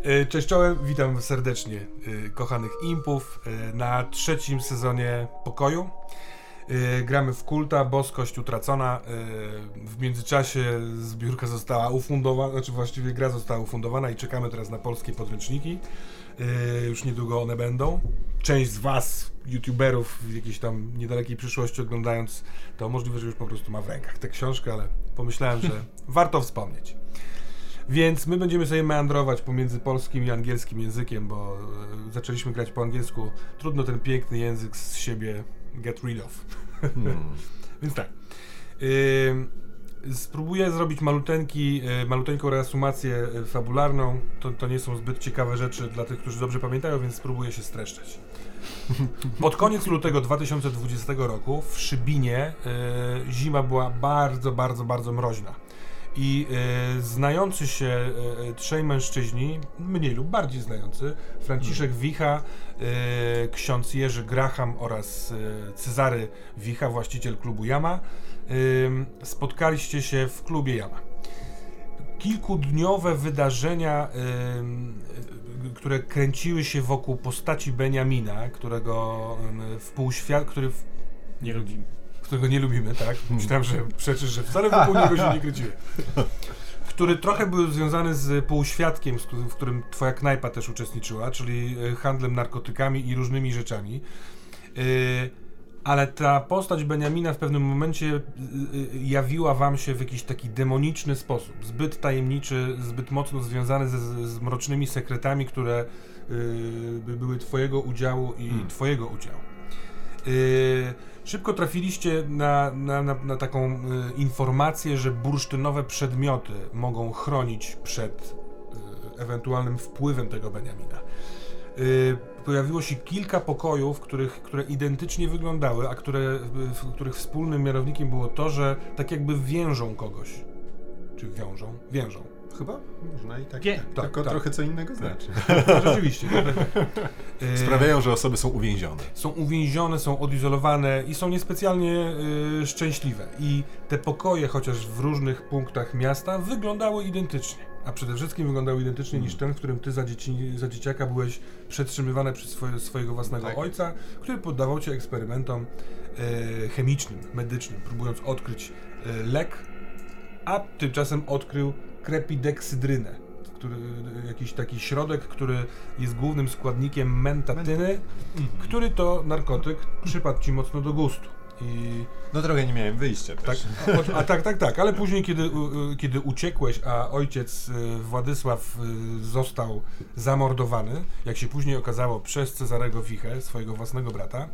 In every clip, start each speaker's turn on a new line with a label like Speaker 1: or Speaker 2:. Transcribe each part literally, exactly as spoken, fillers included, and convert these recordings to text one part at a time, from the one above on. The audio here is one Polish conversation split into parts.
Speaker 1: Cześć czołem, witam serdecznie kochanych impów na trzecim sezonie Pokoju. Gramy w Kulta, Boskość utracona. W międzyczasie zbiórka została ufundowana, znaczy właściwie gra została ufundowana i czekamy teraz na polskie podręczniki. Już niedługo one będą. Część z was, youtuberów, w jakiejś tam niedalekiej przyszłości oglądając, to możliwe, że już po prostu ma w rękach tę książkę, ale pomyślałem, że warto wspomnieć. Więc my będziemy sobie meandrować pomiędzy polskim i angielskim językiem, bo e, zaczęliśmy grać po angielsku. Trudno ten piękny język z siebie get rid of. Hmm. Więc tak. E, spróbuję zrobić maluteńki, e, maluteńką reasumację fabularną. To, to nie są zbyt ciekawe rzeczy dla tych, którzy dobrze pamiętają, więc spróbuję się streszczać. Pod koniec lutego dwa tysiące dwudziestego roku w Szybinie e, zima była bardzo, bardzo, bardzo mroźna. I e, znający się e, trzej mężczyźni, mniej lub bardziej znający, Franciszek Wicha, e, ksiądz Jerzy Graham oraz e, Cezary Wicha, właściciel klubu Jama, e, spotkaliście się w klubie Jama. Kilkudniowe wydarzenia, e, e, które kręciły się wokół postaci Beniamina, którego e, w półświat, który w, nie lubimy. którego nie lubimy, tak? Myślałem, że przeczysz, że wcale wokół niego się nie kręciły. Który trochę był związany z półświadkiem, w którym twoja knajpa też uczestniczyła, czyli handlem narkotykami i różnymi rzeczami. Ale ta postać Beniamina w pewnym momencie jawiła wam się w jakiś taki demoniczny sposób. Zbyt tajemniczy, zbyt mocno związany ze, z mrocznymi sekretami, które były twojego udziału i hmm. twojego udziału. Szybko trafiliście na, na, na, na taką y, informację, że bursztynowe przedmioty mogą chronić przed y, ewentualnym wpływem tego Beniamina. Y, pojawiło się kilka pokojów, których, które identycznie wyglądały, a które, w których wspólnym mianownikiem było to, że tak jakby więżą kogoś. Czy wiążą? Więżą.
Speaker 2: Chyba? Można i tak,
Speaker 1: Nie,
Speaker 2: tak,
Speaker 1: tak
Speaker 2: tylko
Speaker 1: tak.
Speaker 2: trochę co innego znaczy.
Speaker 1: No, rzeczywiście.
Speaker 2: e... Sprawiają, że osoby są uwięzione.
Speaker 1: Są uwięzione, są odizolowane i są niespecjalnie y, szczęśliwe. I te pokoje, chociaż w różnych punktach miasta, wyglądały identycznie. A przede wszystkim wyglądały identycznie hmm. niż ten, w którym ty za, dzieci, za dzieciaka byłeś przetrzymywany przez swoje, swojego własnego tak. ojca, który poddawał cię eksperymentom y, chemicznym, medycznym, próbując odkryć y, lek, a tymczasem odkrył krepideksidrynę, który, jakiś taki środek, który jest głównym składnikiem mentatyny, który to narkotyk przypadł ci mocno do gustu. I
Speaker 2: no trochę nie miałem wyjścia też.
Speaker 1: Tak, a, a tak, tak, tak, ale później kiedy, kiedy uciekłeś, a ojciec Władysław został zamordowany, jak się później okazało przez Cezarego Wichę, swojego własnego brata,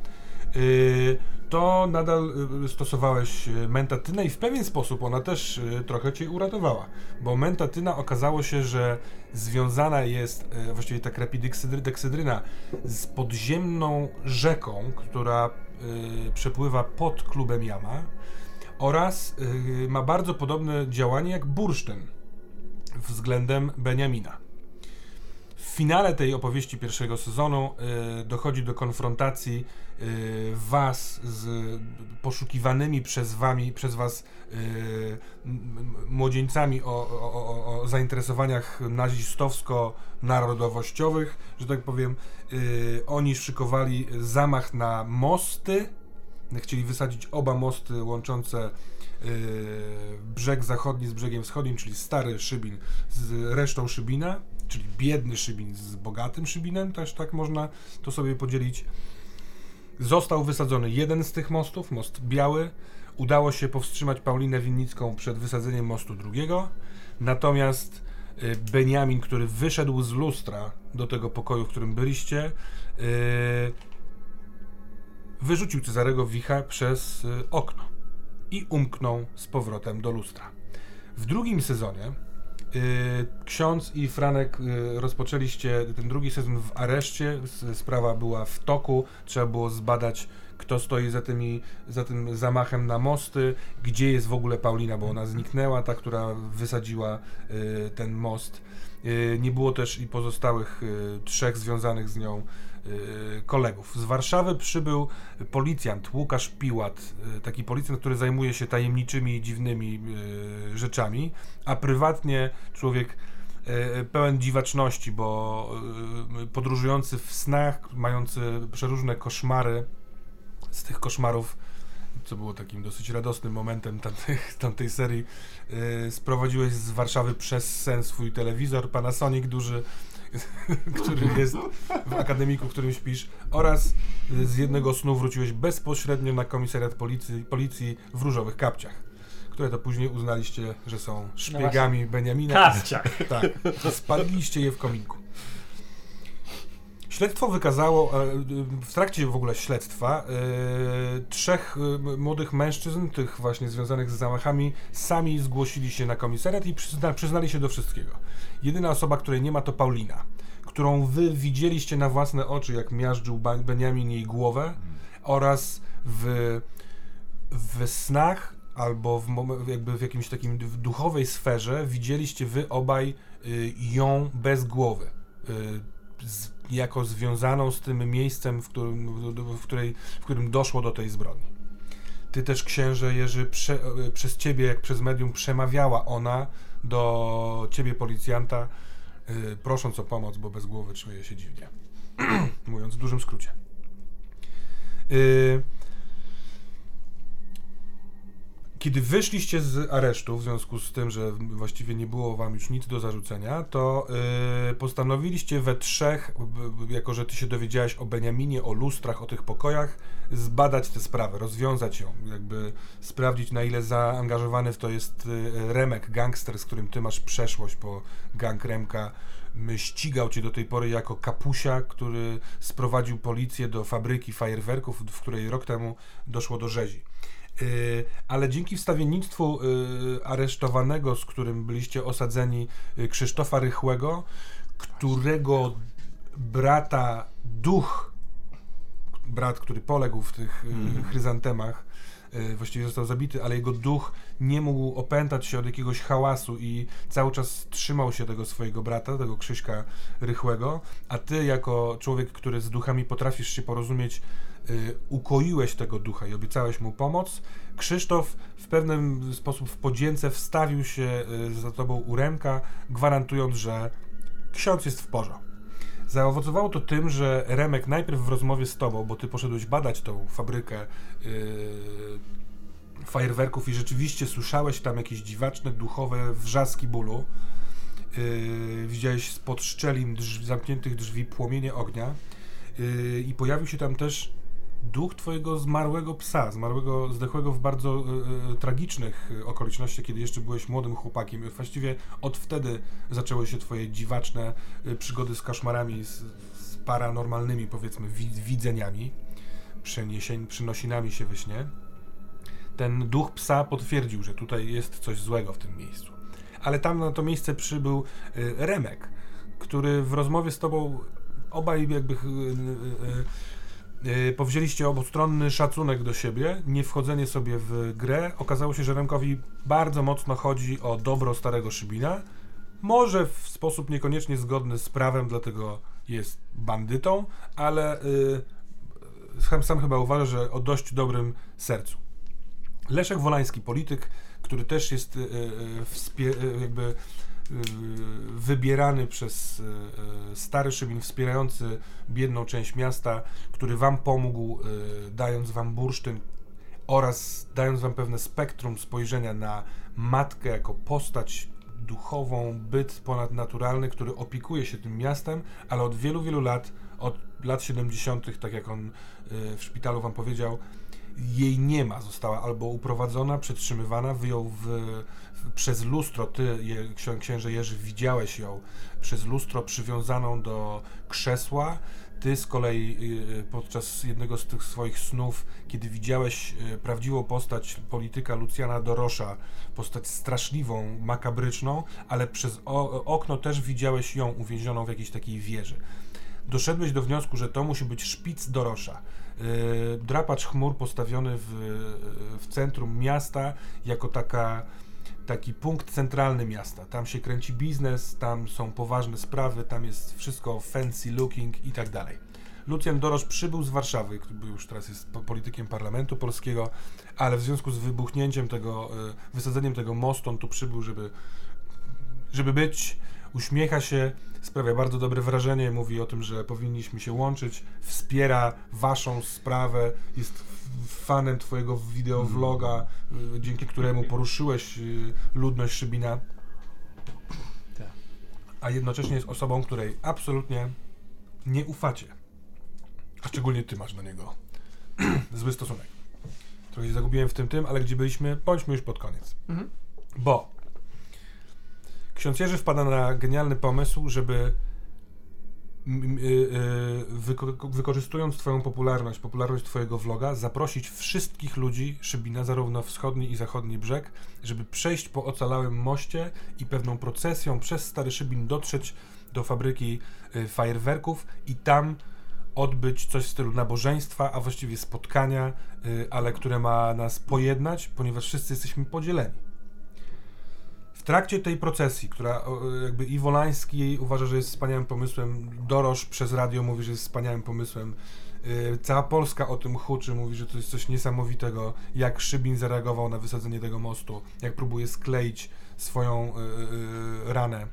Speaker 1: to nadal stosowałeś mentatynę i w pewien sposób ona też trochę cię uratowała, bo mentatyna okazało się, że związana jest, właściwie ta krepideksidryna, z podziemną rzeką, która przepływa pod klubem Jama oraz ma bardzo podobne działanie jak bursztyn względem Beniamina. W finale tej opowieści pierwszego sezonu y, dochodzi do konfrontacji y, was z poszukiwanymi przez wami, przez was y, m, młodzieńcami o, o, o, o zainteresowaniach nazistowsko-narodowościowych, że tak powiem. Y, oni szykowali zamach na mosty, chcieli wysadzić oba mosty łączące y, brzeg zachodni z brzegiem wschodnim, czyli stary Szybin z resztą Szybina, czyli biedny Szybin z bogatym Szybinem, też tak można to sobie podzielić. Został wysadzony jeden z tych mostów, most biały. Udało się powstrzymać Paulinę Winnicką przed wysadzeniem mostu drugiego. Natomiast y, Beniamin, który wyszedł z lustra do tego pokoju, w którym byliście, y, wyrzucił Cezarego Wicha przez y, okno i umknął z powrotem do lustra. W drugim sezonie ksiądz i Franek rozpoczęliście ten drugi sezon w areszcie, sprawa była w toku, trzeba było zbadać, kto stoi za, tymi, za tym zamachem na mosty, gdzie jest w ogóle Paulina, bo ona zniknęła, ta, która wysadziła ten most. Nie było też i pozostałych trzech związanych z nią kolegów. Z Warszawy przybył policjant Łukasz Piłat, taki policjant, który zajmuje się tajemniczymi, dziwnymi rzeczami, a prywatnie człowiek pełen dziwaczności, bo podróżujący w snach, mający przeróżne koszmary, z tych koszmarów, co było takim dosyć radosnym momentem tamtej, tamtej serii, sprowadziłeś z Warszawy przez sen swój telewizor Panasonic duży, który jest w akademiku, w którym śpisz, oraz z jednego snu wróciłeś bezpośrednio na komisariat policji, policji w różowych kapciach, które to później uznaliście, że są szpiegami no Beniamina.
Speaker 3: Kapciach!
Speaker 1: Tak, spadliście je w kominku. Śledztwo wykazało, w trakcie w ogóle śledztwa, trzech młodych mężczyzn, tych właśnie związanych z zamachami, sami zgłosili się na komisariat i przyzna, przyznali się do wszystkiego. Jedyna osoba, której nie ma, to Paulina, którą wy widzieliście na własne oczy, jak miażdżył Beniamin jej głowę, oraz w, w snach albo w, jakby w jakimś takim w duchowej sferze widzieliście wy obaj ją bez głowy. Z, jako związaną z tym miejscem, w którym, w, której, w którym doszło do tej zbrodni. Ty też, księże Jerzy, prze, przez ciebie, jak przez medium, przemawiała ona do ciebie, policjanta, yy, prosząc o pomoc, bo bez głowy czuje się dziwnie. Mówiąc w dużym skrócie. Yy, Kiedy wyszliście z aresztu, w związku z tym, że właściwie nie było wam już nic do zarzucenia, to yy, postanowiliście we trzech, b, jako że ty się dowiedziałeś o Beniaminie, o lustrach, o tych pokojach, zbadać tę sprawę, rozwiązać ją, jakby sprawdzić, na ile zaangażowany w to jest yy, Remek, gangster, z którym ty masz przeszłość, bo gang Remka ścigał cię do tej pory jako kapusia, który sprowadził policję do fabryki fajerwerków, w której rok temu doszło do rzezi. Yy, ale dzięki wstawiennictwu yy, aresztowanego, z którym byliście osadzeni, yy, Krzysztofa Rychłego, którego brata duch, brat, który poległ w tych yy, chryzantemach, yy, właściwie został zabity, ale jego duch nie mógł opętać się od jakiegoś hałasu i cały czas trzymał się tego swojego brata, tego Krzyśka Rychłego, a ty jako człowiek, który z duchami potrafisz się porozumieć, Y, ukoiłeś tego ducha i obiecałeś mu pomoc. Krzysztof w pewien sposób w podzięce wstawił się y, za tobą u Remka, gwarantując, że ksiądz jest w porządku. Zaowocowało to tym, że Remek najpierw w rozmowie z tobą, bo ty poszedłeś badać tą fabrykę y, fajerwerków i rzeczywiście słyszałeś tam jakieś dziwaczne, duchowe wrzaski bólu. Y, widziałeś spod szczelin drz- zamkniętych drzwi płomienie ognia y, i pojawił się tam też duch twojego zmarłego psa, zmarłego, zdechłego w bardzo y, y, tragicznych okolicznościach, kiedy jeszcze byłeś młodym chłopakiem. I właściwie od wtedy zaczęły się twoje dziwaczne y, przygody z koszmarami, z, z paranormalnymi, powiedzmy, wi- widzeniami, przeniesień, przynosinami się we śnie. Ten duch psa potwierdził, że tutaj jest coś złego w tym miejscu. Ale tam na to miejsce przybył y, Remek, który w rozmowie z tobą obaj jakby y, y, Yy, powzięliście obustronny szacunek do siebie, nie wchodzenie sobie w grę. Okazało się, że Remkowi bardzo mocno chodzi o dobro starego Szybina. Może w sposób niekoniecznie zgodny z prawem, dlatego jest bandytą, ale yy, sam, sam chyba uważa, że o dość dobrym sercu. Leszek Wolański, polityk, który też jest yy, yy, wspie- yy, jakby wybierany przez stary Szybin, wspierający biedną część miasta, który wam pomógł, dając wam bursztyn oraz dając wam pewne spektrum spojrzenia na matkę jako postać duchową, byt ponadnaturalny, który opiekuje się tym miastem, ale od wielu, wielu lat, od lat siedemdziesiątych, tak jak on w szpitalu wam powiedział, jej nie ma, została albo uprowadzona, przetrzymywana, wyjął w, w, przez lustro, ty, je, księże Jerzy, widziałeś ją przez lustro przywiązaną do krzesła. Ty z kolei y, podczas jednego z tych swoich snów, kiedy widziałeś y, prawdziwą postać polityka Lucjana Dorosza, postać straszliwą, makabryczną, ale przez o, okno też widziałeś ją uwięzioną w jakiejś takiej wieży. Doszedłeś do wniosku, że to musi być szpic Dorosza. Yy, drapacz chmur postawiony w, w centrum miasta jako taka, taki punkt centralny miasta. Tam się kręci biznes, tam są poważne sprawy, tam jest wszystko fancy looking i tak dalej. Lucjan Dorosz przybył z Warszawy, który już teraz jest politykiem parlamentu polskiego, ale w związku z wybuchnięciem tego, yy, wysadzeniem tego mostu, on tu przybył, żeby, żeby być. uśmiecha się, sprawia bardzo dobre wrażenie, mówi o tym, że powinniśmy się łączyć, wspiera waszą sprawę, jest fanem twojego wideovloga, mm. dzięki któremu poruszyłeś ludność Szybina, a jednocześnie jest osobą, której absolutnie nie ufacie. A szczególnie ty masz do niego zły stosunek. Trochę się zagubiłem w tym tym, ale gdzie byliśmy, bądźmy już pod koniec. Mhm. Bo ksiądz Jerzy wpada na genialny pomysł, żeby m, y, y, wyko- wykorzystując twoją popularność, popularność twojego vloga, zaprosić wszystkich ludzi Szybina, zarówno wschodni i zachodni brzeg, żeby przejść po ocalałym moście i pewną procesją przez Stary Szybin dotrzeć do fabryki y, fajerwerków i tam odbyć coś w stylu nabożeństwa, a właściwie spotkania, y, ale które ma nas pojednać, ponieważ wszyscy jesteśmy podzieleni. W trakcie tej procesji, która o, jakby i Wolański uważa, że jest wspaniałym pomysłem, Dorosz przez radio mówi, że jest wspaniałym pomysłem, y, cała Polska o tym huczy, mówi, że to jest coś niesamowitego, jak Szybin zareagował na wysadzenie tego mostu, jak próbuje skleić swoją y, y, ranę.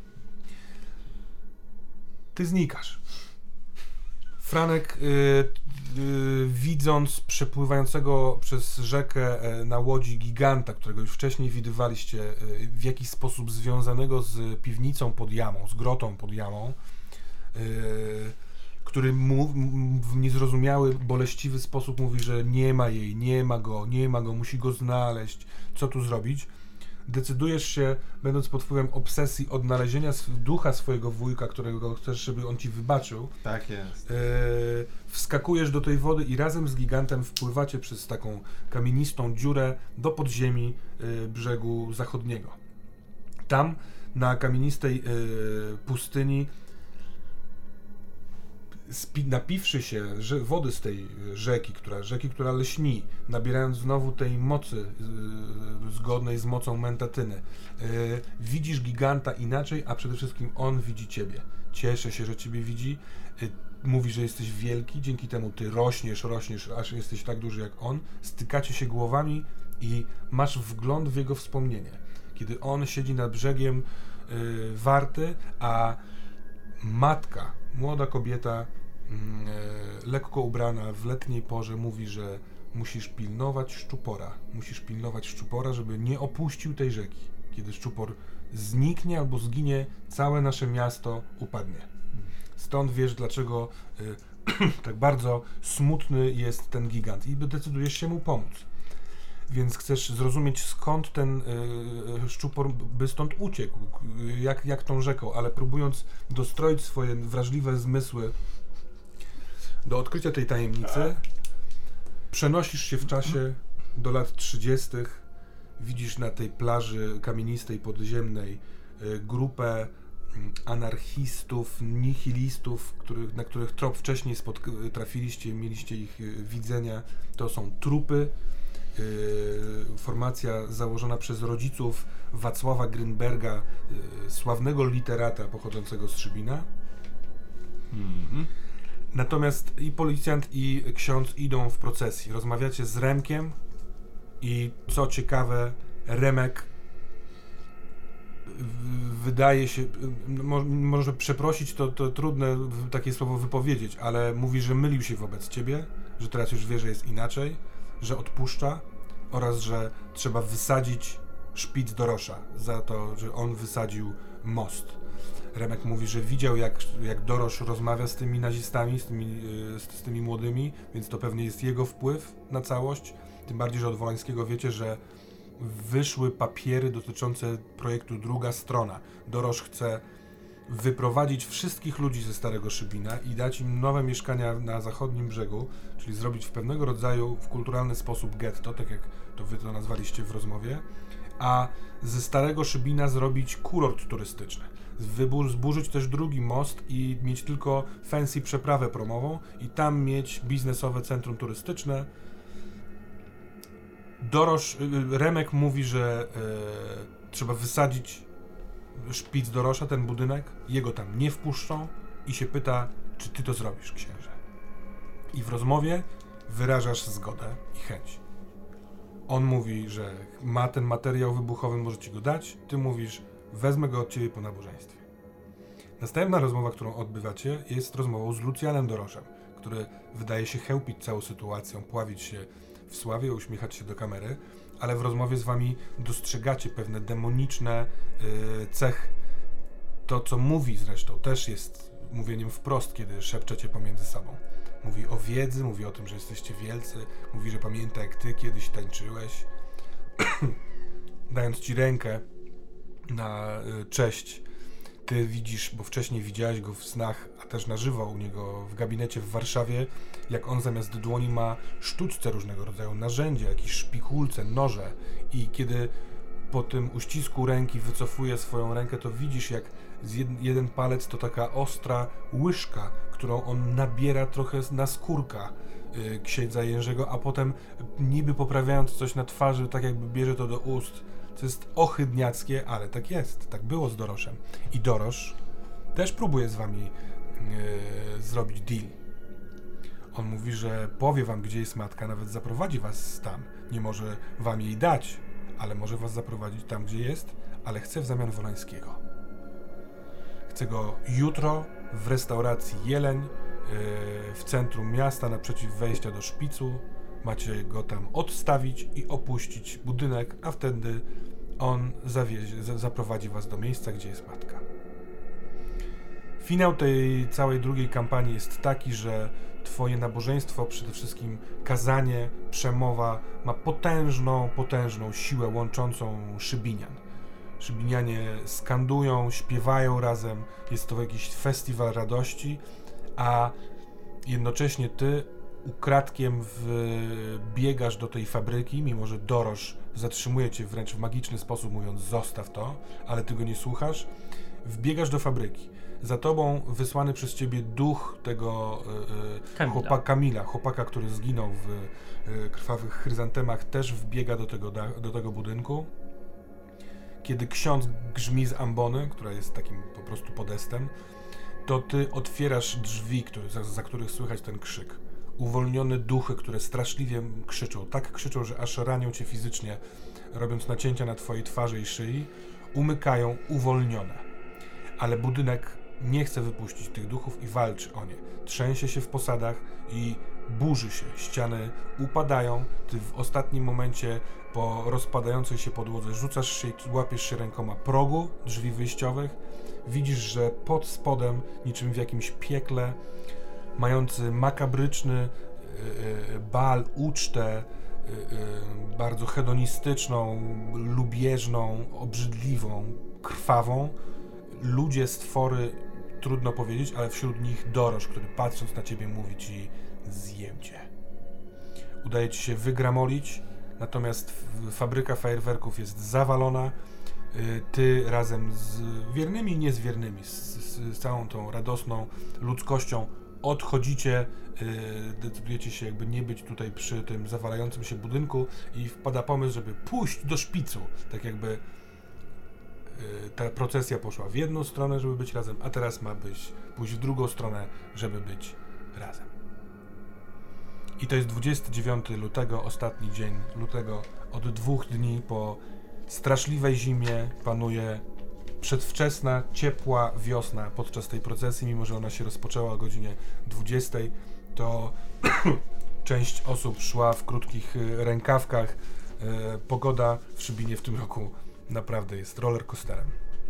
Speaker 1: Ty znikasz. Franek, y, y, widząc przepływającego przez rzekę y, na łodzi giganta, którego już wcześniej widywaliście, y, w jakiś sposób związanego z piwnicą pod jamą, z grotą pod jamą, y, który mu w niezrozumiały, boleściwy sposób mówi, że nie ma jej, nie ma go, nie ma go, musi go znaleźć, co tu zrobić. Decydujesz się, będąc pod wpływem obsesji odnalezienia ducha swojego wujka, którego chcesz, żeby on ci wybaczył.
Speaker 2: Tak jest.
Speaker 1: Yy, wskakujesz do tej wody i razem z gigantem wpływacie przez taką kamienistą dziurę do podziemi yy, brzegu zachodniego. Tam, na kamienistej yy, pustyni, Spi- napiwszy się że wody z tej rzeki, która, rzeki, która lśni, nabierając znowu tej mocy yy, zgodnej z mocą mentatyny, yy, widzisz giganta inaczej, a przede wszystkim on widzi ciebie. Cieszę się, że ciebie widzi, yy, mówi, że jesteś wielki, dzięki temu ty rośniesz, rośniesz, aż jesteś tak duży jak on, stykacie się głowami i masz wgląd w jego wspomnienie. Kiedy on siedzi nad brzegiem yy, Warty, a matka, młoda kobieta, yy, lekko ubrana w letniej porze, mówi, że musisz pilnować szczupora. Musisz pilnować szczupora, żeby nie opuścił tej rzeki. Kiedy szczupor zniknie albo zginie, całe nasze miasto upadnie. Stąd wiesz, dlaczego yy, tak bardzo smutny jest ten gigant i decydujesz się mu pomóc. Więc chcesz zrozumieć, skąd ten y, szczupor by stąd uciekł, jak, jak tą rzeką, ale próbując dostroić swoje wrażliwe zmysły do odkrycia tej tajemnicy, przenosisz się w czasie do lat trzydziestych. Widzisz na tej plaży kamienistej, podziemnej y, grupę anarchistów, nihilistów, których, na których trop wcześniej spotk- trafiliście, mieliście ich y, widzenia. To są trupy. Yy, formacja założona przez rodziców Wacława Grynberga, yy, sławnego literata pochodzącego z Szybina. Mm-hmm. Natomiast i policjant, i ksiądz idą w procesji. Rozmawiacie z Remkiem i co ciekawe, Remek wydaje się, mo, może przeprosić, to, to trudne takie słowo wypowiedzieć, ale mówi, że mylił się wobec ciebie, że teraz już wie, że jest inaczej, że odpuszcza oraz, że trzeba wysadzić szpic Dorosza za to, że on wysadził most. Remek mówi, że widział, jak, jak Dorosz rozmawia z tymi nazistami, z tymi, z, z tymi młodymi, więc to pewnie jest jego wpływ na całość. Tym bardziej, że od Wolańskiego wiecie, że wyszły papiery dotyczące projektu Druga Strona. Dorosz chce wyprowadzić wszystkich ludzi ze Starego Szybina i dać im nowe mieszkania na zachodnim brzegu, czyli zrobić w pewnego rodzaju, w kulturalny sposób getto, tak jak to wy to nazwaliście w rozmowie, a ze Starego Szybina zrobić kurort turystyczny. Wybór, zburzyć też drugi most i mieć tylko fancy przeprawę promową i tam mieć biznesowe centrum turystyczne. Dorosz, Remek mówi, że e, trzeba wysadzić szpic Dorosza, ten budynek, jego tam nie wpuszczą i się pyta, czy ty to zrobisz, księże. I w rozmowie wyrażasz zgodę i chęć. On mówi, że ma ten materiał wybuchowy, może ci go dać, ty mówisz, wezmę go od ciebie po nabożeństwie. Następna rozmowa, którą odbywacie, jest rozmową z Lucjanem Doroszem, który wydaje się chełpić całą sytuacją, pławić się w sławie, uśmiechać się do kamery, ale w rozmowie z wami dostrzegacie pewne demoniczne yy, cechy. To, co mówi zresztą, też jest mówieniem wprost, kiedy szepczecie pomiędzy sobą. Mówi o wiedzy, mówi o tym, że jesteście wielcy, mówi, że pamięta, jak ty kiedyś tańczyłeś. Dając ci rękę na y, cześć, ty widzisz, bo wcześniej widziałeś go w snach, a też na żywo u niego w gabinecie w Warszawie, jak on zamiast dłoni ma sztuczce różnego rodzaju, narzędzia, jakieś szpikulce, noże, i kiedy po tym uścisku ręki wycofuje swoją rękę, to widzisz, jak z jed, jeden palec to taka ostra łyżka, którą on nabiera trochę na skórka yy, księdza Jerzego, a potem niby poprawiając coś na twarzy, tak jakby bierze to do ust, co jest ohydniackie, ale tak jest, tak było z Doroszem. I Dorosz też próbuje z wami yy, zrobić deal. On mówi, że powie wam, gdzie jest matka, nawet zaprowadzi was tam. Nie może wam jej dać, ale może was zaprowadzić tam, gdzie jest, ale chce w zamian Wolańskiego. Chce go jutro w restauracji Jeleń yy, w centrum miasta, naprzeciw wejścia do szpicu. Macie go tam odstawić i opuścić budynek, a wtedy on zawiezie, za, zaprowadzi was do miejsca, gdzie jest matka. Finał tej całej drugiej kampanii jest taki, że twoje nabożeństwo, przede wszystkim kazanie, przemowa ma potężną, potężną siłę łączącą Szybinian. Szybinianie skandują, śpiewają razem, jest to jakiś festiwal radości, a jednocześnie ty ukradkiem wbiegasz do tej fabryki, mimo że Dorosz zatrzymuje cię wręcz w magiczny sposób, mówiąc zostaw to, ale ty go nie słuchasz, wbiegasz do fabryki. Za tobą wysłany przez ciebie duch tego y,
Speaker 3: Kamila.
Speaker 1: Chłopa, Kamila, chłopaka, który zginął w y, krwawych chryzantemach, też wbiega do tego, do tego budynku. Kiedy ksiądz grzmi z ambony, która jest takim po prostu podestem, to ty otwierasz drzwi, które, za, za których słychać ten krzyk. Uwolnione duchy, które straszliwie krzyczą, tak krzyczą, że aż ranią cię fizycznie, robiąc nacięcia na twojej twarzy i szyi, umykają uwolnione. Ale budynek nie chce wypuścić tych duchów i walczy o nie. Trzęsie się w posadach i burzy się. Ściany upadają. Ty w ostatnim momencie po rozpadającej się podłodze rzucasz się i łapiesz się rękoma progu drzwi wyjściowych. Widzisz, że pod spodem, niczym w jakimś piekle, mający makabryczny yy, bal, ucztę, yy, bardzo hedonistyczną, lubieżną, obrzydliwą, krwawą, ludzie, stwory, trudno powiedzieć, ale wśród nich Dorosz, który patrząc na ciebie mówi ci: zjem cię. Udaje ci się wygramolić, natomiast fabryka fajerwerków jest zawalona. Ty razem z wiernymi i niezwiernymi, z, z całą tą radosną ludzkością odchodzicie, decydujecie się jakby nie być tutaj przy tym zawalającym się budynku i wpada pomysł, żeby pójść do szpicu, tak jakby ta procesja poszła w jedną stronę, żeby być razem, a teraz ma być pójść w drugą stronę, żeby być razem. I to jest dwudziestego dziewiątego lutego, ostatni dzień lutego. Od dwóch dni po straszliwej zimie panuje przedwczesna, ciepła wiosna podczas tej procesji, mimo że ona się rozpoczęła o godzinie dwudziestej, to część osób szła w krótkich rękawkach. Pogoda w Szybinie w tym roku naprawdę jest rollercoasterem.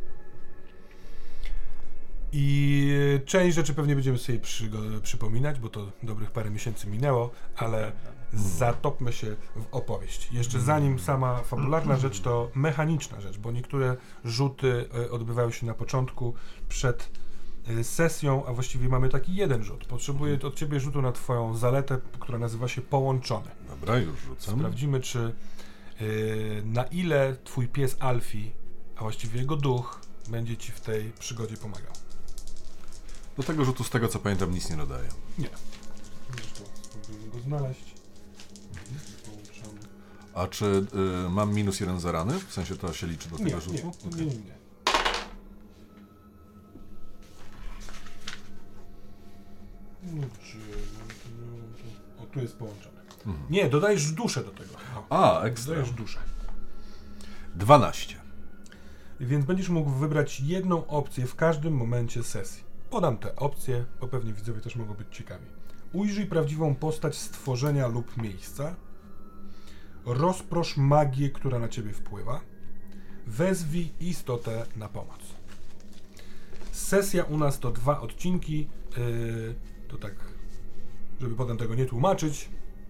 Speaker 1: I część rzeczy pewnie będziemy sobie przy, przypominać, bo to dobrych parę miesięcy minęło, ale zatopmy się w opowieść. Jeszcze zanim sama fabularna rzecz, to mechaniczna rzecz, bo niektóre rzuty odbywają się na początku, przed sesją, a właściwie mamy taki jeden rzut. Potrzebuję od ciebie rzutu na twoją zaletę, która nazywa się połączony.
Speaker 2: Dobra, już rzucam.
Speaker 1: Sprawdzimy, czy yy, na ile twój pies Alfie, a właściwie jego duch, będzie ci w tej przygodzie pomagał.
Speaker 2: Do tego rzutu, z tego co pamiętam, nic nie dodaję.
Speaker 1: Nie. Zresztą spróbujmy go znaleźć.
Speaker 2: A czy y, mam minus jeden za rany? W sensie to się liczy do tego
Speaker 1: nie,
Speaker 2: rzutu?
Speaker 1: Nie,
Speaker 2: okay.
Speaker 1: nie, nie, nie. No, czy... O, tu jest połączone. Mhm. Nie, dodajesz duszę do tego. O,
Speaker 2: A, ekstra.
Speaker 1: Dodajesz duszę.
Speaker 2: dwanaście.
Speaker 1: więc będziesz mógł wybrać jedną opcję w każdym momencie sesji. Podam te opcje, bo pewnie widzowie też mogą być ciekawi. Ujrzyj prawdziwą postać stworzenia lub miejsca. Rozprosz magię, która na ciebie wpływa. Wezwij istotę na pomoc. Sesja u nas to dwa odcinki. Yy, to tak, żeby potem tego nie tłumaczyć.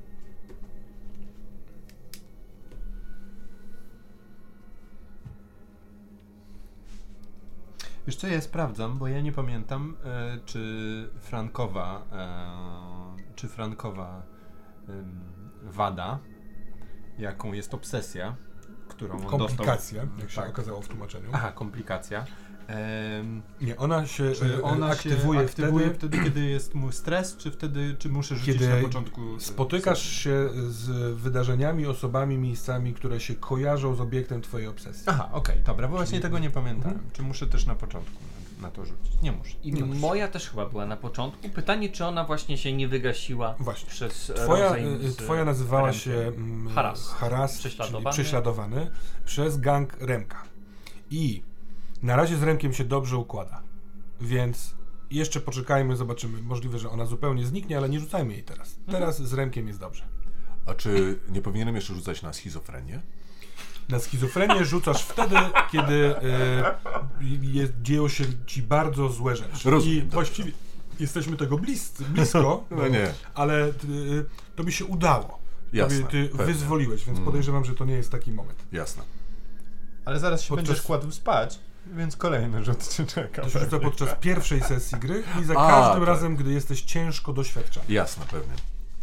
Speaker 3: Wiesz co, ja sprawdzam, bo ja nie pamiętam, e, czy frankowa, e, czy frankowa e, wada, jaką jest obsesja, którą on
Speaker 1: Komplikacja,
Speaker 3: dostał,
Speaker 1: jak się
Speaker 3: tak.
Speaker 1: okazało w tłumaczeniu.
Speaker 3: Aha, komplikacja. E,
Speaker 1: Nie, ona się
Speaker 3: czy ona
Speaker 1: aktywuje,
Speaker 3: się aktywuje
Speaker 1: wtedy,
Speaker 3: wtedy, kiedy jest mój stres, czy wtedy, czy muszę rzucić
Speaker 1: kiedy
Speaker 3: na początku?
Speaker 1: spotykasz
Speaker 3: sesji?
Speaker 1: się z wydarzeniami, osobami, miejscami, które się kojarzą z obiektem twojej obsesji.
Speaker 3: Aha, okej, okay, dobra, bo właśnie
Speaker 1: Czyli-
Speaker 3: tego nie pamiętałem.
Speaker 1: Mhm.
Speaker 3: Czy muszę też na początku na to rzucić? Nie muszę.
Speaker 4: I
Speaker 1: Nie
Speaker 4: moja też chyba była na początku. Pytanie, czy ona właśnie się nie wygasiła
Speaker 1: Właśnie.
Speaker 4: przez
Speaker 1: Twoja,
Speaker 4: rozejm z
Speaker 1: twoja nazywała
Speaker 4: Remkiem.
Speaker 1: się mm,
Speaker 4: Haras.
Speaker 1: Haras,
Speaker 4: Prześladowany.
Speaker 1: czyli prześladowany przez gang Remka. I na razie z Remkiem się dobrze układa, więc jeszcze poczekajmy, zobaczymy. Możliwe, że ona zupełnie zniknie, ale nie rzucajmy jej teraz. Teraz z Remkiem jest dobrze.
Speaker 2: A czy nie powinienem jeszcze rzucać na schizofrenię?
Speaker 1: Na schizofrenię rzucasz wtedy, kiedy e, jest, dzieją się ci bardzo złe rzeczy.
Speaker 2: Rozumiem,
Speaker 1: I
Speaker 2: dobrze.
Speaker 1: właściwie jesteśmy tego bliscy, blisko,
Speaker 2: No nie.
Speaker 1: ale y, to mi się udało.
Speaker 2: Jasne,
Speaker 1: Tobie, ty
Speaker 2: pewnie.
Speaker 1: wyzwoliłeś, więc
Speaker 2: Mm.
Speaker 1: podejrzewam, że to nie jest taki moment.
Speaker 2: Jasne.
Speaker 3: Ale zaraz się
Speaker 1: Podczas-
Speaker 3: będziesz kładł spać, więc kolejny rzut cię czeka.
Speaker 1: To się rzuca podczas pierwszej sesji gry i za
Speaker 2: A,
Speaker 1: każdym
Speaker 2: tak.
Speaker 1: razem, gdy jesteś ciężko doświadczony.
Speaker 2: Jasne, pewnie.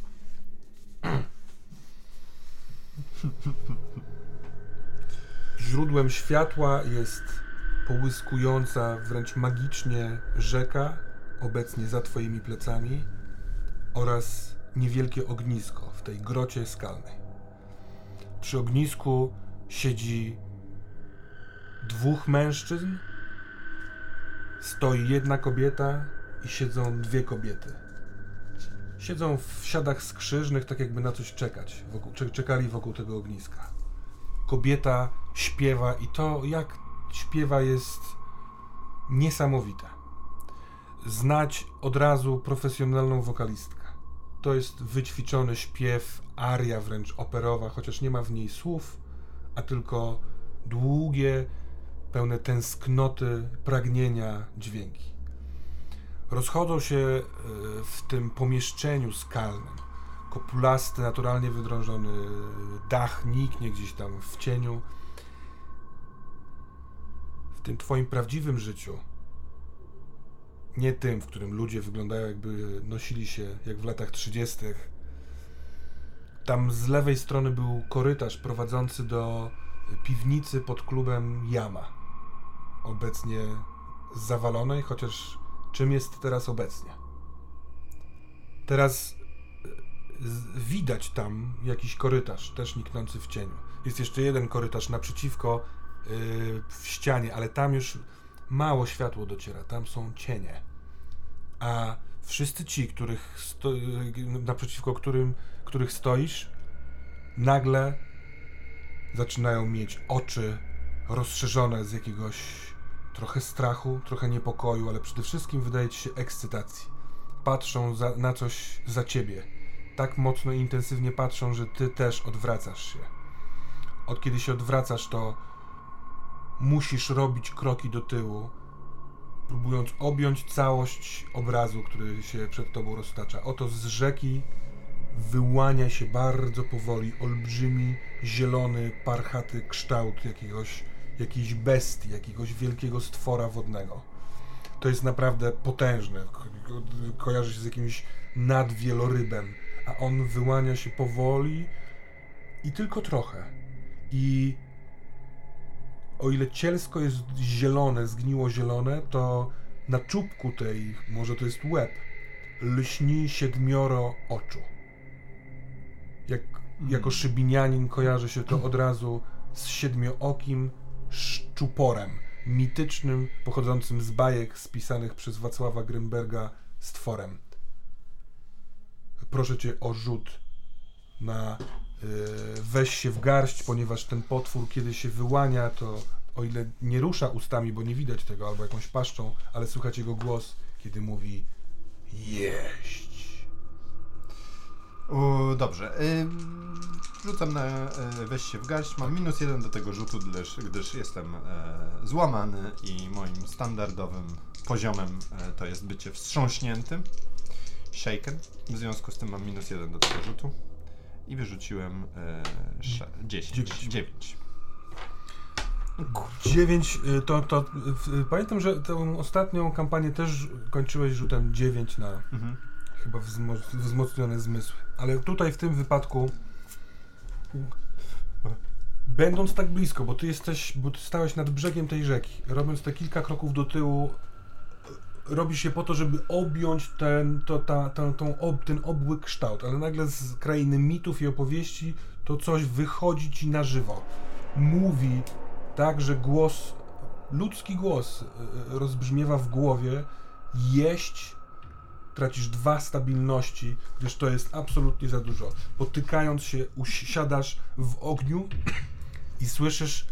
Speaker 1: Źródłem światła jest połyskująca wręcz magicznie rzeka, obecnie za twoimi plecami, oraz niewielkie ognisko w tej grocie skalnej. Przy ognisku siedzi dwóch mężczyzn, stoi jedna kobieta i siedzą dwie kobiety. Siedzą w siadach skrzyżnych, tak jakby na coś czekać, wokół, cze- czekali wokół tego ogniska. Kobieta śpiewa i to, jak śpiewa, jest niesamowite. Znać od razu profesjonalną wokalistkę. To jest wyćwiczony śpiew, aria wręcz operowa, chociaż nie ma w niej słów, a tylko długie, pełne tęsknoty, pragnienia dźwięki. Rozchodzą się e, w tym pomieszczeniu skalnym. Kopulasty, naturalnie wydrążony dach niknie gdzieś tam w cieniu. W tym twoim prawdziwym życiu, nie tym, w którym ludzie wyglądają, jakby nosili się jak w latach trzydziestych. Tam z lewej strony był korytarz prowadzący do piwnicy pod klubem Jama. Obecnie zawalonej, chociaż czym jest teraz obecnie? Teraz z- widać tam jakiś korytarz, też niknący w cieniu. Jest jeszcze jeden korytarz naprzeciwko yy, w ścianie, ale tam już mało światło dociera, tam są cienie. A wszyscy ci, których sto, yy, naprzeciwko którym, których stoisz, nagle zaczynają mieć oczy rozszerzone z jakiegoś trochę strachu, trochę niepokoju, ale przede wszystkim wydaje ci się ekscytacji. Patrzą za, na coś za ciebie. Tak mocno i intensywnie patrzą, że ty też odwracasz się. Od kiedy się odwracasz, to musisz robić kroki do tyłu, próbując objąć całość obrazu, który się przed tobą roztacza. Oto z rzeki wyłania się bardzo powoli olbrzymi, zielony, parchaty kształt jakiegoś, jakiejś bestii, jakiegoś wielkiego stwora wodnego. To jest naprawdę potężne. Ko- ko- kojarzy się z jakimś nadwielorybem, a on wyłania się powoli i tylko trochę. I o ile cielsko jest zielone, zgniło zielone, to na czubku tej, może to jest łeb, lśni siedmioro oczu. Jak, jako szybinianin kojarzy się to od razu z siedmiookim szczuporem, mitycznym, pochodzącym z bajek spisanych przez Wacława Grymberga stworem. Proszę cię o rzut na yy, weź się w garść, ponieważ ten potwór, kiedy się wyłania, to o ile nie rusza ustami, bo nie widać tego, albo jakąś paszczą, ale słychać jego głos, kiedy mówi jeść.
Speaker 3: O, dobrze. Y, rzucam na y, weź się w garść. Mam minus jeden do tego rzutu, gdyż, gdyż jestem e, złamany i moim standardowym poziomem e, to jest bycie wstrząśniętym. Shaken. W związku z tym mam minus jeden do tego rzutu. I wyrzuciłem e, dziesięć. dziewięć.
Speaker 1: dziewięć, to, to w, pamiętam, że tę ostatnią kampanię też kończyłeś rzutem dziewięć na
Speaker 3: Mhm.
Speaker 1: chyba wzmo, wzmocnione zmysły. Ale tutaj w tym wypadku, będąc tak blisko, bo ty jesteś, bo ty stałeś nad brzegiem tej rzeki, robiąc te kilka kroków do tyłu, robisz się po to, żeby objąć ten, to, ta, ta, tą ob, ten obły kształt, ale nagle z krainy mitów i opowieści to coś wychodzi ci na żywo. Mówi tak, że głos, ludzki głos rozbrzmiewa w głowie, jeść, tracisz dwa stabilności, gdyż to jest absolutnie za dużo. Potykając się, usiadasz w ogniu i słyszysz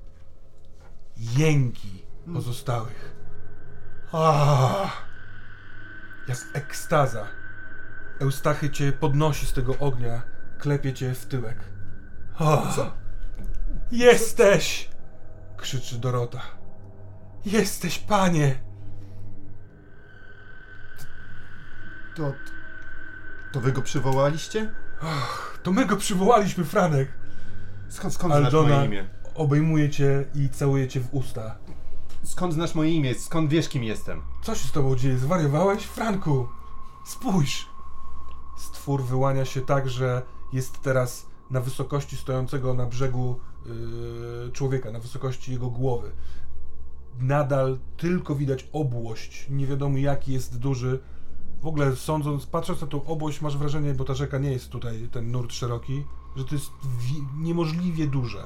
Speaker 1: jęki pozostałych. Ah, jak ekstaza. Eustachy cię podnosi z tego ognia, klepie cię w tyłek. Oh,
Speaker 3: Co?
Speaker 1: Jesteś! Krzyczy Dorota. Jesteś, panie!
Speaker 3: To, to wy go przywołaliście?
Speaker 1: Och, to my go przywołaliśmy, Franek.
Speaker 3: Skąd, skąd znasz
Speaker 1: Aldona
Speaker 3: moje imię?
Speaker 1: obejmuje cię i całuje cię w usta.
Speaker 3: Skąd znasz moje imię? Skąd wiesz, kim jestem?
Speaker 1: Co się z tobą dzieje? Zwariowałeś? Franku, spójrz! Stwór wyłania się tak, że jest teraz na wysokości stojącego na brzegu yy, człowieka, na wysokości jego głowy. Nadal tylko widać obłość, nie wiadomo jaki jest duży. W ogóle sądząc, patrząc na tą obłość, masz wrażenie, bo ta rzeka nie jest tutaj, ten nurt szeroki, że to jest wi- niemożliwie duże.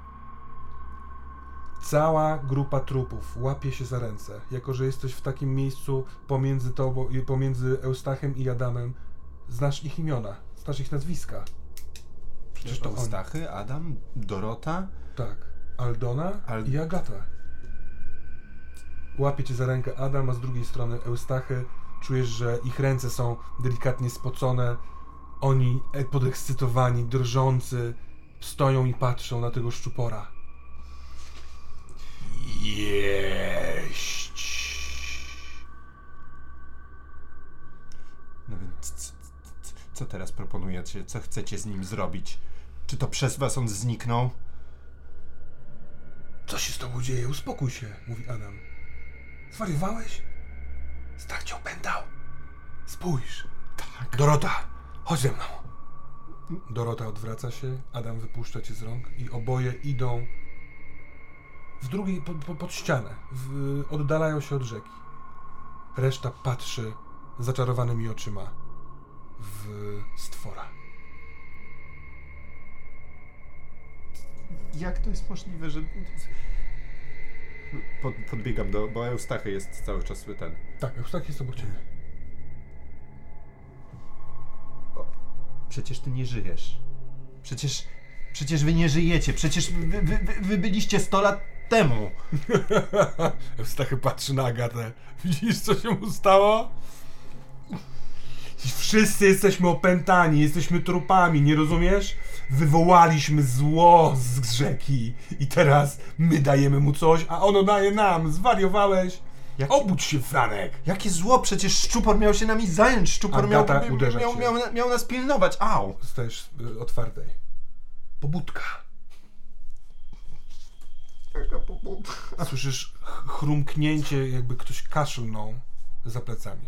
Speaker 1: Cała grupa trupów łapie się za ręce, jako że jesteś w takim miejscu pomiędzy tobą, pomiędzy Eustachem i Adamem. Znasz ich imiona, znasz ich nazwiska. Przecież to oni.
Speaker 3: Eustachy, Adam, Dorota.
Speaker 1: Tak, Aldona
Speaker 3: Al-
Speaker 1: i Agata. Łapie cię za rękę Adam, a z drugiej strony Eustachy. Czujesz, że ich ręce są delikatnie spocone. Oni podekscytowani, drżący, stoją i patrzą na tego szczupora. Jeść.
Speaker 3: No więc c- c- co teraz proponujecie? Co chcecie z nim zrobić? Czy to przez was on zniknął?
Speaker 1: Co się z tobą dzieje? Uspokój się, mówi Adam. Zwariowałeś? Stach cię opętał. Spójrz.
Speaker 3: Tak.
Speaker 1: Dorota, chodź ze mną. Dorota odwraca się, Adam wypuszcza cię z rąk i oboje idą w drugiej, po, po, pod ścianę, w, oddalają się od rzeki. Reszta patrzy zaczarowanymi oczyma w stwora.
Speaker 3: Jak to jest możliwe, że... Pod, podbiegam do... bo Eustachy jest cały czas ten...
Speaker 1: Tak, już tak jest obok ciebie.
Speaker 3: Przecież ty nie żyjesz. Przecież... Przecież wy nie żyjecie. Przecież wy, wy, wy, wy byliście sto lat temu.
Speaker 1: Eustachy patrzy na Agatę. Widzisz, co się mu stało? Wszyscy jesteśmy opętani, jesteśmy trupami, nie rozumiesz? Wywołaliśmy zło z rzeki i teraz my dajemy mu coś, a ono daje nam. Zwariowałeś?
Speaker 3: Jak-
Speaker 1: Obudź się, Franek!
Speaker 3: Jakie zło? Przecież szczupor miał się nami zająć. Szczupor miał,
Speaker 1: Agata
Speaker 3: miał,
Speaker 1: uderza
Speaker 3: miał,
Speaker 1: cię.
Speaker 3: miał, miał nas pilnować. Au!
Speaker 1: Stajesz y, otwartej. Pobudka. Słyszysz ch- chrumknięcie, jakby ktoś kaszlnął za plecami.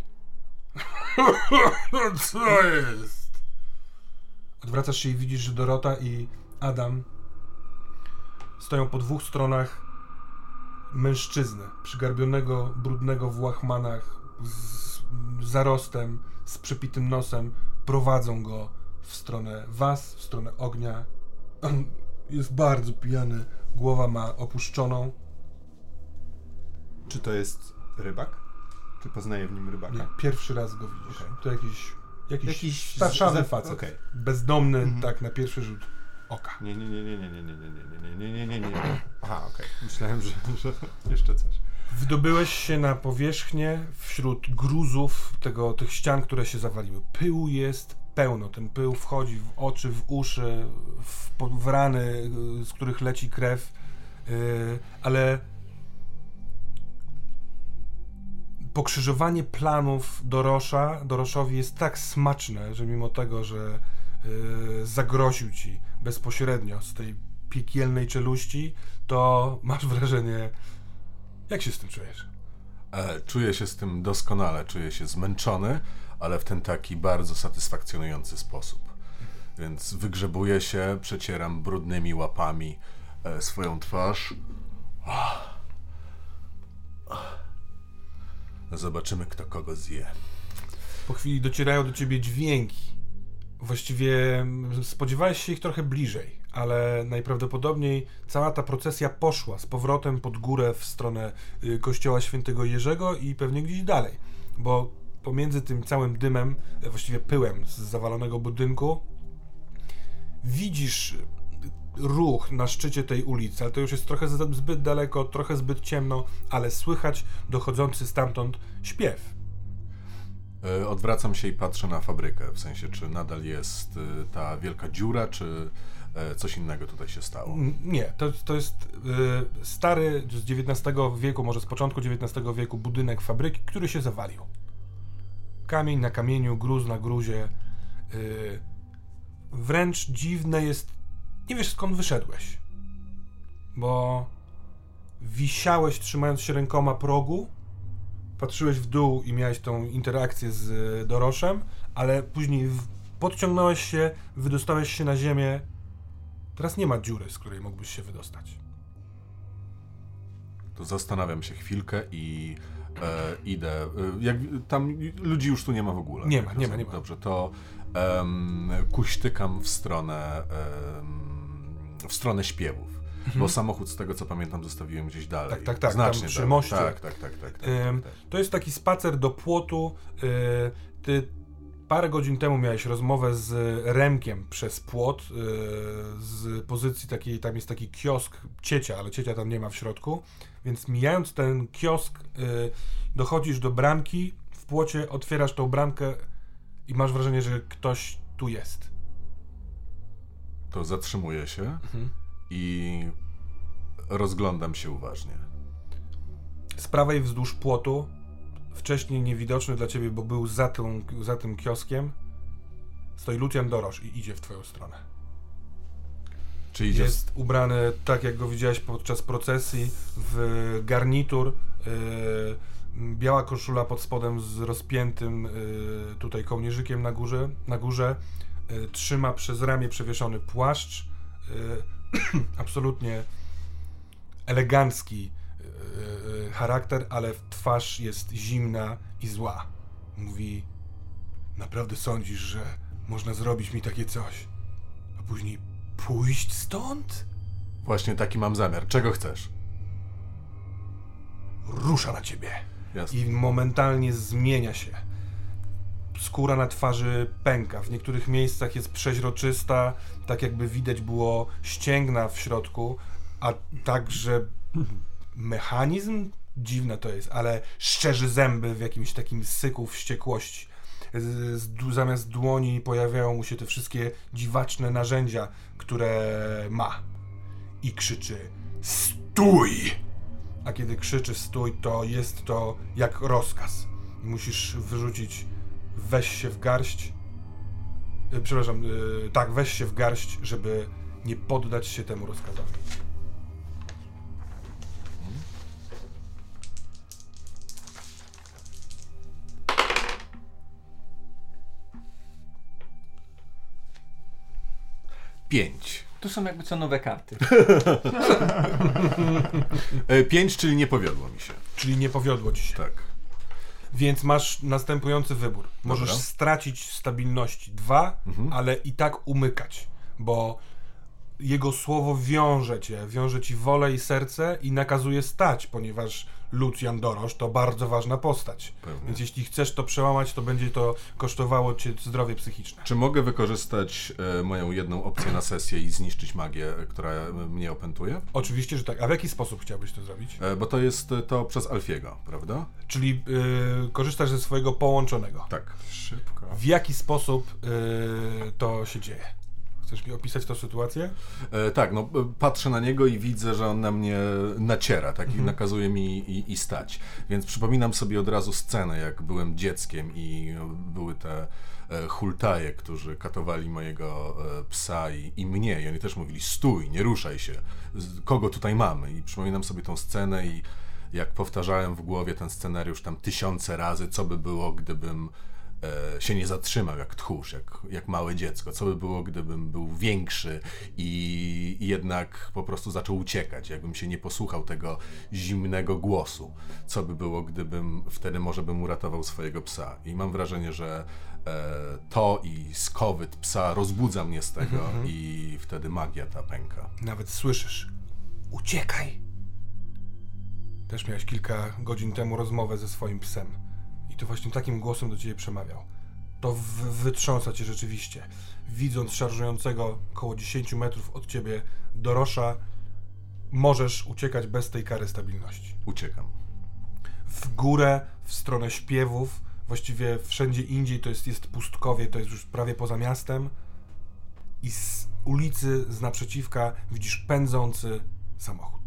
Speaker 1: Co jest? Odwracasz się i widzisz, że Dorota i Adam stoją po dwóch stronach mężczyzny, przygarbionego, brudnego w łachmanach, z zarostem, z przepitym nosem. Prowadzą go w stronę was, w stronę ognia. On jest bardzo pijany, głowa ma opuszczoną.
Speaker 3: Czy to jest rybak? Czy poznaję w nim rybaka?
Speaker 1: Nie, pierwszy raz go widzisz.
Speaker 3: Okej.
Speaker 1: To jakiś, jakiś,
Speaker 3: Jakiś
Speaker 1: starszawy
Speaker 3: za-
Speaker 1: facet.
Speaker 3: okej.
Speaker 1: Bezdomny,
Speaker 3: Mhm.
Speaker 1: tak na pierwszy rzut oka.
Speaker 3: Nie, nie, nie, nie, nie, nie, nie, nie, nie, nie, nie, nie, nie, nie, nie. Aha, Aha, okej. Okay. Myślałem, że, że jeszcze coś.
Speaker 1: Wydobyłeś się na powierzchnię wśród gruzów tego, tych ścian, które się zawaliły. Pyłu jest pełno. Ten pył wchodzi w oczy, w uszy, w, w rany, z których leci krew. Yy, ale pokrzyżowanie planów Dorosza, Doroszowi jest tak smaczne, że mimo tego, że yy, zagroził ci bezpośrednio z tej piekielnej czeluści, to masz wrażenie... Jak się z tym czujesz?
Speaker 2: E, czuję się z tym doskonale, czuję się zmęczony, ale w ten taki bardzo satysfakcjonujący sposób. Więc wygrzebuję się, przecieram brudnymi łapami e, swoją twarz. Oh. Oh. Zobaczymy, kto kogo zje.
Speaker 1: Po chwili docierają do ciebie dźwięki. Właściwie spodziewałeś się ich trochę bliżej, ale najprawdopodobniej cała ta procesja poszła z powrotem pod górę w stronę y, kościoła świętego Jerzego i pewnie gdzieś dalej, bo pomiędzy tym całym dymem, właściwie pyłem z zawalonego budynku, widzisz ruch na szczycie tej ulicy, ale to już jest trochę zbyt daleko, trochę zbyt ciemno, ale słychać dochodzący stamtąd śpiew.
Speaker 2: Odwracam się i patrzę na fabrykę, w sensie, czy nadal jest ta wielka dziura, czy coś innego tutaj się stało?
Speaker 1: Nie, to, to jest y, stary z dziewiętnastego wieku, może z początku dziewiętnastego wieku budynek fabryki, który się zawalił. Kamień na kamieniu, gruz na gruzie. Y, wręcz dziwne jest, nie wiesz skąd wyszedłeś, bo wisiałeś trzymając się rękoma progu, patrzyłeś w dół i miałeś tą interakcję z Doroszem, ale później w, podciągnąłeś się, wydostałeś się na ziemię. Teraz nie ma dziury, z której mógłbyś się wydostać.
Speaker 2: To zastanawiam się chwilkę i e, idę. E, jak, tam ludzi już tu nie ma w ogóle.
Speaker 1: Nie ma, nie ma, nie ma.
Speaker 2: Dobrze, to um, kuśtykam w stronę um, w stronę śpiewów. Mhm. Bo samochód, z tego co pamiętam, zostawiłem gdzieś dalej.
Speaker 1: Tak, tak, tak.
Speaker 2: Znacznie
Speaker 1: tam przy
Speaker 2: dalej.
Speaker 1: moście.
Speaker 2: Tak, tak, tak, tak, tak,
Speaker 1: Ym,
Speaker 2: tak, tak.
Speaker 1: To jest taki spacer do płotu. Yy, ty parę godzin temu miałeś rozmowę z Remkiem przez płot, yy, z pozycji takiej, tam jest taki kiosk ciecia, ale ciecia tam nie ma w środku, więc mijając ten kiosk yy, dochodzisz do bramki, w płocie otwierasz tą bramkę i masz wrażenie, że ktoś tu jest.
Speaker 2: To zatrzymuję się
Speaker 1: Mhm.
Speaker 2: i rozglądam się uważnie.
Speaker 1: Z prawej wzdłuż płotu, wcześniej niewidoczny dla ciebie, bo był za, tą, za tym kioskiem, stoi Lucian Dorosz i idzie w twoją stronę.
Speaker 2: Czy idzie
Speaker 1: Jest w... ubrany tak, jak go widziałeś podczas procesji, w garnitur, yy, biała koszula pod spodem z rozpiętym yy, tutaj kołnierzykiem na górze, na górze yy, trzyma przez ramię przewieszony płaszcz, yy, absolutnie elegancki yy, charakter, ale twarz jest zimna i zła. Mówi: naprawdę sądzisz, że można zrobić mi takie coś, a później pójść stąd?
Speaker 2: Właśnie taki mam zamiar. Czego chcesz?
Speaker 1: Rusza na ciebie.
Speaker 2: Jasne.
Speaker 1: I momentalnie zmienia się. Skóra na twarzy pęka. W niektórych miejscach jest przeźroczysta, tak jakby widać było ścięgna w środku, a także mechanizm, dziwne to jest, ale szczerzy zęby w jakimś takim syku wściekłości. Z, z, zamiast dłoni pojawiają mu się te wszystkie dziwaczne narzędzia, które ma. I krzyczy: stój! A kiedy krzyczy stój, to jest to jak rozkaz. I musisz wyrzucić weź się w garść. Yy, przepraszam, yy, tak, weź się w garść, żeby nie poddać się temu rozkazowi.
Speaker 2: Pięć.
Speaker 4: Tu są jakby co nowe karty.
Speaker 2: E, pięć, czyli nie powiodło mi się.
Speaker 1: Czyli nie powiodło ci się.
Speaker 2: Tak.
Speaker 1: Więc masz następujący wybór. Możesz
Speaker 2: Dobra.
Speaker 1: stracić stabilności dwa,
Speaker 2: Mhm.
Speaker 1: ale i tak umykać, bo jego słowo wiąże cię, wiąże ci wolę i serce i nakazuje stać, ponieważ Lucjan Dorosz to bardzo ważna postać.
Speaker 2: Pewnie.
Speaker 1: Więc jeśli chcesz to przełamać, to będzie to kosztowało cię zdrowie psychiczne.
Speaker 2: Czy mogę wykorzystać e, moją jedną opcję na sesję i zniszczyć magię, e, która mnie opętuje?
Speaker 1: Oczywiście, że tak. A w jaki sposób chciałbyś to zrobić?
Speaker 2: E, bo to jest e, to przez Alfiego, prawda?
Speaker 1: Czyli yy, korzystasz ze swojego połączonego.
Speaker 2: Tak.
Speaker 3: Szybko.
Speaker 1: W jaki sposób yy, to się dzieje? Chcesz mi opisać tę sytuację?
Speaker 2: E, tak, no e, patrzę na niego i widzę, że on na mnie naciera, tak,
Speaker 1: Mhm.
Speaker 2: i nakazuje mi i, i stać. Więc przypominam sobie od razu scenę, jak byłem dzieckiem i były te e, hultaje, którzy katowali mojego e, psa i, i mnie. I oni też mówili, stój, nie ruszaj się, Z, kogo tutaj mamy? I przypominam sobie tą scenę i jak powtarzałem w głowie ten scenariusz tam tysiące razy, co by było, gdybym e, się nie zatrzymał jak tchórz, jak, jak małe dziecko. Co by było, gdybym był większy i, i jednak po prostu zaczął uciekać, jakbym się nie posłuchał tego zimnego głosu. Co by było, gdybym wtedy może bym uratował swojego psa. I mam wrażenie, że e, to i skowyt psa rozbudza mnie z tego
Speaker 1: Mhm.
Speaker 2: i wtedy magia ta pęka.
Speaker 1: Nawet słyszysz. Uciekaj! Też miałeś kilka godzin temu rozmowę ze swoim psem. I to właśnie takim głosem do ciebie przemawiał. To w- wytrząsa cię rzeczywiście. Widząc szarżującego koło dziesięć metrów od ciebie Dorosza, możesz uciekać bez tej kary stabilności.
Speaker 2: Uciekam.
Speaker 1: W górę, w stronę śpiewów, właściwie wszędzie indziej to jest, jest pustkowie, to jest już prawie poza miastem. I z ulicy, z naprzeciwka widzisz pędzący samochód.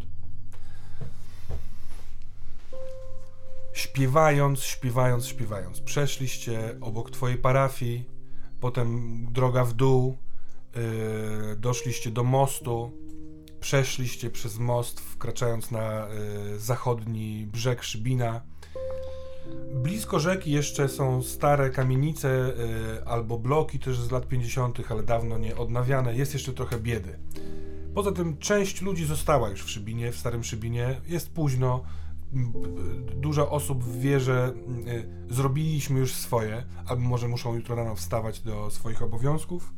Speaker 1: Śpiewając, śpiewając, śpiewając. Przeszliście obok twojej parafii, potem droga w dół, yy, doszliście do mostu, przeszliście przez most, wkraczając na yy, zachodni brzeg Szybina. Blisko rzeki jeszcze są stare kamienice yy, albo bloki też z lat pięćdziesiątych, ale dawno nie odnawiane. Jest jeszcze trochę biedy. Poza tym część ludzi została już w Szybinie, w Starym Szybinie. Jest późno. Dużo osób wie, że y, zrobiliśmy już swoje, albo może muszą jutro rano wstawać do swoich obowiązków.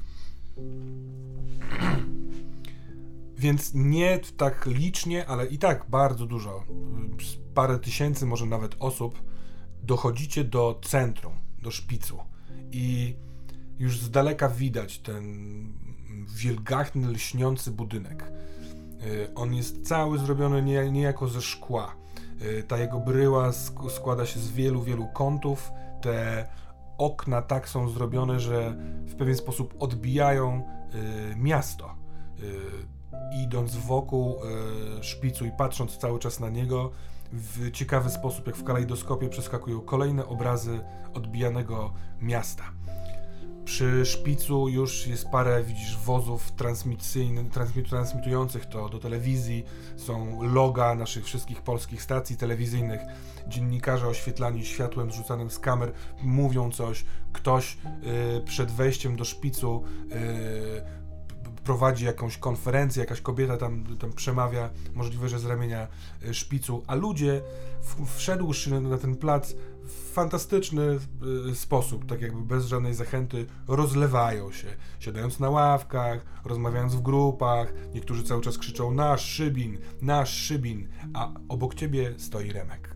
Speaker 1: Więc nie tak licznie, ale i tak bardzo dużo, y, parę tysięcy może nawet osób, dochodzicie do centrum, do szpicu i już z daleka widać ten wielgachny, lśniący budynek. On jest cały zrobiony nie, niejako ze szkła. Ta jego bryła sk- składa się z wielu, wielu kątów. Te okna tak są zrobione, że w pewien sposób odbijają y, miasto. Y, idąc wokół y, szpicu i patrząc cały czas na niego, w ciekawy sposób, jak w kalejdoskopie, przeskakują kolejne obrazy odbijanego miasta. Przy szpicu już jest parę, widzisz, wozów transmisyjnych, transmit, transmitujących to do telewizji. Są loga naszych wszystkich polskich stacji telewizyjnych. Dziennikarze oświetlani światłem zrzucanym z kamer mówią coś. Ktoś y, przed wejściem do szpicu y, prowadzi jakąś konferencję, jakaś kobieta tam, tam przemawia, możliwe, że z ramienia y, szpicu, a ludzie w, wszedłszy na ten plac w fantastyczny y, sposób, tak jakby bez żadnej zachęty, rozlewają się, siadając na ławkach, rozmawiając w grupach, niektórzy cały czas krzyczą nasz Szybin, nasz Szybin, a obok ciebie stoi Remek.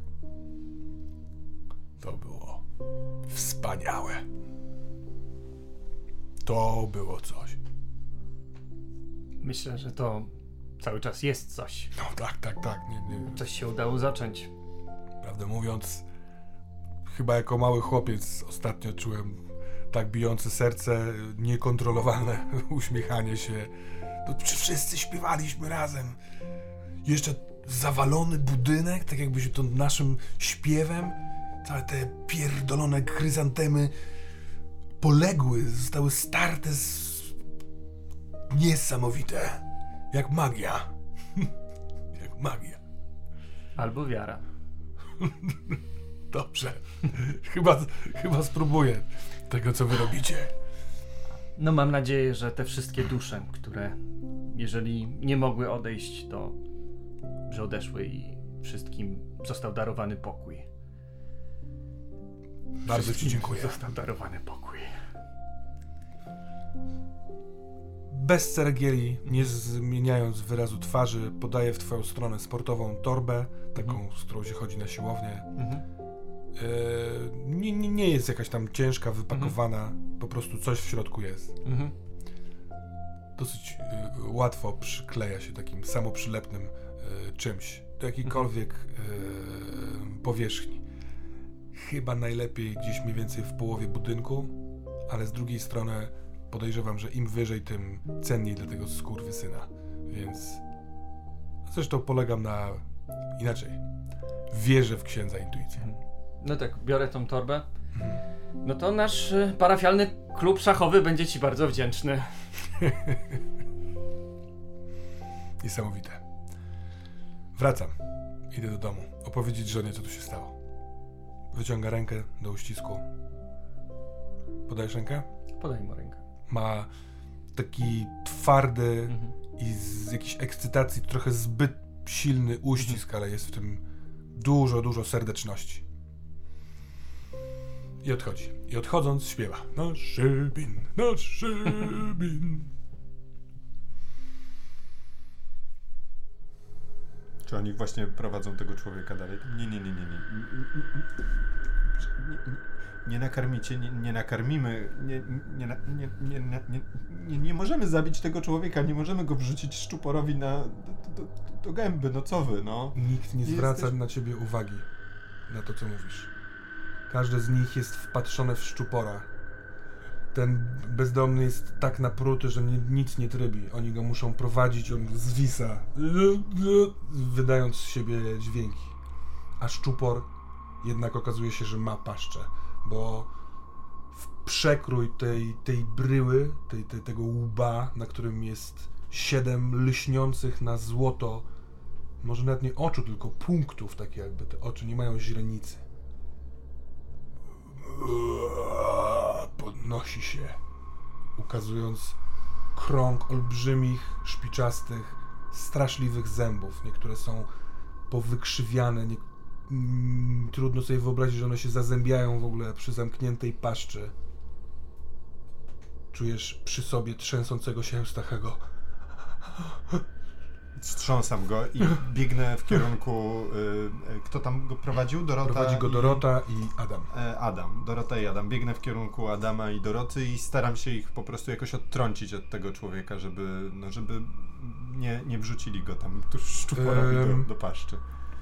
Speaker 1: To było wspaniałe. To było coś.
Speaker 4: Myślę, że to cały czas jest coś.
Speaker 1: No tak, tak, tak. Nie, nie.
Speaker 4: Coś się udało zacząć.
Speaker 1: Prawdę mówiąc, chyba jako mały chłopiec ostatnio czułem tak bijące serce, niekontrolowane uśmiechanie się. To wszyscy śpiewaliśmy razem. Jeszcze zawalony budynek, tak jakby się to naszym śpiewem, całe te pierdolone chryzantemy poległy, zostały starte z... Niesamowite. Jak magia. Jak magia.
Speaker 4: Albo wiara.
Speaker 1: Dobrze. chyba, chyba spróbuję tego, co wy robicie.
Speaker 4: No mam nadzieję, że te wszystkie dusze, które jeżeli nie mogły odejść, to że odeszły i wszystkim został darowany pokój.
Speaker 1: Bardzo ci dziękuję.
Speaker 4: Został darowany pokój.
Speaker 1: bez ceregieli, nie zmieniając wyrazu twarzy, podaje w twoją stronę sportową torbę, taką, mhm. z którą się chodzi na siłownię. Mhm. E, nie, nie, nie jest jakaś tam ciężka, wypakowana, mhm. po prostu coś w środku jest. Mhm. Dosyć e, łatwo przykleja się takim samoprzylepnym e, czymś do jakiejkolwiek e, powierzchni. Chyba najlepiej gdzieś mniej więcej w połowie budynku, ale z drugiej strony podejrzewam, że im wyżej, tym cenniej dla tego skurwysyna, więc zresztą polegam na inaczej. Wierzę w księdza intuicję.
Speaker 4: No tak, biorę tą torbę. No to nasz y, parafialny klub szachowy będzie ci bardzo wdzięczny.
Speaker 1: Niesamowite. Wracam. Idę do domu. Opowiedzieć żonie, co tu się stało. Wyciąga rękę do uścisku. Podajesz rękę?
Speaker 4: Podaj mu rękę.
Speaker 1: Ma taki twardy mhm. i z jakiejś ekscytacji trochę zbyt silny uścisk, mhm. ale jest w tym dużo, dużo serdeczności. I odchodzi. I odchodząc śpiewa. Nasz Szybin, nasz Szybin.
Speaker 3: Czy oni właśnie prowadzą tego człowieka dalej? Nie, nie, nie, nie, nie. Nie, nie nakarmicie, nie, nie nakarmimy, nie, nie, nie, nie, nie, nie, nie, nie możemy zabić tego człowieka, nie możemy go wrzucić szczuporowi na, do, do, do gęby, no co wy, no.
Speaker 1: Nikt nie zwraca jesteś... na ciebie uwagi, na to, co mówisz. Każdy z nich jest wpatrzony w szczupora. Ten bezdomny jest tak napruty, że nie, nic nie trybi. Oni go muszą prowadzić, on zwisa, wydając z siebie dźwięki. A szczupor jednak okazuje się, że ma paszczę, bo w przekrój tej, tej bryły, tej, tej, tego łba, na którym jest siedem lśniących na złoto, może nawet nie oczu, tylko punktów, takie jakby te oczy nie mają źrenicy. Podnosi się, ukazując krąg olbrzymich, szpiczastych, straszliwych zębów. Niektóre są powykrzywiane, nie, mm, trudno sobie wyobrazić, że one się zazębiają w ogóle przy zamkniętej paszczy. Czujesz przy sobie trzęsącego się Eustachego.
Speaker 3: Strząsam go i biegnę w kierunku... Y, kto tam go prowadził? Dorota
Speaker 1: Prowadzi go
Speaker 3: i...
Speaker 1: Dorota i Adam.
Speaker 3: E, Adam. Dorota i Adam. Biegnę w kierunku Adama i Doroty i staram się ich po prostu jakoś odtrącić od tego człowieka, żeby, no, żeby nie, nie wrzucili go tam tuż szczuporowi do, do paszczy.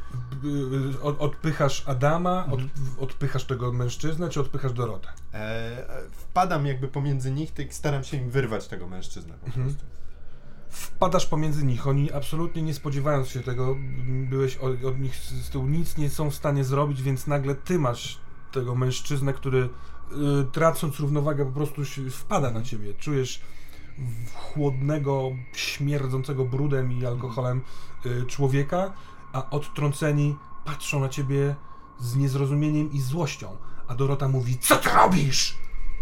Speaker 1: Od, odpychasz Adama, od, odpychasz tego mężczyznę, czy odpychasz Dorotę?
Speaker 3: E, wpadam jakby pomiędzy nich, tak staram się im wyrwać tego mężczyznę po
Speaker 1: mhm.
Speaker 3: prostu.
Speaker 1: Wpadasz pomiędzy nich, oni absolutnie nie spodziewając się tego, byłeś od, od nich z tyłu, nic nie są w stanie zrobić, więc nagle ty masz tego mężczyznę, który y, tracąc równowagę po prostu się wpada na ciebie. Czujesz chłodnego, śmierdzącego brudem i alkoholem y, człowieka, a odtrąceni patrzą na ciebie z niezrozumieniem i złością. A Dorota mówi: co ty robisz?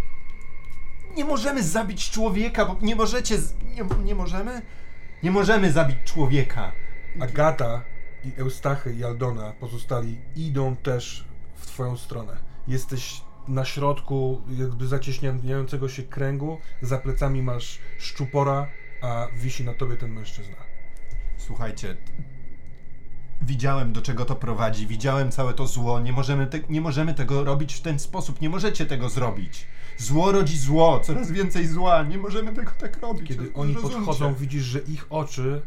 Speaker 3: Nie możemy zabić człowieka, bo nie możecie... Z... Nie, nie możemy? Nie możemy zabić człowieka.
Speaker 1: Agata i Eustachy i Aldona pozostali idą też w twoją stronę. Jesteś na środku jakby zacieśniającego się kręgu, za plecami masz szczupora, a wisi na tobie ten mężczyzna.
Speaker 3: Słuchajcie, widziałem, do czego to prowadzi, widziałem całe to zło, nie możemy, te, nie możemy tego robić w ten sposób, nie możecie tego zrobić. Zło rodzi zło, coraz więcej zła, nie możemy tego tak robić.
Speaker 1: Kiedy oni rozumcie. Podchodzą, widzisz, że ich oczy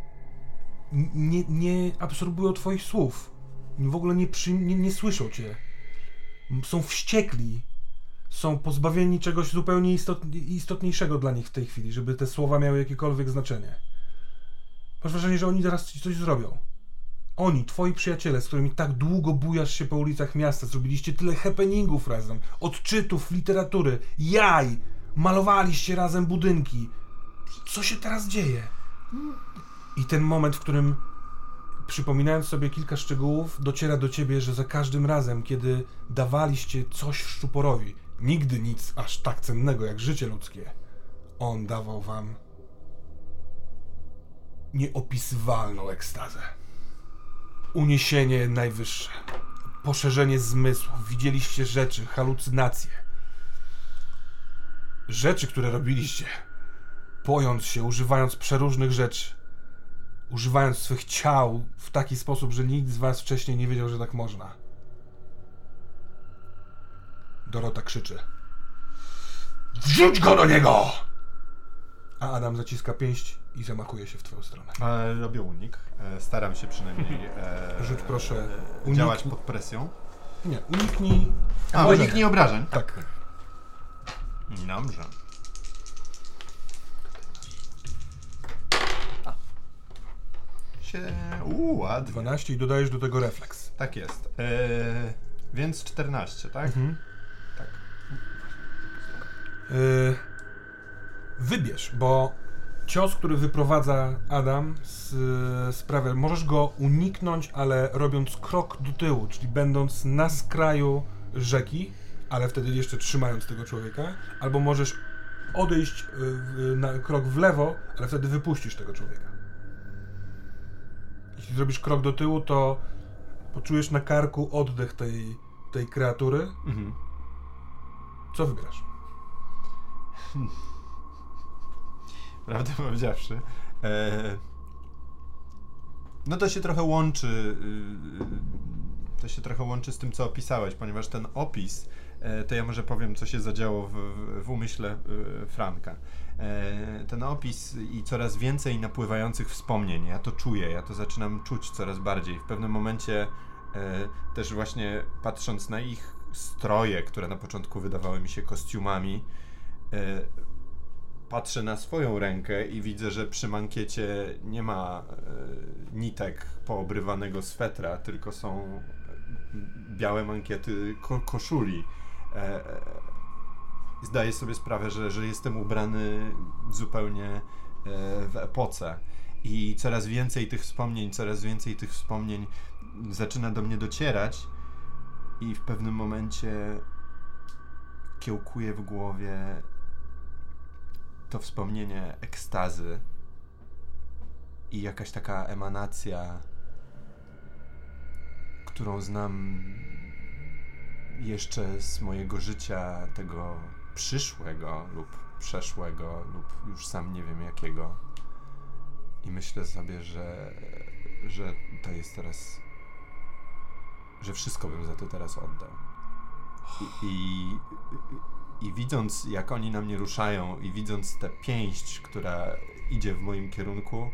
Speaker 1: nie, nie absorbują twoich słów. W ogóle nie, przy, nie, nie słyszą cię. Są wściekli. Są pozbawieni czegoś zupełnie istot, istotniejszego dla nich w tej chwili, żeby te słowa miały jakiekolwiek znaczenie. Masz wrażenie, że oni zaraz ci coś zrobią. Oni, twoi przyjaciele, z którymi tak długo bujasz się po ulicach miasta, zrobiliście tyle happeningów razem, odczytów, literatury, jaj, malowaliście razem budynki. Co się teraz dzieje? I ten moment, w którym, przypominając sobie kilka szczegółów, dociera do ciebie, że za każdym razem, kiedy dawaliście coś szczuporowi, nigdy nic aż tak cennego jak życie ludzkie, on dawał wam nieopisywalną ekstazę. Uniesienie najwyższe, poszerzenie zmysłów, widzieliście rzeczy, halucynacje. Rzeczy, które robiliście, pojąc się, używając przeróżnych rzeczy, używając swych ciał w taki sposób, że nikt z was wcześniej nie wiedział, że tak można. Dorota krzyczy: wrzuć go do niego! A Adam zaciska pięść i zamachuje się w twoją stronę.
Speaker 3: E, robię unik. E, staram się przynajmniej e,
Speaker 1: Rzuć proszę
Speaker 3: e, działać
Speaker 1: unik-
Speaker 3: pod presją.
Speaker 1: Nie, uniknij...
Speaker 3: A,
Speaker 1: obrażenia.
Speaker 3: uniknij obrażeń.
Speaker 1: Tak.
Speaker 3: Dobrze. Sie... Uuu, ładnie.
Speaker 1: dwanaście i dodajesz do tego refleks.
Speaker 3: Tak jest. E, więc czternaście, tak?
Speaker 1: Mhm.
Speaker 3: Tak.
Speaker 1: Yy, wybierz, bo cios, który wyprowadza Adam, z, sprawia, możesz go uniknąć, ale robiąc krok do tyłu, czyli będąc na skraju rzeki, ale wtedy jeszcze trzymając tego człowieka, albo możesz odejść yy, na krok w lewo, ale wtedy wypuścisz tego człowieka. Jeśli zrobisz krok do tyłu, to poczujesz na karku oddech tej, tej kreatury.
Speaker 3: Mhm.
Speaker 1: Co wybierasz?
Speaker 3: Prawdę powiedziawszy. E, no to się trochę łączy. Yy, to się trochę łączy z tym, co opisałeś, ponieważ ten opis, e, to ja może powiem, co się zadziało w, w, w umyśle y, Franka. E, ten opis i coraz więcej napływających wspomnień, ja to czuję, ja to zaczynam czuć coraz bardziej. W pewnym momencie e, też właśnie patrząc na ich stroje, które na początku wydawały mi się kostiumami, e, patrzę na swoją rękę i widzę, że przy mankiecie nie ma e, nitek poobrywanego swetra, tylko są białe mankiety ko- koszuli. E, e, zdaję sobie sprawę, że, że jestem ubrany zupełnie e, w epoce. I coraz więcej tych wspomnień, coraz więcej tych wspomnień zaczyna do mnie docierać i w pewnym momencie kiełkuje w głowie to wspomnienie ekstazy i jakaś taka emanacja, którą znam jeszcze z mojego życia, tego przyszłego lub przeszłego lub już sam nie wiem jakiego. I myślę sobie, że, że to jest teraz, że wszystko bym za to teraz oddał. I, i, i widząc, jak oni na mnie ruszają i widząc tę pięść, która idzie w moim kierunku,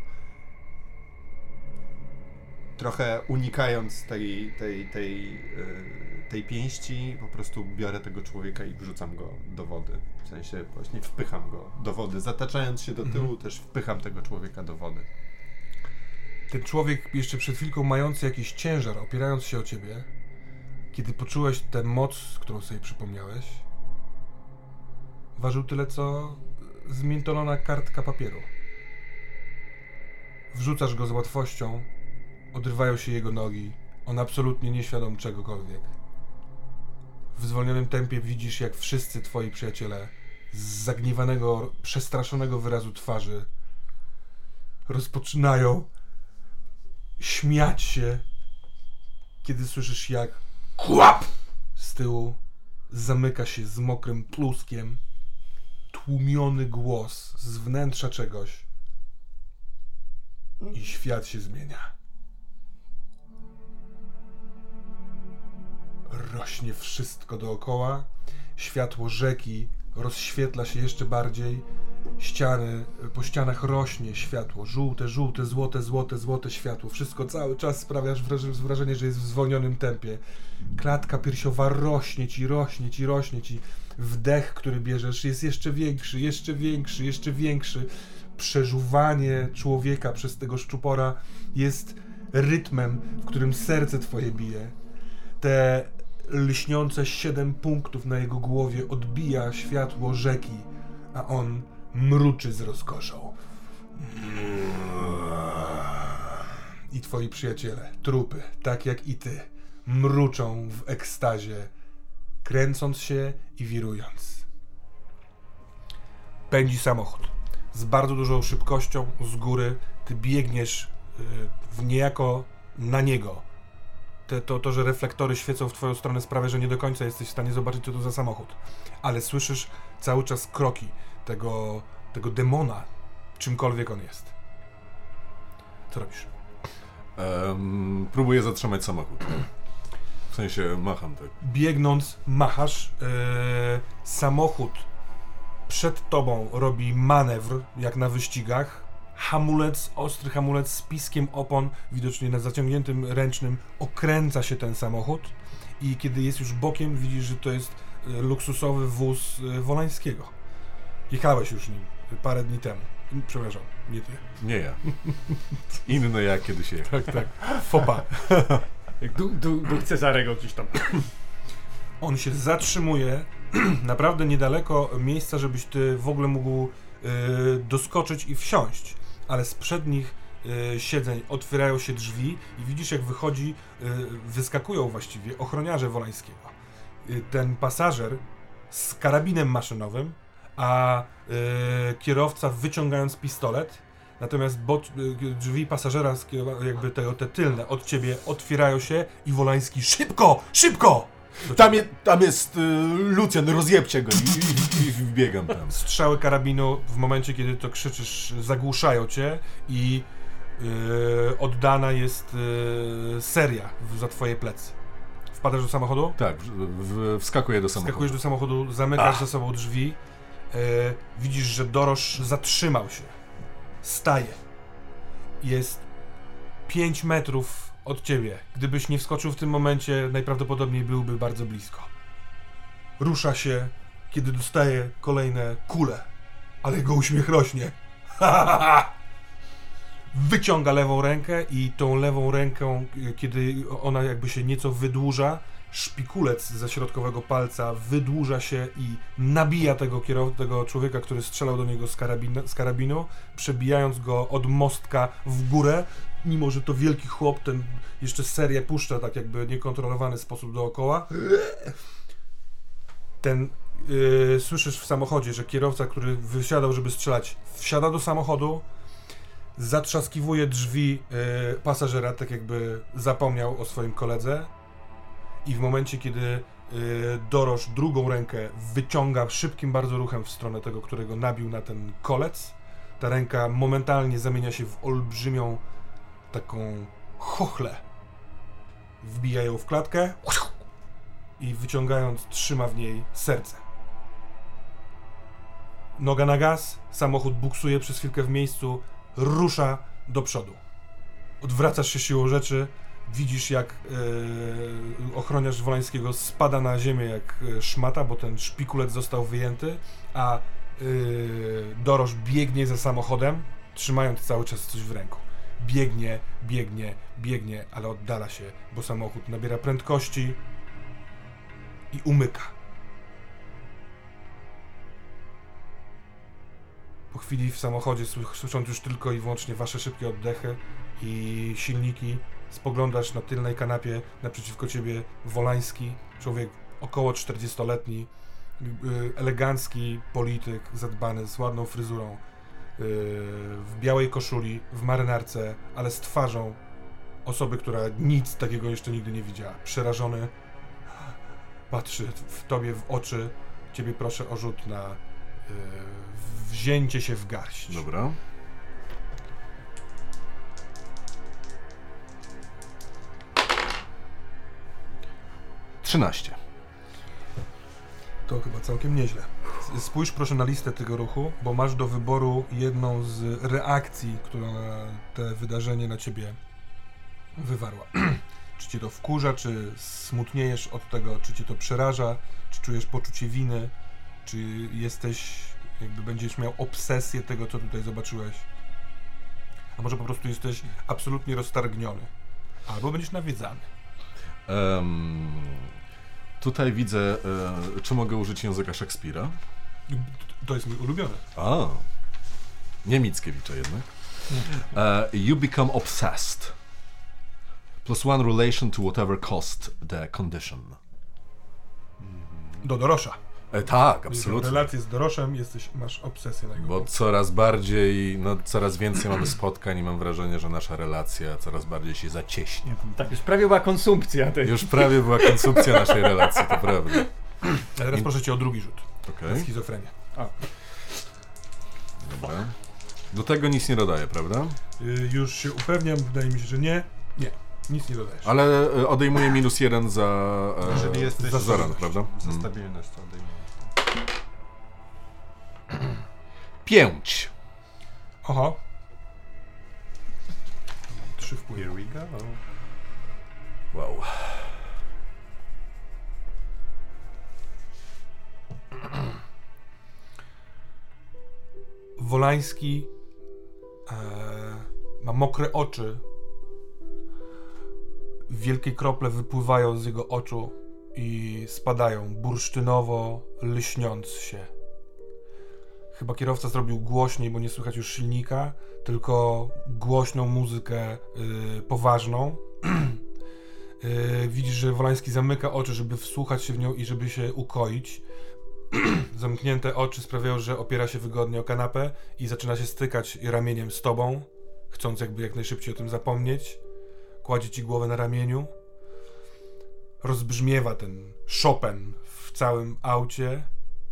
Speaker 3: trochę unikając tej, tej, tej, tej pięści, po prostu biorę tego człowieka i wrzucam go do wody. W sensie właśnie wpycham go do wody. Zataczając się do tyłu, mhm. też wpycham tego człowieka do wody.
Speaker 1: Ten człowiek jeszcze przed chwilką mający jakiś ciężar, opierając się o ciebie, kiedy poczułeś tę moc, którą sobie przypomniałeś, ważył tyle, co zmiętolona kartka papieru. Wrzucasz go z łatwością, odrywają się jego nogi, on absolutnie nieświadom czegokolwiek. W zwolnionym tempie widzisz, jak wszyscy twoi przyjaciele z zagniewanego, przestraszonego wyrazu twarzy rozpoczynają śmiać się, kiedy słyszysz, jak kłap z tyłu zamyka się z mokrym pluskiem tłumiony głos z wnętrza czegoś i świat się zmienia. Rośnie wszystko dookoła, światło rzeki rozświetla się jeszcze bardziej, ściany, po ścianach rośnie światło, żółte, żółte, złote, złote, złote światło, wszystko cały czas sprawiasz wrażenie, że jest w zwolnionym tempie. Klatka piersiowa rośnie ci, rośnie ci, rośnie ci, wdech, który bierzesz, jest jeszcze większy, jeszcze większy, jeszcze większy. Przeżuwanie człowieka przez tego szczupora jest rytmem, w którym serce twoje bije. Te lśniące siedem punktów na jego głowie odbija światło rzeki, a on mruczy z rozkoszą. I twoi przyjaciele, trupy, tak jak i ty, mruczą w ekstazie, kręcąc się i wirując. Pędzi samochód. Z bardzo dużą szybkością, z góry, ty biegniesz yy, w niejako na niego. Te, to, to, że reflektory świecą w twoją stronę sprawia, że nie do końca jesteś w stanie zobaczyć, co to za samochód. Ale słyszysz cały czas kroki tego, tego demona, czymkolwiek on jest. Co robisz?
Speaker 2: Um, próbuję zatrzymać samochód. W sensie macham tak.
Speaker 1: Biegnąc, machasz. Yy, samochód przed tobą robi manewr, jak na wyścigach. Hamulec, ostry hamulec z piskiem opon, widocznie na zaciągniętym ręcznym, okręca się ten samochód i kiedy jest już bokiem, widzisz, że to jest y, luksusowy wóz y, Wolańskiego. Jechałeś już nim parę dni temu. Przepraszam, nie ty.
Speaker 2: Nie ja. Inny ja kiedyś jechał.
Speaker 1: Tak, tak. Fopa.
Speaker 4: Duch du, du Cezarego gdzieś tam.
Speaker 1: On się zatrzymuje naprawdę niedaleko miejsca, żebyś ty w ogóle mógł y, doskoczyć i wsiąść. Ale z przednich y, siedzeń otwierają się drzwi i widzisz, jak wychodzi, y, wyskakują właściwie ochroniarze Wolańskiego. Y, ten pasażer z karabinem maszynowym, a y, kierowca wyciągając pistolet, natomiast boc, y, drzwi pasażera, jakby te, te tylne od ciebie otwierają się i Wolański szybko, szybko!
Speaker 2: Tam, je, tam jest y, Lucjan, rozjebcie go i, i, i wbiegam tam.
Speaker 1: Strzały karabinu w momencie, kiedy to krzyczysz, zagłuszają cię i yy, oddana jest yy, seria w, za twoje plecy. Wpadasz do samochodu?
Speaker 2: Tak, w, w, wskakuję do samochodu.
Speaker 1: Skakujesz do samochodu, zamykasz
Speaker 2: Ach.
Speaker 1: za sobą drzwi, yy, widzisz, że Dorosz zatrzymał się. Staje. Jest pięć metrów od ciebie. Gdybyś nie wskoczył w tym momencie, najprawdopodobniej byłby bardzo blisko. Rusza się, kiedy dostaje kolejne kule, ale jego uśmiech rośnie. Wyciąga lewą rękę i tą lewą ręką, kiedy ona jakby się nieco wydłuża, szpikulec ze środkowego palca wydłuża się i nabija tego, kierow- tego człowieka, który strzelał do niego z, karabin- z karabinu, przebijając go od mostka w górę, mimo że to wielki chłop, ten jeszcze serię puszcza tak jakby niekontrolowany sposób dookoła. Ten yy, słyszysz w samochodzie, że kierowca, który wysiadał, żeby strzelać, wsiada do samochodu, zatrzaskiwuje drzwi yy, pasażera, tak jakby zapomniał o swoim koledze. I w momencie, kiedy y, Dorosz drugą rękę wyciąga szybkim bardzo ruchem w stronę tego, którego nabił na ten kolec, ta ręka momentalnie zamienia się w olbrzymią taką chochlę. Wbija ją w klatkę i wyciągając trzyma w niej serce. Noga na gaz, samochód buksuje przez chwilkę w miejscu, rusza do przodu. Odwracasz się siłą rzeczy, widzisz, jak yy, ochroniarz Wolańskiego spada na ziemię jak yy, szmata, bo ten szpikulec został wyjęty, a yy, Dorosz biegnie za samochodem, trzymając cały czas coś w ręku. Biegnie, biegnie, biegnie, ale oddala się, bo samochód nabiera prędkości i umyka. Po chwili w samochodzie, słysząc już tylko i wyłącznie wasze szybkie oddechy i silniki, spoglądasz na tylnej kanapie, naprzeciwko ciebie Wolański, człowiek około czterdziestoletni, yy, elegancki polityk, zadbany, z ładną fryzurą, yy, w białej koszuli, w marynarce, ale z twarzą osoby, która nic takiego jeszcze nigdy nie widziała. Przerażony, patrzy w tobie w oczy, ciebie proszę o rzut na yy, wzięcie się w garść.
Speaker 2: Dobra. trzynaście.
Speaker 1: To chyba całkiem nieźle. Spójrz proszę na listę tego ruchu, bo masz do wyboru jedną z reakcji, którą te wydarzenie na ciebie wywarła. Czy cię to wkurza, czy smutniejesz od tego, czy cię to przeraża, czy czujesz poczucie winy, czy jesteś, jakby będziesz miał obsesję tego, co tutaj zobaczyłeś. A może po prostu jesteś absolutnie roztargniony, albo będziesz nawiedzany.
Speaker 2: Um, tutaj widzę, e, czy mogę użyć języka Szekspira?
Speaker 1: To jest mój ulubiony.
Speaker 2: A, nie Mickiewicza jednak. Uh, you become obsessed. Plus one relation to whatever cost the condition.
Speaker 1: Do Dorosza.
Speaker 2: E, tak,
Speaker 1: Jeżeli
Speaker 2: absolutnie.
Speaker 1: relacje z Doroszem, jesteś, masz obsesję na jego
Speaker 2: Bo
Speaker 1: punkcie.
Speaker 2: coraz bardziej, no coraz więcej mamy spotkań i mam wrażenie, że nasza relacja coraz bardziej się zacieśnia.
Speaker 4: Tak, już prawie była konsumpcja tej.
Speaker 2: Już prawie była konsumpcja naszej relacji, to prawda.
Speaker 1: A teraz
Speaker 2: I-
Speaker 1: proszę cię o drugi rzut.
Speaker 2: Okej,
Speaker 1: Na schizofrenię.
Speaker 2: dobra. Do tego nic nie dodaję, prawda?
Speaker 1: Y, już się upewniam, wydaje mi się, że nie. Nie, nic nie dodajesz.
Speaker 2: Ale e, odejmuję minus jeden za, e,
Speaker 3: Jeżeli jesteś
Speaker 2: za zaran, prawda?
Speaker 3: Za
Speaker 2: Mm.
Speaker 3: stabilność to odejmujesz.
Speaker 2: Pięć.
Speaker 1: Oho. Trzy wpływy.
Speaker 3: Here we go.
Speaker 2: Wow.
Speaker 1: Wolański e, ma mokre oczy. Wielkie krople wypływają z jego oczu i spadają bursztynowo, lśniąc się. Chyba kierowca zrobił głośniej, bo nie słychać już silnika, tylko głośną muzykę y, poważną. y, widzisz, że Wolański zamyka oczy, żeby wsłuchać się w nią i żeby się ukoić. Zamknięte oczy sprawiają, że opiera się wygodnie o kanapę i zaczyna się stykać ramieniem z tobą, chcąc jakby jak najszybciej o tym zapomnieć. Kładzie ci głowę na ramieniu. Rozbrzmiewa ten Chopin w całym aucie.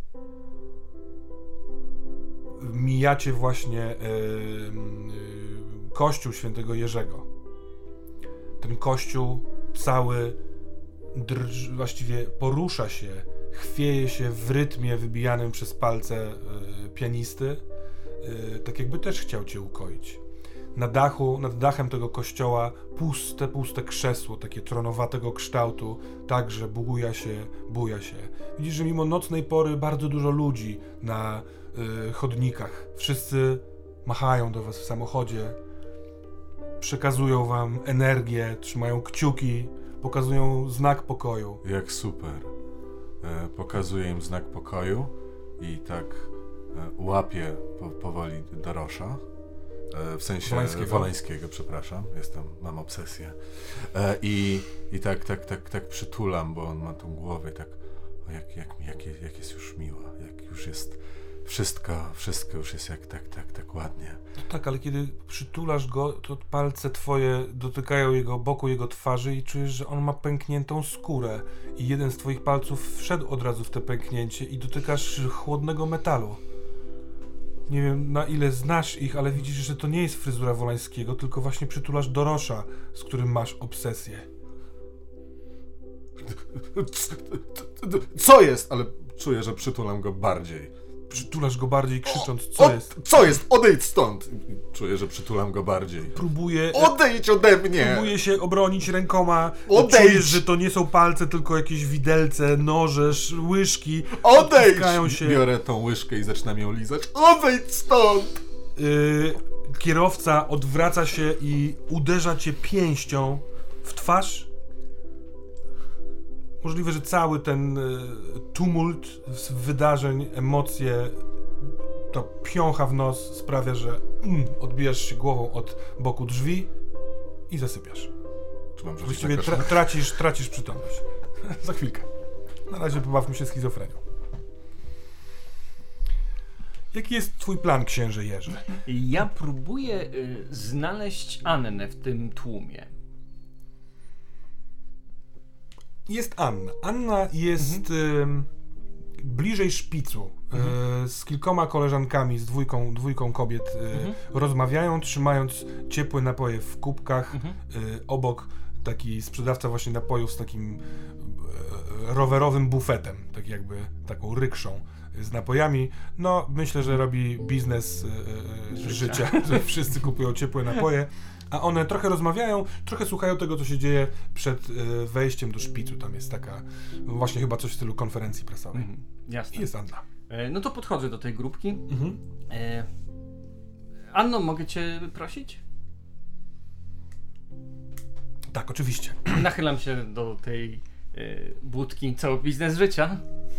Speaker 1: Mijacie właśnie yy, yy, kościół świętego Jerzego. Ten kościół cały drż, właściwie porusza się, chwieje się w rytmie wybijanym przez palce yy, pianisty, yy, tak jakby też chciał cię ukoić. Na dachu, nad dachem tego kościoła puste, puste krzesło, takie tronowatego kształtu, także buja się, buja się. Widzisz, że mimo nocnej pory bardzo dużo ludzi na y, chodnikach. Wszyscy machają do was w samochodzie, przekazują wam energię, trzymają kciuki, pokazują znak pokoju.
Speaker 2: Jak super. E, pokazuję im znak pokoju i tak e, łapię po, powoli Dorosza. E, w sensie
Speaker 1: Wolańskiego.
Speaker 2: Wolańskiego, przepraszam. Jestem, mam obsesję. E, I i tak, tak, tak, tak przytulam, bo on ma tą głowę i tak, o jak, jak, jak, jak jest już miła, jak już jest wszystko, wszystko już jest jak tak, tak, tak ładnie.
Speaker 1: No tak, ale kiedy przytulasz go, to palce twoje dotykają jego boku, jego twarzy i czujesz, że on ma pękniętą skórę i jeden z twoich palców wszedł od razu w te pęknięcie i dotykasz chłodnego metalu. Nie wiem, na ile znasz ich, ale widzisz, że to nie jest fryzura Wolańskiego, tylko właśnie przytulasz Dorosza, z którym masz obsesję.
Speaker 2: Co jest? Ale czuję, że przytulam go bardziej.
Speaker 1: Przytulasz go bardziej, krzycząc, co
Speaker 2: O,
Speaker 1: jest.
Speaker 2: Co jest? Odejdź stąd! Czuję, że przytulam go bardziej.
Speaker 1: Próbuje,
Speaker 2: Odejdź ode mnie!
Speaker 1: próbuje się obronić rękoma.
Speaker 2: Odejdź!
Speaker 1: Czujesz, że to nie są palce, tylko jakieś widelce, noże, sz- łyżki.
Speaker 2: Odejdź!
Speaker 1: Odciskają się.
Speaker 2: Biorę tą łyżkę i zaczynam ją lizać. Odejdź stąd!
Speaker 1: Yy, kierowca odwraca się i uderza cię pięścią w twarz. Możliwe, że cały ten y, tumult z wydarzeń, emocje, to piącha w nos sprawia, że mm, odbijasz się głową od boku drzwi i zasypiasz.
Speaker 2: Czy mam rzucić
Speaker 1: Właściwie
Speaker 2: na
Speaker 1: tra-
Speaker 2: koszmar?
Speaker 1: tracisz, tracisz przytomność. Za chwilkę. Na razie pobawmy się schizofrenią. Jaki jest twój plan, księże Jerzy?
Speaker 4: Ja próbuję y, znaleźć Annę w tym tłumie.
Speaker 1: Jest Anna. Anna jest ym, bliżej szpicu. Y, z kilkoma koleżankami, z dwójką, dwójką kobiet y,
Speaker 4: Mhm.
Speaker 1: rozmawiają, trzymając ciepłe napoje w kubkach.
Speaker 4: Mhm.
Speaker 1: Y, obok taki sprzedawca właśnie napojów z takim y, rowerowym bufetem, tak jakby taką rykszą z napojami. No, myślę, że robi biznes y, y,
Speaker 4: Życia.
Speaker 1: życia, że wszyscy kupują ciepłe napoje. A one trochę rozmawiają, trochę słuchają tego, co się dzieje przed y, wejściem do szpicu. Tam jest taka, właśnie chyba coś w stylu konferencji prasowej.
Speaker 4: Mhm. Jasne.
Speaker 1: I jest Anna.
Speaker 4: E, no to podchodzę do tej grupki.
Speaker 1: Mhm.
Speaker 4: E, Anno, mogę cię prosić?
Speaker 1: Tak, oczywiście.
Speaker 4: Nachylam się do tej e, budki, cały biznes życia.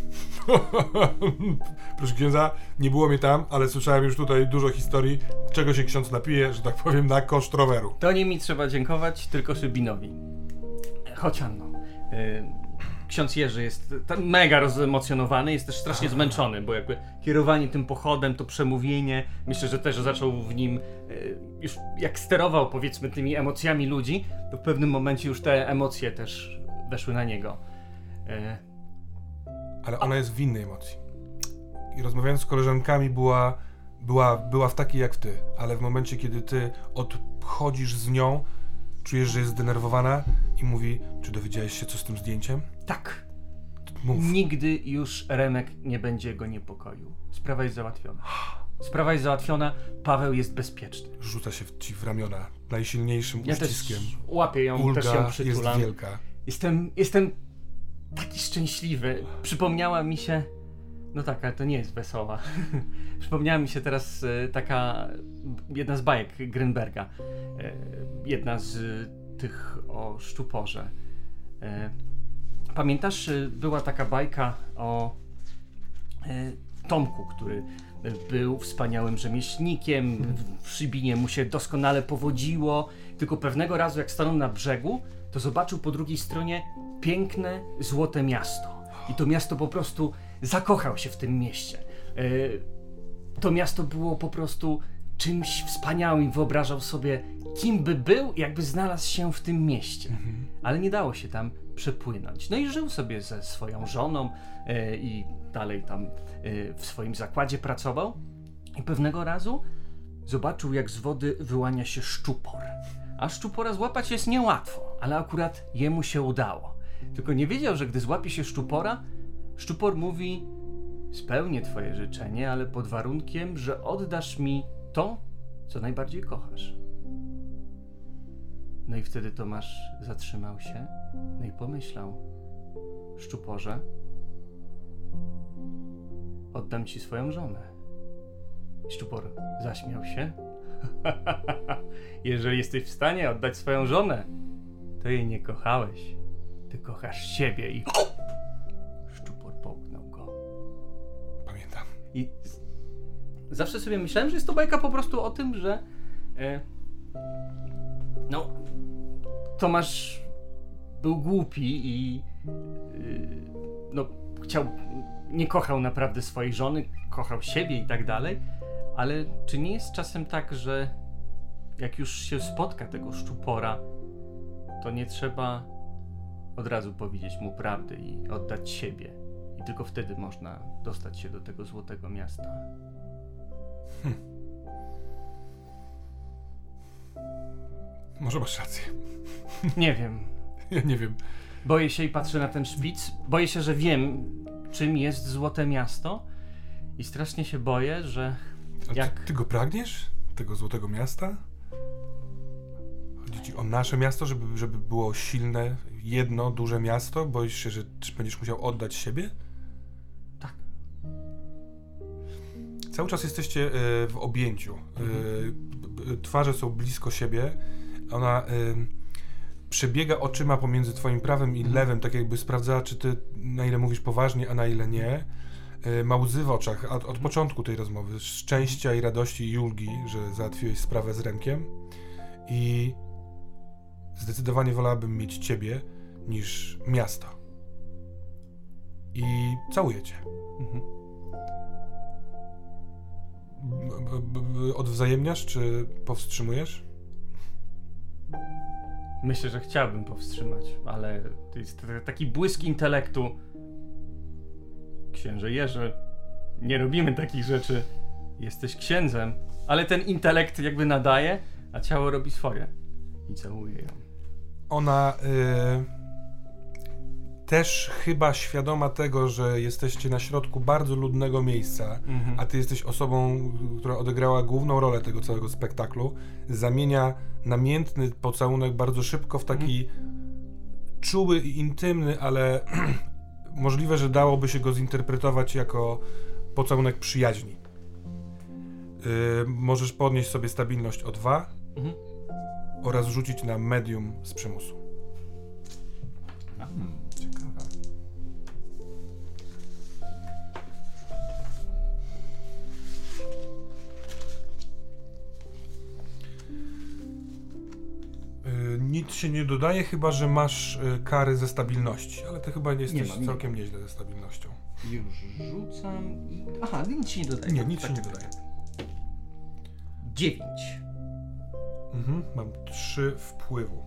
Speaker 1: Proszę księdza, nie było mnie tam, ale słyszałem już tutaj dużo historii, czego się ksiądz napije, że tak powiem, na koszt roweru.
Speaker 4: To nie mi trzeba dziękować, tylko Szybinowi. Chodź, Anno. E, ksiądz Jerzy jest tam mega rozemocjonowany, jest też strasznie zmęczony, bo jakby kierowanie tym pochodem, to przemówienie, myślę, że też zaczął w nim, e, już jak sterował powiedzmy tymi emocjami ludzi, to w pewnym momencie już te emocje też weszły na niego. E,
Speaker 1: Ale ona jest w innej emocji. I rozmawiając z koleżankami była była, była w takiej jak ty, ale w momencie, kiedy ty odchodzisz z nią, czujesz, że jest zdenerwowana i mówi, czy dowiedziałeś się, co z tym zdjęciem?
Speaker 4: Tak.
Speaker 1: Mów.
Speaker 4: Nigdy już Remek nie będzie go niepokoił. Sprawa jest załatwiona. Sprawa jest załatwiona, Paweł jest bezpieczny.
Speaker 1: Rzuca się w, ci w ramiona najsilniejszym
Speaker 4: Ja
Speaker 1: uściskiem.
Speaker 4: też łapię ją,
Speaker 1: Ulga
Speaker 4: też ją
Speaker 1: jest
Speaker 4: przytulam.
Speaker 1: wielka.
Speaker 4: Jestem, jestem taki szczęśliwy. Przypomniała mi się... No tak, ale to nie jest wesoła. Przypomniała mi się teraz e, taka... Jedna z bajek Grünberga. E, jedna z e, tych o szczuporze. E, pamiętasz, e, była taka bajka o e, Tomku, który był wspaniałym rzemieślnikiem, w Szybinie mu się doskonale powodziło, tylko pewnego razu jak stanął na brzegu, to zobaczył po drugiej stronie piękne, złote miasto. I to miasto po prostu zakochał się w tym mieście. Yy, to miasto było po prostu czymś wspaniałym. Wyobrażał sobie, kim by był, jakby znalazł się w tym mieście.
Speaker 1: Mhm.
Speaker 4: Ale nie dało się tam przepłynąć. No i żył sobie ze swoją żoną yy, i dalej tam yy, w swoim zakładzie pracował. I pewnego razu zobaczył, jak z wody wyłania się szczupor. A szczupora złapać jest niełatwo, ale akurat jemu się udało. Tylko nie wiedział, że gdy złapie się szczupora, szczupor mówi: spełnię twoje życzenie, ale pod warunkiem, że oddasz mi to, co najbardziej kochasz. No i wtedy Tomasz zatrzymał się, no i pomyślał: szczuporze, oddam ci swoją żonę. Szczupor zaśmiał się. Jeżeli jesteś w stanie oddać swoją żonę, to jej nie kochałeś. Ty kochasz siebie i... Szczupor połknął go.
Speaker 1: Pamiętam.
Speaker 4: I z... zawsze sobie myślałem, że jest to bajka po prostu o tym, że e... no Tomasz był głupi i e... no chciał, nie kochał naprawdę swojej żony, kochał siebie i tak dalej, ale czy nie jest czasem tak, że jak już się spotka tego szczupora, to nie trzeba od razu powiedzieć mu prawdy i oddać siebie. I tylko wtedy można dostać się do tego złotego miasta.
Speaker 1: Hm. Może masz rację.
Speaker 4: Nie wiem.
Speaker 1: Ja nie wiem.
Speaker 4: Boję się i patrzę na ten szpic. Boję się, że wiem, czym jest złote miasto. I strasznie się boję, że
Speaker 1: A
Speaker 4: jak...
Speaker 1: ty, ty go pragniesz? Tego złotego miasta? Chodzi ci o nasze miasto, żeby, żeby było silne, jedno, duże miasto? Boisz się, że będziesz musiał oddać siebie?
Speaker 4: Tak.
Speaker 1: Cały czas jesteście y, w objęciu. Y, y, twarze są blisko siebie. Ona y, przebiega oczyma pomiędzy twoim prawym i lewym, tak jakby sprawdzała, czy ty na ile mówisz poważnie, a na ile nie. Y, ma łzy w oczach od, od początku tej rozmowy. Szczęścia i radości i ulgi, że załatwiłeś sprawę z Remkiem. I zdecydowanie wolałabym mieć ciebie niż miasto. I całuję cię.
Speaker 4: Mhm.
Speaker 1: B- b- b- odwzajemniasz, czy powstrzymujesz?
Speaker 4: Myślę, że chciałbym powstrzymać, ale to jest t- taki błysk intelektu. Księże Jerzy, nie robimy takich rzeczy. Jesteś księdzem, ale ten intelekt jakby nadaje, a ciało robi swoje. I całuje ją.
Speaker 1: Ona y, też chyba świadoma tego, że jesteście na środku bardzo ludnego miejsca,
Speaker 4: Mhm.
Speaker 1: a ty jesteś osobą, która odegrała główną rolę tego całego spektaklu, zamienia namiętny pocałunek bardzo szybko w taki czuły i intymny, ale możliwe, że dałoby się go zinterpretować jako pocałunek przyjaźni. Y, możesz podnieść sobie stabilność o dwa
Speaker 4: Mhm.
Speaker 1: oraz rzucić na medium z przymusu.
Speaker 2: Hmm, ciekawe.
Speaker 1: Y, nic się nie dodaje, chyba że masz y, kary ze stabilności, ale ty chyba nie jesteś
Speaker 4: mam, nie.
Speaker 1: całkiem nieźle ze stabilnością.
Speaker 4: Już rzucam i... Aha, nic się nie dodaje.
Speaker 1: Nie, nic
Speaker 4: Tak,
Speaker 1: się nie
Speaker 4: tak,
Speaker 1: dodaje.
Speaker 4: tak. Dziewięć.
Speaker 1: Mhm, mam trzy wpływu.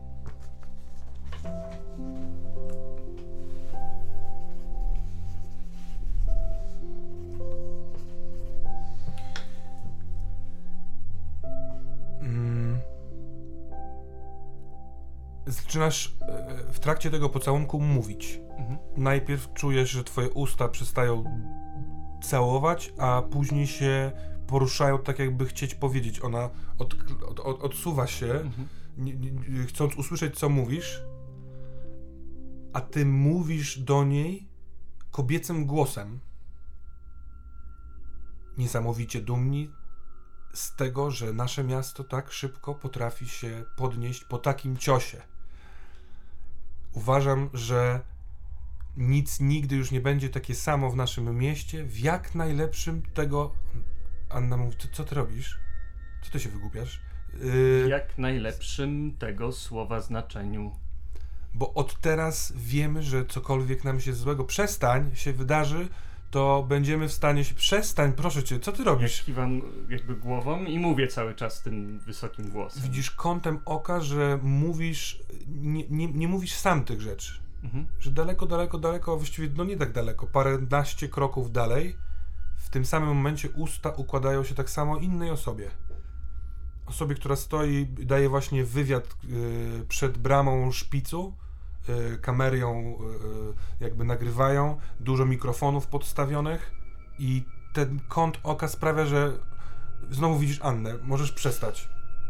Speaker 1: zaczynasz e, w trakcie tego pocałunku mówić.
Speaker 4: Mhm.
Speaker 1: Najpierw czujesz, że twoje usta przestają całować, a później się poruszają tak, jakby chcieć powiedzieć. Ona od, od, od, odsuwa się,
Speaker 4: Mhm.
Speaker 1: nie, nie, chcąc usłyszeć, co mówisz, a ty mówisz do niej kobiecym głosem. Niesamowicie dumni z tego, że nasze miasto tak szybko potrafi się podnieść po takim ciosie. Uważam, że nic nigdy już nie będzie takie samo w naszym mieście, w jak najlepszym tego... Anna mówi, co, co ty robisz? Co ty się wygłupiasz? Yy,
Speaker 4: Jak najlepszym tego słowa znaczeniu.
Speaker 1: Bo od teraz wiemy, że cokolwiek nam się złego przestań się wydarzy, to będziemy w stanie się... Przestań, proszę cię, co ty
Speaker 4: Jak
Speaker 1: robisz?
Speaker 4: kiwam jakby głową i mówię cały czas tym wysokim głosem.
Speaker 1: Widzisz kątem oka, że mówisz... Nie, nie, nie mówisz sam tych rzeczy.
Speaker 4: Mhm.
Speaker 1: Że daleko, daleko, daleko, właściwie no nie tak daleko, paręnaście kroków dalej, w tym samym momencie usta układają się tak samo innej osobie. Osobie, która stoi, daje właśnie wywiad y, przed bramą szpicu, y, kamery ją y, jakby nagrywają, dużo mikrofonów podstawionych i ten kąt oka sprawia, że znowu widzisz Annę, możesz przestać.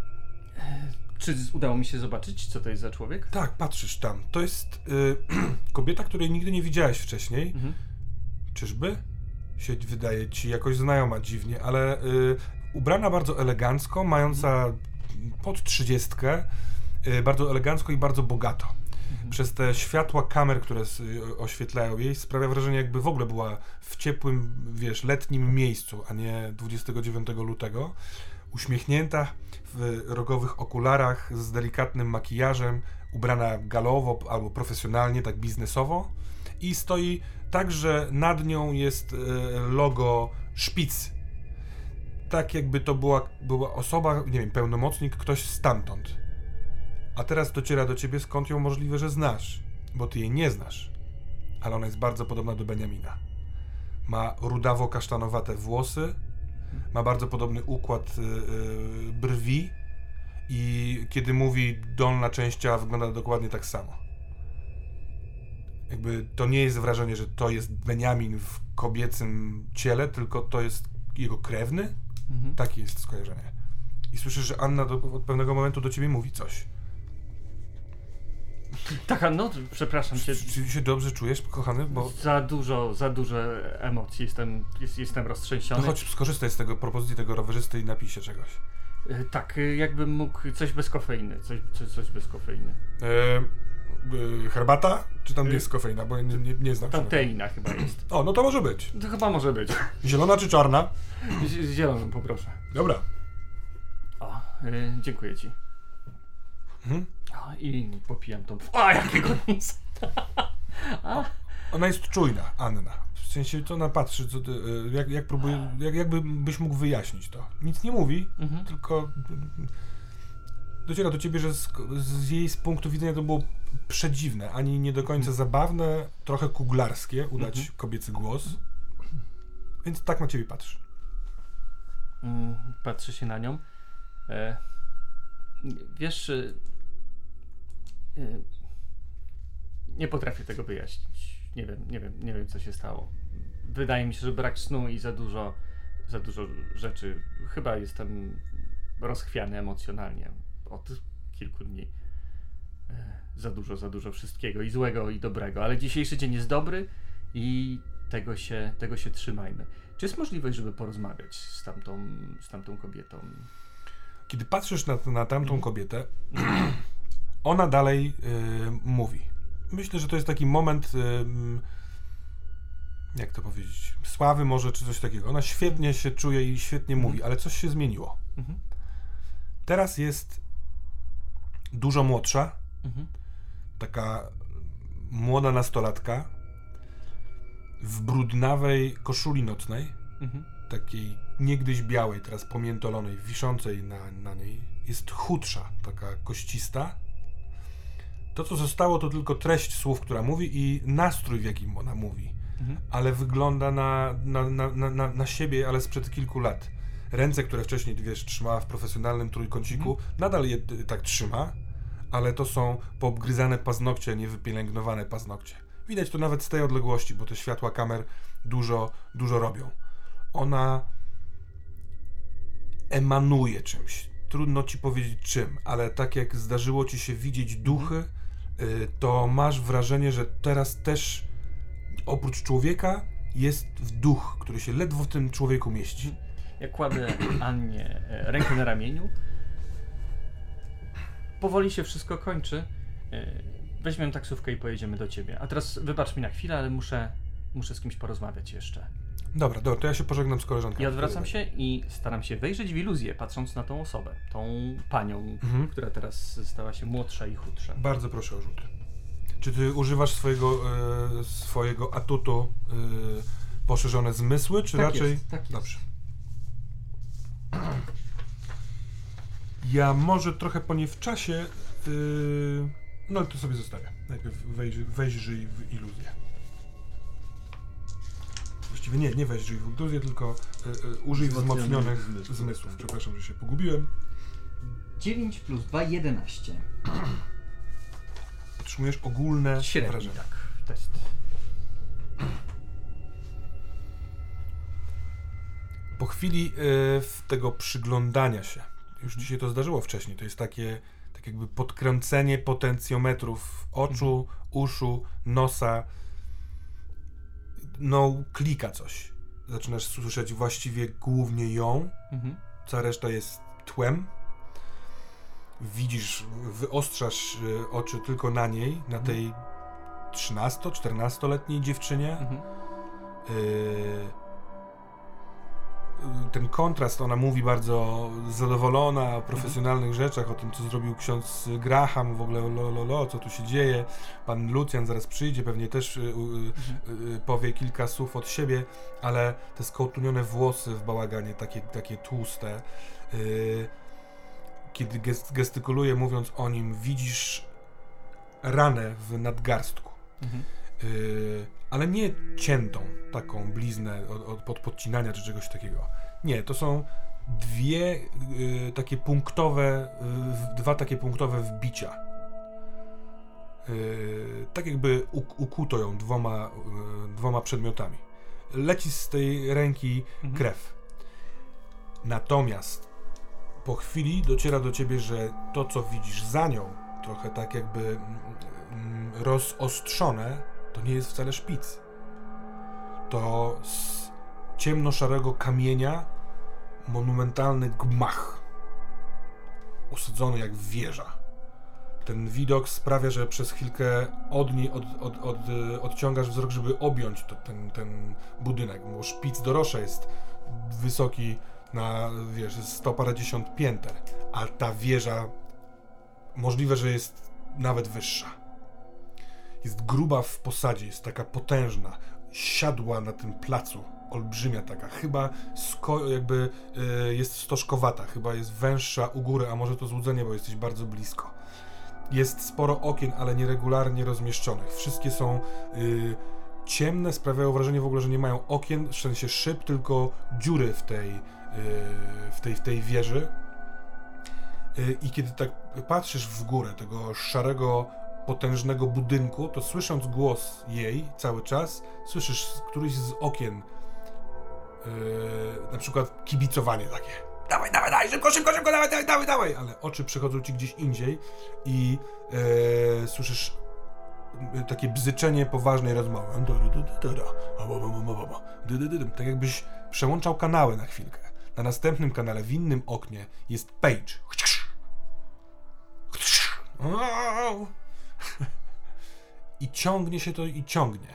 Speaker 4: Czy z- udało mi się zobaczyć, co to jest za człowiek?
Speaker 1: Tak, patrzysz tam. To jest y, kobieta, której nigdy nie widziałeś wcześniej.
Speaker 4: Mhm.
Speaker 1: Czyżby? Się wydaje ci jakoś znajoma dziwnie, ale y, ubrana bardzo elegancko, mająca pod trzydziestkę, y, bardzo elegancko i bardzo bogato.
Speaker 4: Mhm.
Speaker 1: Przez te światła kamer, które s- y, oświetlają jej, sprawia wrażenie, jakby w ogóle była w ciepłym, wiesz, letnim miejscu, a nie dwudziestego dziewiątego lutego. Uśmiechnięta, w rogowych okularach, z delikatnym makijażem, ubrana galowo albo profesjonalnie, tak biznesowo i stoi tak, że nad nią jest e, logo szpic. Tak jakby to była, była osoba, nie wiem, pełnomocnik, ktoś stamtąd. A teraz dociera do ciebie, skąd ją możliwe, że znasz, bo ty jej nie znasz. Ale ona jest bardzo podobna do Beniamina. Ma rudawo-kasztanowate włosy, ma bardzo podobny układ y, y, brwi i kiedy mówi, dolna część ciała wygląda dokładnie tak samo. Jakby to nie jest wrażenie, że to jest Beniamin w kobiecym ciele, tylko to jest jego krewny.
Speaker 4: Mhm.
Speaker 1: Takie jest skojarzenie. I słyszysz, że Anna do, od pewnego momentu do ciebie mówi coś.
Speaker 4: Tak, no, przepraszam cię.
Speaker 1: Czy, czy się dobrze czujesz, kochany? Bo
Speaker 4: Za dużo, za dużo emocji, jestem, jest, jestem
Speaker 1: no
Speaker 4: roztrzęsiony.
Speaker 1: chodź, skorzystaj z tego propozycji tego rowerzysty i napij się czegoś.
Speaker 4: Y, Tak, y, jakbym mógł coś bez kofeiny, coś, coś, coś bez kofeiny.
Speaker 1: E, e, herbata? Czy tam
Speaker 4: Y,
Speaker 1: jest kofeina? Bo ja nie, nie, nie znam.
Speaker 4: Tam
Speaker 1: się.
Speaker 4: teina chyba jest.
Speaker 1: O, no to może być.
Speaker 4: To chyba może być.
Speaker 1: Zielona czy czarna?
Speaker 4: Z, z zieloną poproszę.
Speaker 1: Dobra.
Speaker 4: O, y, dziękuję ci.
Speaker 1: Mhm.
Speaker 4: O, i popijam tą... O, jakiego nic! A,
Speaker 1: Ona jest czujna, Anna. W sensie, to ona patrzy, co ty, e, jak, jak próbuje, jak, jakby byś mógł wyjaśnić to. Nic nie mówi,
Speaker 4: mhm.
Speaker 1: tylko dociera do ciebie, że z, z jej z punktu widzenia to było przedziwne, ani nie do końca zabawne, trochę kuglarskie, udać
Speaker 4: Mhm.
Speaker 1: kobiecy głos. Więc tak na ciebie patrzy.
Speaker 4: Mm, Patrzę się na nią. E, wiesz, y, y, nie potrafię tego wyjaśnić. Nie wiem, nie wiem, nie wiem co się stało. Wydaje mi się, że brak snu i za dużo, za dużo rzeczy. Chyba jestem rozchwiany emocjonalnie od kilku dni. E, za dużo, za dużo wszystkiego i złego i dobrego, ale dzisiejszy dzień jest dobry i tego się, tego się trzymajmy. Czy jest możliwość, żeby porozmawiać z tamtą, z tamtą kobietą?
Speaker 1: Kiedy patrzysz na, na tamtą
Speaker 4: Mhm.
Speaker 1: kobietę, ona dalej y, mówi. Myślę, że to jest taki moment, y, jak to powiedzieć, sławy może, czy coś takiego. Ona świetnie się czuje i świetnie mówi, ale coś się zmieniło.
Speaker 4: Mhm.
Speaker 1: Teraz jest dużo młodsza,
Speaker 4: Mhm.
Speaker 1: taka młoda nastolatka w brudnawej koszuli nocnej,
Speaker 4: Mhm.
Speaker 1: takiej niegdyś białej, teraz pomiętolonej, wiszącej na, na niej. Jest chudsza, taka koścista. To, co zostało, to tylko treść słów, która mówi i nastrój, w jakim ona mówi.
Speaker 4: Mhm.
Speaker 1: Ale wygląda na, na, na, na, na, na siebie, ale sprzed kilku lat. Ręce, które wcześniej, wiesz, trzymała w profesjonalnym trójkąciku, nadal je y, tak trzyma, ale to są poobgryzane paznokcie, niewypielęgnowane paznokcie. Widać to nawet z tej odległości, bo te światła kamer dużo, dużo robią. Ona emanuje czymś. Trudno ci powiedzieć czym, ale tak jak zdarzyło ci się widzieć duchy, y, to masz wrażenie, że teraz też oprócz człowieka jest duch, który się ledwo w tym człowieku mieści.
Speaker 4: Ja kładę Annie e, rękę na ramieniu. Powoli się wszystko kończy. E, weźmiemy taksówkę i pojedziemy do ciebie. A teraz wybacz mi na chwilę, ale muszę, muszę z kimś porozmawiać jeszcze.
Speaker 1: Dobra, dobra, to ja się pożegnam z koleżanką.
Speaker 4: I odwracam się i staram się wejrzeć w iluzję, patrząc na tą osobę, tą panią,
Speaker 1: Mhm.
Speaker 4: która teraz stała się młodsza i chudsza.
Speaker 1: Bardzo proszę o rzut. Czy ty używasz swojego, e, swojego atutu e, poszerzone zmysły, czy
Speaker 4: Tak
Speaker 1: raczej...
Speaker 4: jest, tak jest.
Speaker 1: Dobrze. Ja może trochę po nie w czasie, yy, no ale to sobie zostawię. Najpierw wejrzyj, wejrzyj w iluzję. Właściwie nie, nie wejrzyj w iluzję, tylko yy, yy, użyj
Speaker 3: Wzmocnionych
Speaker 1: wzmocnionych
Speaker 3: zmysłów.
Speaker 1: zmysłów. Przepraszam, że się pogubiłem.
Speaker 5: dziewięć plus dwa, jedenaście.
Speaker 1: Otrzymujesz ogólne
Speaker 4: Średni,
Speaker 1: wrażenie.
Speaker 4: tak, test.
Speaker 1: Po chwili yy, w tego przyglądania się, już ci się to zdarzyło wcześniej, to jest takie, tak jakby podkręcenie potencjometrów oczu,
Speaker 4: Mhm.
Speaker 1: uszu, nosa. No, klika coś. Zaczynasz słyszeć właściwie głównie ją,
Speaker 4: Mhm.
Speaker 1: cała reszta jest tłem. Widzisz, wyostrzasz y, oczy tylko na niej, na tej trzynasto-czternastoletniej dziewczynie.
Speaker 4: Mhm.
Speaker 1: Y, ten kontrast, ona mówi bardzo zadowolona o profesjonalnych rzeczach, o tym, co zrobił ksiądz Graham, w ogóle lo, lo, lo, co tu się dzieje. Pan Lucjan zaraz przyjdzie, pewnie też y, y, y, powie kilka słów od siebie, ale te skołtunione włosy w bałaganie, takie, takie tłuste. Y, kiedy gest, gestykuluje, mówiąc o nim, widzisz ranę w nadgarstku.
Speaker 4: Mhm.
Speaker 1: Yy, ale nie ciętą, taką bliznę od, od, od podcinania czy czegoś takiego. Nie, to są dwie yy, takie punktowe, yy, dwa takie punktowe wbicia. Yy, tak jakby uk- ukuto ją dwoma, yy, dwoma przedmiotami. Leci z tej ręki
Speaker 4: Mhm.
Speaker 1: krew. Natomiast po chwili dociera do ciebie, że to, co widzisz za nią, trochę tak jakby mm, mm, rozostrzone, to nie jest wcale szpic. To z ciemnoszarego kamienia monumentalny gmach, osadzony jak wieża. Ten widok sprawia, że przez chwilkę od niej od, od, od, odciągasz wzrok, żeby objąć to, ten, ten budynek, bo szpic dorosza jest wysoki na, wiesz, sto parędziesiąt pięter, a ta wieża możliwe, że jest nawet wyższa. Jest gruba w posadzie, jest taka potężna, siadła na tym placu, olbrzymia taka, chyba sko- jakby y, jest stożkowata, chyba jest węższa u góry, a może to złudzenie, bo jesteś bardzo blisko. Jest sporo okien, ale nieregularnie rozmieszczonych. Wszystkie są y, ciemne, sprawiają wrażenie w ogóle, że nie mają okien, w sensie szyb, tylko dziury w tej, y, w tej, w tej wieży. Y, I kiedy tak patrzysz w górę tego szarego, potężnego budynku, to słysząc głos jej cały czas, słyszysz z któryś z okien yy, na przykład kibicowanie takie. Dawaj, dawaj, dawaj, szybko, szybko, szybko, dawaj, dawaj, dawaj, dawaj, ale oczy przychodzą ci gdzieś indziej i yy, słyszysz yy, takie bzyczenie poważnej rozmowy. Tak jakbyś przełączał kanały na chwilkę. Na następnym kanale, w innym oknie jest page. I ciągnie się to i ciągnie.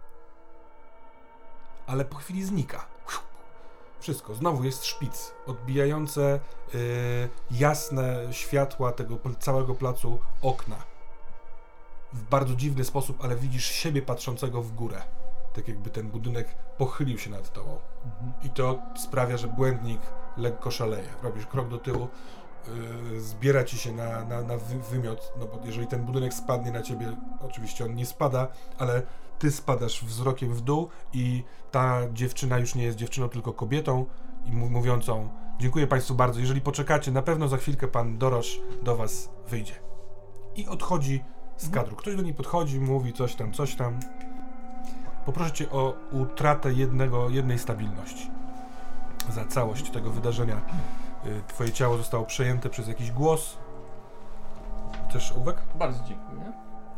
Speaker 1: Ale po chwili znika. Wszystko. Znowu jest szpic. Odbijające yy, jasne światła tego całego placu okna. W bardzo dziwny sposób, ale widzisz siebie patrzącego w górę. Tak jakby ten budynek pochylił się nad tobą. Mhm. I to sprawia, że błędnik lekko szaleje. Robisz krok do tyłu, Yy, zbiera ci się na, na, na wy, wymiot, no bo jeżeli ten budynek spadnie na ciebie, oczywiście on nie spada, ale ty spadasz wzrokiem w dół i ta dziewczyna już nie jest dziewczyną, tylko kobietą i m- mówiącą: dziękuję Państwu bardzo, jeżeli poczekacie, na pewno za chwilkę Pan Dorosz do Was wyjdzie. i odchodzi z kadru. Ktoś do niej podchodzi, mówi coś tam, coś tam. Poproszę cię o utratę jednego, jednej stabilności. Za całość tego wydarzenia. Twoje ciało zostało przejęte przez jakiś głos. Chcesz ołówek?
Speaker 4: Bardzo dziękuję.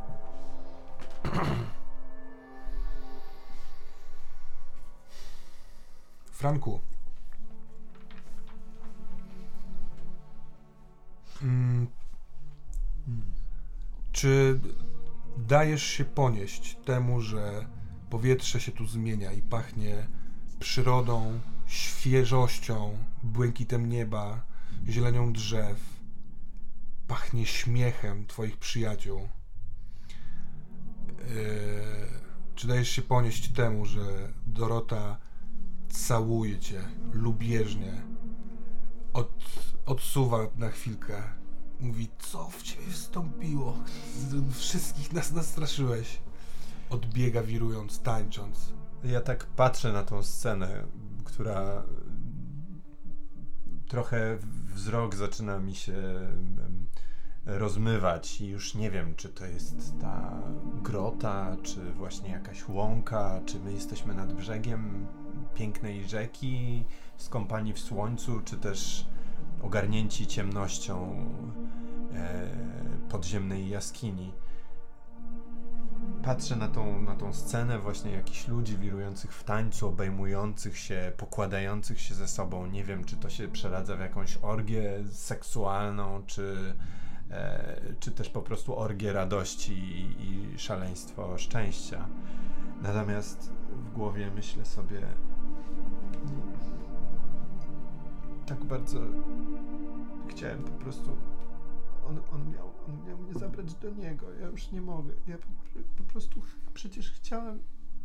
Speaker 1: Franku. Mm. Czy dajesz się ponieść temu, że powietrze się tu zmienia i pachnie przyrodą, świeżością, błękitem nieba, zielenią drzew, pachnie śmiechem twoich przyjaciół? Yy, czy dajesz się ponieść temu, że Dorota całuje cię lubieżnie, od, odsuwa na chwilkę, mówi, co w ciebie wstąpiło? Wszystkich nas nastraszyłeś. Odbiega wirując, tańcząc.
Speaker 3: Ja tak patrzę na tą scenę, która trochę wzrok zaczyna mi się rozmywać i już nie wiem, czy to jest ta grota, czy właśnie jakaś łąka, czy my jesteśmy nad brzegiem pięknej rzeki, skąpani w słońcu, czy też ogarnięci ciemnością e, podziemnej jaskini. Patrzę na tą, na tą scenę właśnie jakichś ludzi wirujących w tańcu, obejmujących się, pokładających się ze sobą. Nie wiem, czy to się przeradza w jakąś orgię seksualną, czy, e, czy też po prostu orgię radości i, i szaleństwo szczęścia. Natomiast w głowie myślę sobie, tak bardzo chciałem po prostu, on, on, miał, on miał mnie zabrać do niego, ja już nie mogę, ja po, po prostu przecież chciałem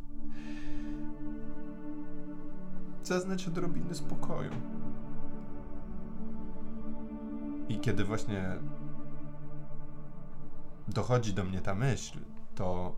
Speaker 3: zaznać odrobinę spokoju. I kiedy właśnie dochodzi do mnie ta myśl, to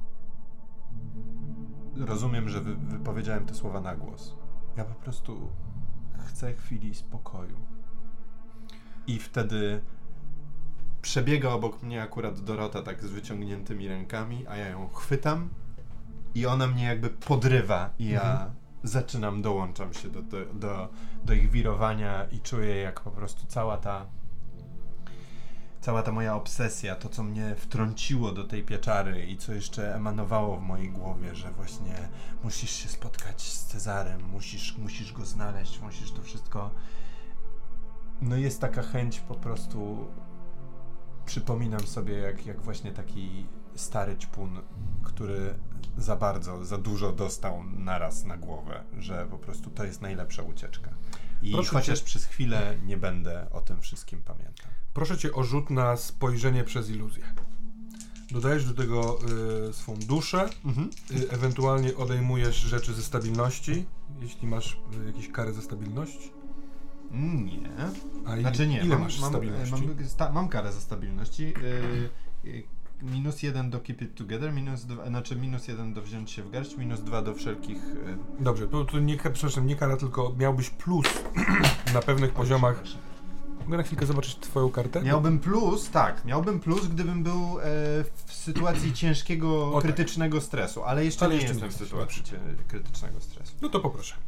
Speaker 3: rozumiem, że wy, wypowiedziałem te słowa na głos. Ja po prostu chcę chwili spokoju. I wtedy przebiega obok mnie akurat Dorota tak z wyciągniętymi rękami, a ja ją chwytam i ona mnie jakby podrywa i ja mhm. zaczynam, dołączam się do, do, do, do ich wirowania i czuję, jak po prostu cała ta cała ta moja obsesja, to co mnie wtrąciło do tej pieczary i co jeszcze emanowało w mojej głowie, że właśnie musisz się spotkać z Cezarem, musisz, musisz go znaleźć, musisz to wszystko. No jest taka chęć po prostu, przypominam sobie jak, jak właśnie taki stary ćpun, który za bardzo, za dużo dostał naraz na głowę, że po prostu to jest najlepsza ucieczka. I Proszę chociaż cię... przez chwilę nie będę o tym wszystkim pamiętał.
Speaker 1: Proszę cię o rzut na spojrzenie przez iluzję. Dodajesz do tego y, swą duszę, mhm. y, ewentualnie odejmujesz rzeczy ze stabilności, jeśli masz y, jakieś kary za stabilność.
Speaker 3: Nie.
Speaker 1: A
Speaker 3: znaczy nie,
Speaker 1: ile
Speaker 3: mam,
Speaker 1: masz
Speaker 3: mam,
Speaker 1: stabilności?
Speaker 3: Mam, sta, mam karę za stabilności. Y, y, minus jeden do keep it together, minus dwa, znaczy minus jeden do wziąć się w garść, minus dwa do wszelkich... Y...
Speaker 1: Dobrze, to, to nie, przepraszam, nie kara, tylko miałbyś plus na pewnych o, poziomach. Mogę na chwilkę zobaczyć twoją kartę?
Speaker 3: Miałbym plus, tak, miałbym plus, gdybym był e, w sytuacji ciężkiego, o, krytycznego tak. stresu, ale jeszcze ale nie jeszcze jestem nie w sytuacji cie, krytycznego stresu.
Speaker 1: No to poproszę.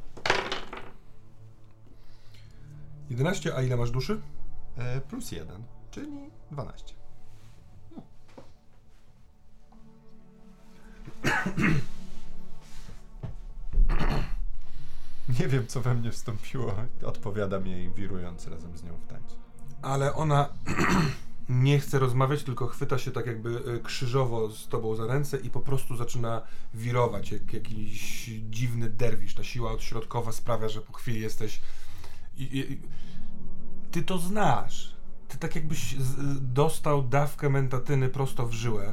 Speaker 1: jedenaście, a ile masz duszy?
Speaker 3: E, plus jeden, czyli dwanaście. No. Nie wiem, co we mnie wstąpiło. Odpowiadam jej, wirując razem z nią w tańcu.
Speaker 1: Ale ona nie chce rozmawiać, tylko chwyta się tak jakby krzyżowo z tobą za ręce i po prostu zaczyna wirować, jak jakiś dziwny derwisz. Ta siła odśrodkowa sprawia, że po chwili jesteś... I, i, ty to znasz. Ty tak jakbyś z, dostał dawkę mentatyny prosto w żyłę.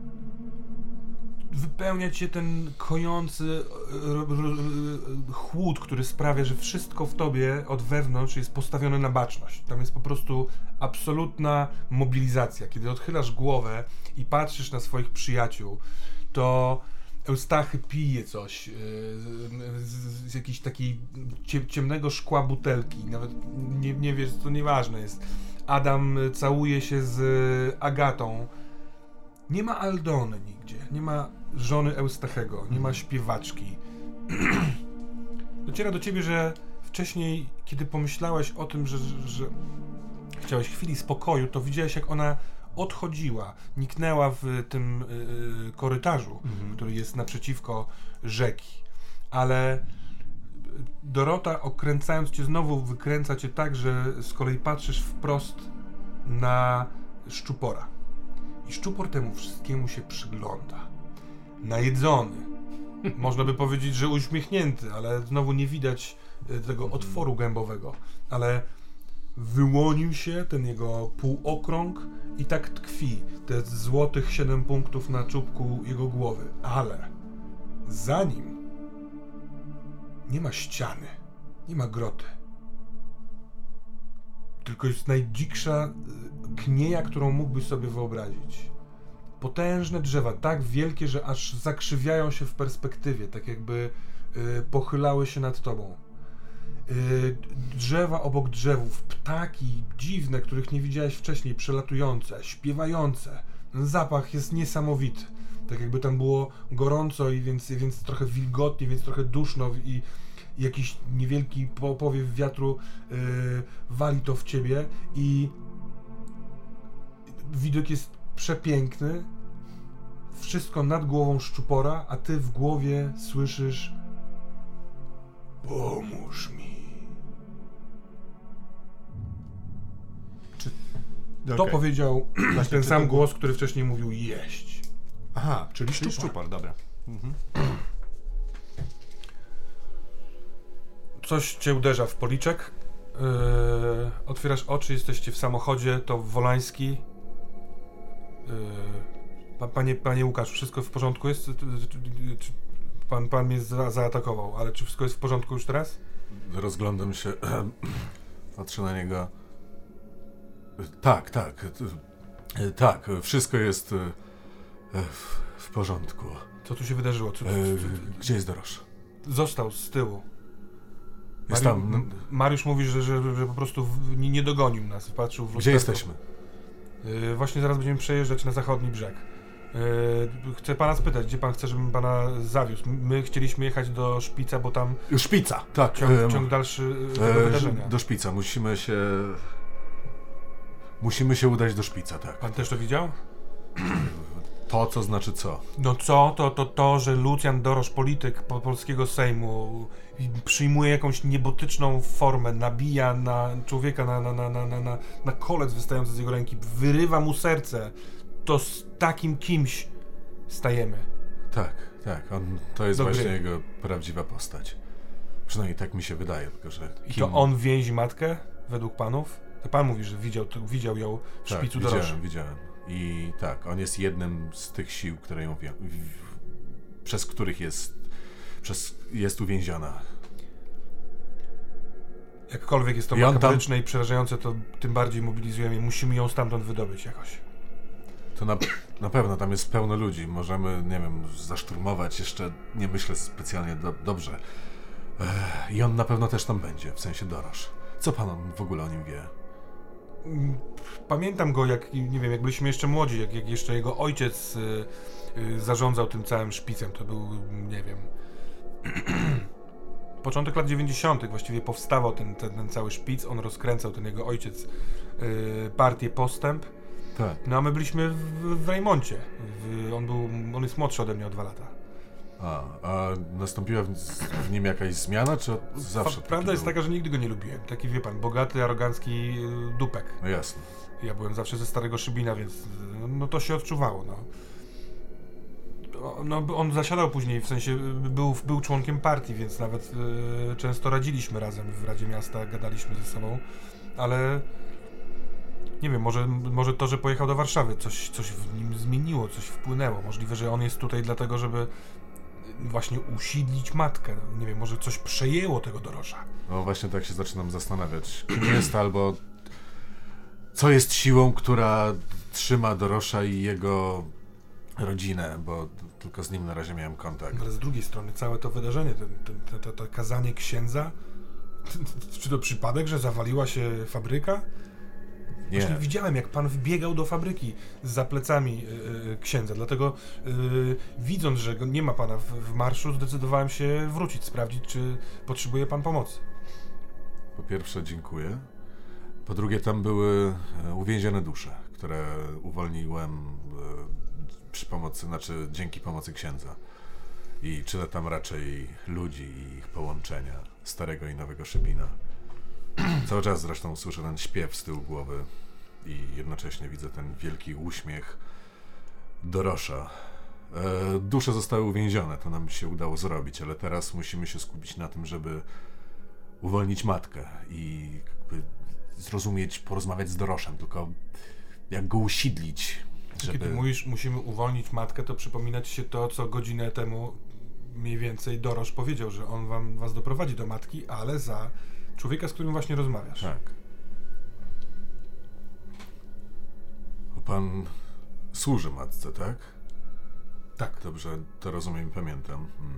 Speaker 1: Wypełnia cię ten kojący chłód, który sprawia, że wszystko w tobie od wewnątrz jest postawione na baczność. Tam jest po prostu absolutna mobilizacja. Kiedy odchylasz głowę i patrzysz na swoich przyjaciół, to Eustachy pije coś yy, z, z jakiejś takiej cie, ciemnego szkła butelki, nawet nie, nie wiesz, to nieważne jest. Adam całuje się z Agatą. Nie ma Aldony nigdzie, nie ma żony Eustachego, nie ma śpiewaczki. Dociera do ciebie, że wcześniej, kiedy pomyślałeś o tym, że, że, że chciałeś chwili spokoju, to widziałeś, jak ona odchodziła, niknęła w tym yy, korytarzu, mhm. który jest naprzeciwko rzeki. Ale Dorota, okręcając cię znowu, wykręca cię tak, że z kolei patrzysz wprost na szczupora. I szczupor temu wszystkiemu się przygląda. Najedzony. Można by powiedzieć, że uśmiechnięty, ale znowu nie widać tego otworu gębowego. Ale wyłonił się ten jego półokrąg i tak tkwi te złotych siedem punktów na czubku jego głowy. Ale za nim nie ma ściany, nie ma groty. Tylko jest najdziksza knieja, którą mógłbyś sobie wyobrazić. Potężne drzewa, tak wielkie, że aż zakrzywiają się w perspektywie, tak jakby y, pochylały się nad tobą. Y, drzewa obok drzewów, ptaki dziwne, których nie widziałeś wcześniej, przelatujące, śpiewające. Ten zapach jest niesamowity. Tak jakby tam było gorąco i więc, więc trochę wilgotnie, więc trochę duszno i jakiś niewielki powiew wiatru yy, wali to w ciebie i widok jest przepiękny, wszystko nad głową szczupora, a ty w głowie słyszysz: pomóż mi.
Speaker 3: Czy...
Speaker 1: To
Speaker 3: okay.
Speaker 1: powiedział
Speaker 3: Właśnie
Speaker 1: ten sam
Speaker 3: to...
Speaker 1: głos, który wcześniej mówił jeść.
Speaker 3: Aha, czyli
Speaker 1: szczupar.
Speaker 3: szczupar, dobra. Mhm.
Speaker 1: Coś cię uderza w policzek. Yy, otwierasz oczy, jesteście w samochodzie, to Wolański. Yy, pa, panie, panie Łukasz, wszystko w porządku jest? Czy, czy, czy pan, pan mnie za, zaatakował, ale czy wszystko jest w porządku już teraz?
Speaker 2: Rozglądam się, patrzę na niego. Tak, tak, tak, wszystko jest w, w porządku.
Speaker 1: Co tu się wydarzyło? Co, co, co,
Speaker 2: Gdzie jest Dorosz?
Speaker 1: Został z tyłu.
Speaker 2: Jest
Speaker 1: Mariusz,
Speaker 2: tam. No...
Speaker 1: Mariusz mówi, że, że, że po prostu w, nie, nie dogonił nas, patrzył w lusterko.
Speaker 2: Gdzie jesteśmy?
Speaker 1: Yy, właśnie zaraz będziemy przejeżdżać na zachodni brzeg. Yy, chcę pana spytać, gdzie pan chce, żebym pana zawiózł? My chcieliśmy jechać do Szpica, bo tam...
Speaker 2: Szpica, tak.
Speaker 1: Ciąg,
Speaker 2: e,
Speaker 1: ciąg dalszy tego
Speaker 2: e,
Speaker 1: wydarzenia.
Speaker 2: Do Szpica, musimy się... Musimy się udać do Szpica, tak.
Speaker 1: Pan też to widział?
Speaker 2: To, co znaczy co?
Speaker 1: No co? To to, to że Lucjan Dorosz, polityk po polskiego Sejmu, przyjmuje jakąś niebotyczną formę, nabija na człowieka na, na, na, na, na, na, na kolec wystający z jego ręki, wyrywa mu serce. To z takim kimś stajemy.
Speaker 2: Tak, tak. On, to jest
Speaker 1: Do
Speaker 2: właśnie
Speaker 1: gry.
Speaker 2: jego prawdziwa postać. Przynajmniej tak mi się wydaje, tylko że...
Speaker 1: I
Speaker 2: kim...
Speaker 1: to on więzi matkę, według panów? To pan mówi, że widział, to, widział ją w
Speaker 2: tak,
Speaker 1: szpicu
Speaker 2: widziałem,
Speaker 1: Dorosza.
Speaker 2: widziałem. I tak, on jest jednym z tych sił, które ją wie, w, przez których jest, przez, jest uwięziona.
Speaker 1: Jakkolwiek jest to
Speaker 2: I on
Speaker 1: makabryczne
Speaker 2: tam...
Speaker 1: i przerażające, to tym bardziej mobilizujemy. Musimy ją stamtąd wydobyć jakoś.
Speaker 2: To na, na pewno tam jest pełno ludzi. Możemy, nie wiem, zaszturmować. Jeszcze nie myślę specjalnie do, dobrze. Ech, I on na pewno też tam będzie, w sensie Dorosz. Co pan on w ogóle o nim wie?
Speaker 1: Pamiętam go, jak, nie wiem, jak byliśmy jeszcze młodzi, jak, jak jeszcze jego ojciec y, y, zarządzał tym całym szpicem. To był, nie wiem, początek lat dziewięćdziesiątych właściwie powstawał ten, ten, ten cały szpic. On rozkręcał, ten jego ojciec, y, partię Postęp.
Speaker 2: Tak.
Speaker 1: No a my byliśmy w, w Rejmoncie. W, on, był, on jest młodszy ode mnie o dwa lata.
Speaker 2: A, a nastąpiła w, w nim jakaś zmiana, czy od zawsze?
Speaker 1: Fa- Prawda jest
Speaker 2: był?
Speaker 1: taka, że nigdy go nie lubiłem. Taki, wie pan, bogaty, arogancki y, dupek.
Speaker 2: No jasne.
Speaker 1: Ja byłem zawsze ze Starego Szybina, więc no to się odczuwało, no. No, on zasiadał później, w sensie był, był członkiem partii, więc nawet y, często radziliśmy razem w Radzie Miasta, gadaliśmy ze sobą, ale nie wiem, może, może to, że pojechał do Warszawy, coś, coś w nim zmieniło, coś wpłynęło. Możliwe, że on jest tutaj dlatego, żeby właśnie usiedlić matkę. Nie wiem, może coś przejęło tego Dorosza.
Speaker 2: No właśnie tak się zaczynam zastanawiać. Kim jest albo co jest siłą, która trzyma Dorosza i jego rodzinę, bo tylko z nim na razie miałem kontakt.
Speaker 1: Ale z drugiej strony całe to wydarzenie, ten, ten, to, to, to kazanie księdza, czy to przypadek, że zawaliła się fabryka?
Speaker 2: Nie.
Speaker 1: Właśnie widziałem, jak pan wbiegał do fabryki za plecami yy, księdza, dlatego yy, widząc, że go nie ma pana w, w marszu, zdecydowałem się wrócić, sprawdzić, czy potrzebuje pan pomocy.
Speaker 2: Po pierwsze dziękuję. Po drugie tam były e, uwięzione dusze, które uwolniłem e, przy pomocy, znaczy dzięki pomocy księdza. I czyta tam raczej ludzi i ich połączenia, starego i nowego Szybina. Cały czas zresztą słyszę ten śpiew z tyłu głowy i jednocześnie widzę ten wielki uśmiech Dorosza. E, dusze zostały uwięzione, to nam się udało zrobić, ale teraz musimy się skupić na tym, żeby uwolnić matkę i jakby zrozumieć, porozmawiać z Doroszem, tylko jak go usidlić, żeby...
Speaker 1: Kiedy mówisz, musimy uwolnić matkę, to przypomina ci się to, co godzinę temu mniej więcej Dorosz powiedział, że on wam, was doprowadzi do matki, ale za człowieka, z którym właśnie rozmawiasz.
Speaker 2: Tak. Pan służy matce, tak?
Speaker 1: Tak.
Speaker 2: Dobrze, to rozumiem i pamiętam. Hmm.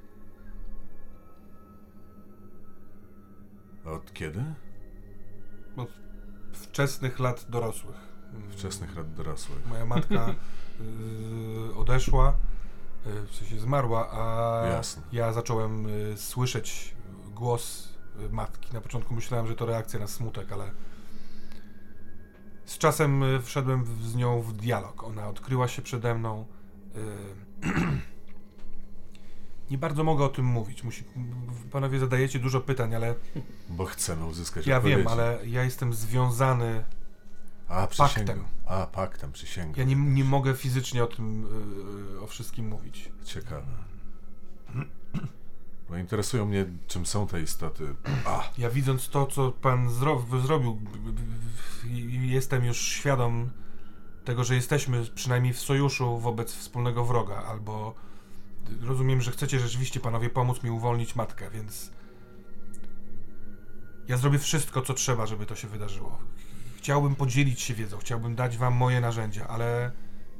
Speaker 2: Od kiedy?
Speaker 1: Od wczesnych lat dorosłych.
Speaker 2: Wczesnych lat dorosłych.
Speaker 1: Moja matka y, odeszła, y, w sensie zmarła, a
Speaker 2: Jasne.
Speaker 1: ja zacząłem y, słyszeć głos y, matki. Na początku myślałem, że to reakcja na smutek, ale z czasem y, wszedłem w, z nią w dialog. Ona odkryła się przede mną. Y, nie bardzo mogę o tym mówić. Musi, panowie zadajecie dużo pytań, ale
Speaker 2: Bo chcemy uzyskać
Speaker 1: ja
Speaker 2: odpowiedzi.
Speaker 1: wiem, ale ja jestem związany.
Speaker 2: A, przysięgam.
Speaker 1: paktem.
Speaker 2: A, paktem, przysięgam.
Speaker 1: Ja nie, nie mogę fizycznie o tym, y, o wszystkim mówić.
Speaker 2: Ciekawe. Bo interesują mnie, czym są te istoty. A,
Speaker 1: Ja widząc to, co pan zro- zrobił, b- b- b- i jestem już świadom tego, że jesteśmy przynajmniej w sojuszu wobec wspólnego wroga, albo rozumiem, że chcecie rzeczywiście panowie pomóc mi uwolnić matkę, więc ja zrobię wszystko, co trzeba, żeby to się wydarzyło. Chciałbym podzielić się wiedzą, chciałbym dać wam moje narzędzia, ale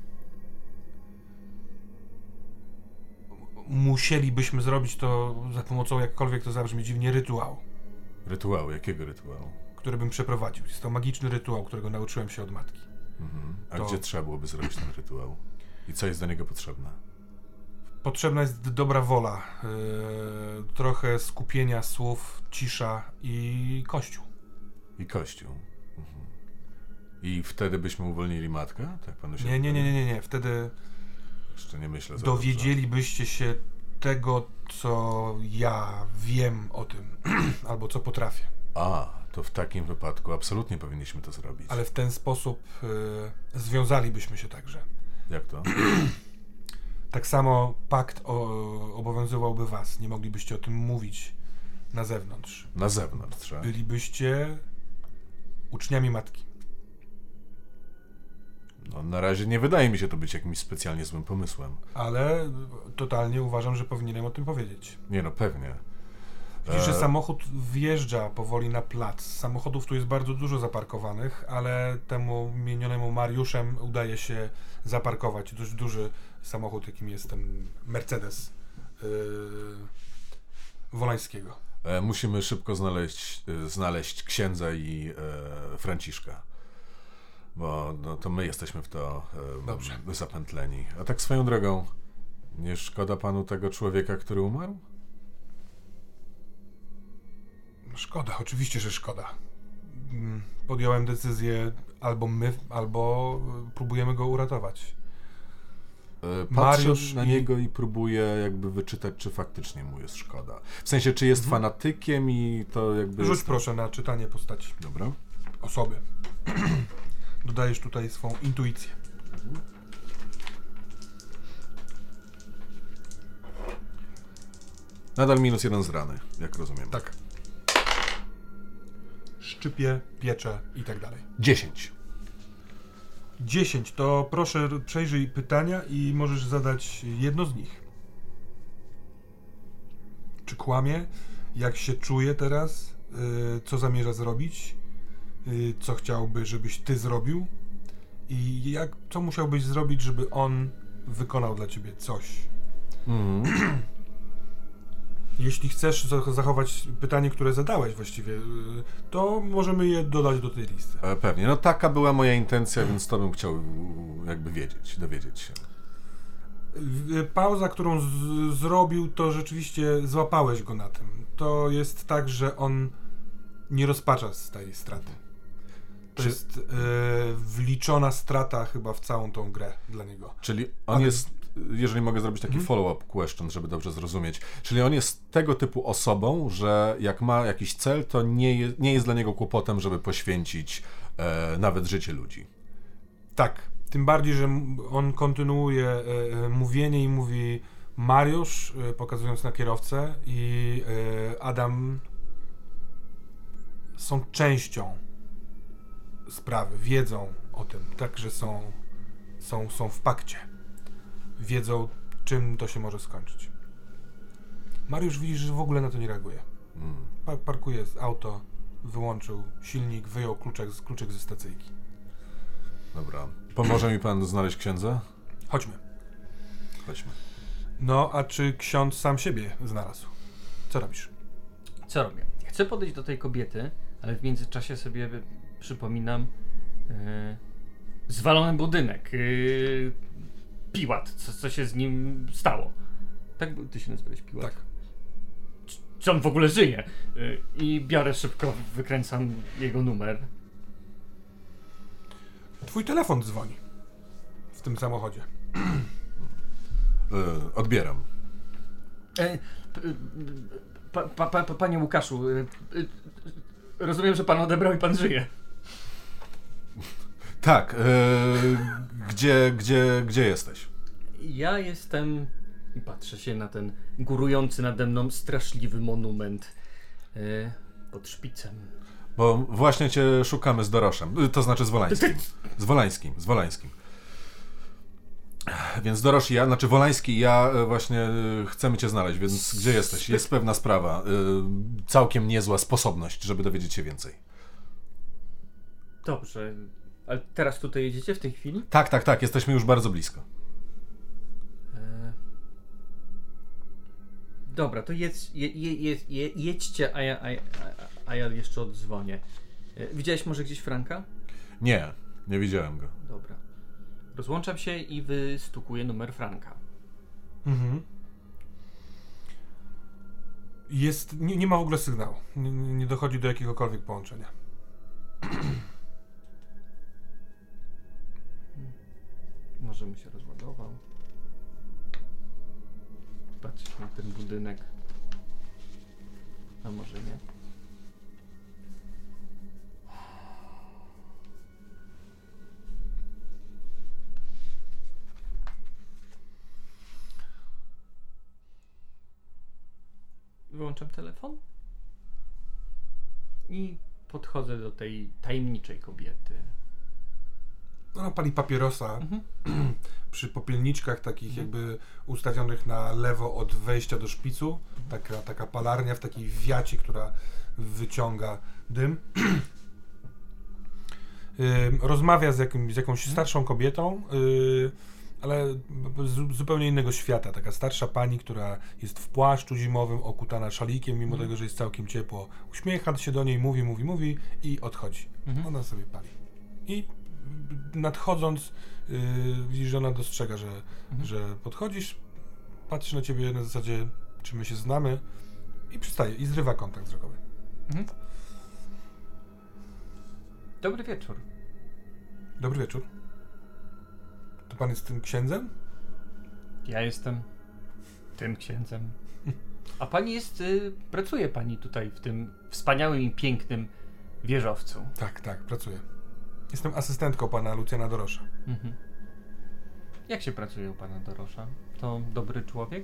Speaker 1: musielibyśmy zrobić to za pomocą, jakkolwiek to zabrzmi dziwnie, rytuału,
Speaker 2: rytuału. Jakiego rytuału?
Speaker 1: który bym przeprowadził. Jest to magiczny rytuał, którego nauczyłem się od matki.
Speaker 2: Mhm. A
Speaker 1: To-
Speaker 2: gdzie trzeba byłoby zrobić ten rytuał? I co jest do niego potrzebne?
Speaker 1: Potrzebna jest dobra wola, yy, trochę skupienia słów, cisza i kościół.
Speaker 2: I kościół. Mhm. I wtedy byśmy uwolnili matkę? Tak panu się
Speaker 1: Nie, nie, nie,
Speaker 2: wydaje?
Speaker 1: nie, nie, nie. Wtedy
Speaker 2: Jeszcze nie myślę za
Speaker 1: dowiedzielibyście się tego, co ja wiem o tym, albo co potrafię.
Speaker 2: dobrze. A, to w takim wypadku absolutnie powinniśmy to zrobić.
Speaker 1: Ale w ten sposób yy, związalibyśmy się także.
Speaker 2: Jak to?
Speaker 1: Tak samo pakt o, obowiązywałby was. Nie moglibyście o tym mówić na zewnątrz.
Speaker 2: Na zewnątrz, tak?
Speaker 1: Bylibyście uczniami matki.
Speaker 2: No, na razie nie wydaje mi się to być jakimś specjalnie złym pomysłem.
Speaker 1: Ale totalnie uważam, że powinienem o tym powiedzieć.
Speaker 2: Nie no, pewnie.
Speaker 1: Widzisz, że
Speaker 2: E,
Speaker 1: samochód wjeżdża powoli na plac. Samochodów tu jest bardzo dużo zaparkowanych, ale temu minionemu Mariuszem udaje się zaparkować dość duży samochód, jakim jest ten Mercedes yy, Wolańskiego.
Speaker 2: E, musimy szybko znaleźć, e, znaleźć księdza i e, Franciszka. Bo no, to my jesteśmy w to e,
Speaker 1: Dobrze.
Speaker 2: zapętleni. A tak swoją drogą, nie szkoda panu tego człowieka, który umarł?
Speaker 1: Szkoda, oczywiście, że szkoda. Mm, Podjąłem decyzję, albo my, albo y, próbujemy go uratować.
Speaker 2: E, Patrzę
Speaker 1: Mariusz
Speaker 2: na
Speaker 1: i-
Speaker 2: niego i próbuję jakby wyczytać, czy faktycznie mu jest szkoda. W sensie, czy jest
Speaker 1: Mhm.
Speaker 2: fanatykiem i to jakby...
Speaker 1: Rzuć
Speaker 2: jest...
Speaker 1: proszę na czytanie postaci
Speaker 2: Dobra.
Speaker 1: osoby. Dodajesz tutaj swą intuicję.
Speaker 2: Nadal minus jeden z rany, jak rozumiem.
Speaker 1: Tak. Szczypie, piecze i tak dalej.
Speaker 2: dziesięć.
Speaker 1: dziesięć, to proszę przejrzyj pytania i możesz zadać jedno z nich. Czy kłamie? Jak się czuje teraz? Yy, co zamierza zrobić? Yy, co chciałby, żebyś ty zrobił? I jak, co musiałbyś zrobić, żeby on wykonał dla ciebie coś.
Speaker 2: Mhm.
Speaker 1: Jeśli chcesz za- zachować pytanie, które zadałeś właściwie, y, to możemy je dodać do tej listy.
Speaker 2: E, Pewnie. No taka była moja intencja, więc to bym chciał jakby wiedzieć, dowiedzieć się.
Speaker 1: Y, Pauza, którą z- zrobił, to rzeczywiście złapałeś go na tym. To jest tak, że on nie rozpacza z tej straty. To
Speaker 2: Czy-
Speaker 1: jest y, wliczona strata chyba w całą tą grę dla niego.
Speaker 2: Czyli on
Speaker 1: Ale-
Speaker 2: jest, jeżeli mogę zrobić taki
Speaker 1: Mhm.
Speaker 2: follow-up question, żeby dobrze zrozumieć, czyli on jest tego typu osobą, że jak ma jakiś cel, to nie, je, nie jest dla niego kłopotem, żeby poświęcić e, nawet życie ludzi.
Speaker 1: Tak, tym bardziej, że m- on kontynuuje e, e, mówienie i mówi Mariusz, e, pokazując na kierowcę, i e, Adam są częścią sprawy, wiedzą o tym, także są, są, są w pakcie. Wiedzą, czym to się może skończyć. Mariusz, widzisz, że w ogóle na to nie reaguje.
Speaker 2: Mm.
Speaker 1: Pa- parkuje auto, wyłączył silnik, wyjął kluczek, kluczek ze stacyjki.
Speaker 2: Dobra. Pomoże mi pan znaleźć księdza?
Speaker 1: Chodźmy.
Speaker 2: Chodźmy.
Speaker 1: No, a czy ksiądz sam siebie znalazł? Co robisz?
Speaker 4: Co robię? Chcę podejść do tej kobiety, ale w międzyczasie sobie y, przypominam e, zwalony budynek. Y, Piłat, co, co się z nim stało. Tak, ty się nazywałeś Piłat?
Speaker 1: Tak.
Speaker 4: Czy on w ogóle żyje? Y, I biorę szybko, wykręcam jego numer.
Speaker 1: Twój telefon dzwoni. W tym samochodzie.
Speaker 2: E, odbieram.
Speaker 4: E, p, pa, pa, pa, pa, panie Łukaszu, y, y, rozumiem, że pan odebrał i pan żyje.
Speaker 2: Tak. E, gdzie, gdzie, gdzie jesteś?
Speaker 4: Ja jestem i patrzę się na ten górujący nade mną straszliwy monument e, pod szpicem.
Speaker 2: Bo właśnie cię szukamy z Doroszem. Y, To znaczy z Wolańskim. Z Wolańskim, z Wolańskim. Więc Dorosz i ja, znaczy Wolański i ja e, właśnie e, chcemy cię znaleźć, więc gdzie jesteś? Jest pewna sprawa. e, Całkiem niezła sposobność, żeby dowiedzieć się więcej.
Speaker 4: Dobrze, ale teraz tutaj jedziecie w tej chwili?
Speaker 2: Tak, tak, tak, jesteśmy już bardzo blisko.
Speaker 4: E, dobra, to jedź, je, je, je, je, jedźcie, a ja, a, ja- a, a ja jeszcze oddzwonię. E, widziałeś może gdzieś Franka?
Speaker 2: Nie, nie widziałem go.
Speaker 4: Dobra. Rozłączam się i wystukuję numer Franka.
Speaker 1: Mhm. Jest, nie, nie ma w ogóle sygnału. Nie, nie dochodzi do jakiegokolwiek połączenia.
Speaker 4: Może mi się rozładował. Patrzeć na ten budynek. A może nie. Wyłączam telefon i podchodzę do tej tajemniczej kobiety.
Speaker 1: Ona pali papierosa
Speaker 4: Mhm.
Speaker 1: przy popielniczkach takich
Speaker 4: Mhm.
Speaker 1: jakby ustawionych na lewo od wejścia do szpicu. Taka, taka palarnia w takiej wiaci, która wyciąga dym. Ym, Rozmawia z, jakim, z jakąś starszą kobietą, yy, ale b- z zupełnie innego świata. Taka starsza pani, która jest w płaszczu zimowym, okutana szalikiem, mimo
Speaker 4: Mhm.
Speaker 1: tego, że jest całkiem ciepło. Uśmiecha się do niej, mówi, mówi, mówi i odchodzi.
Speaker 4: Mhm.
Speaker 1: Ona sobie pali. I nadchodząc, yy, widzisz, że ona dostrzega, że,
Speaker 4: Mhm.
Speaker 1: że podchodzisz, patrzy na ciebie na zasadzie, czy my się znamy, i przestaje, i zrywa kontakt wzrokowy.
Speaker 4: Mhm. Dobry wieczór.
Speaker 1: Dobry wieczór. To pan jest tym księdzem?
Speaker 4: Ja jestem tym księdzem. A pani jest, y, pracuje pani tutaj w tym wspaniałym i pięknym wieżowcu.
Speaker 1: Tak, tak, pracuję. Jestem asystentką pana Lucjana Dorosza.
Speaker 4: Mhm. Jak się pracuje u pana Dorosza? To dobry człowiek?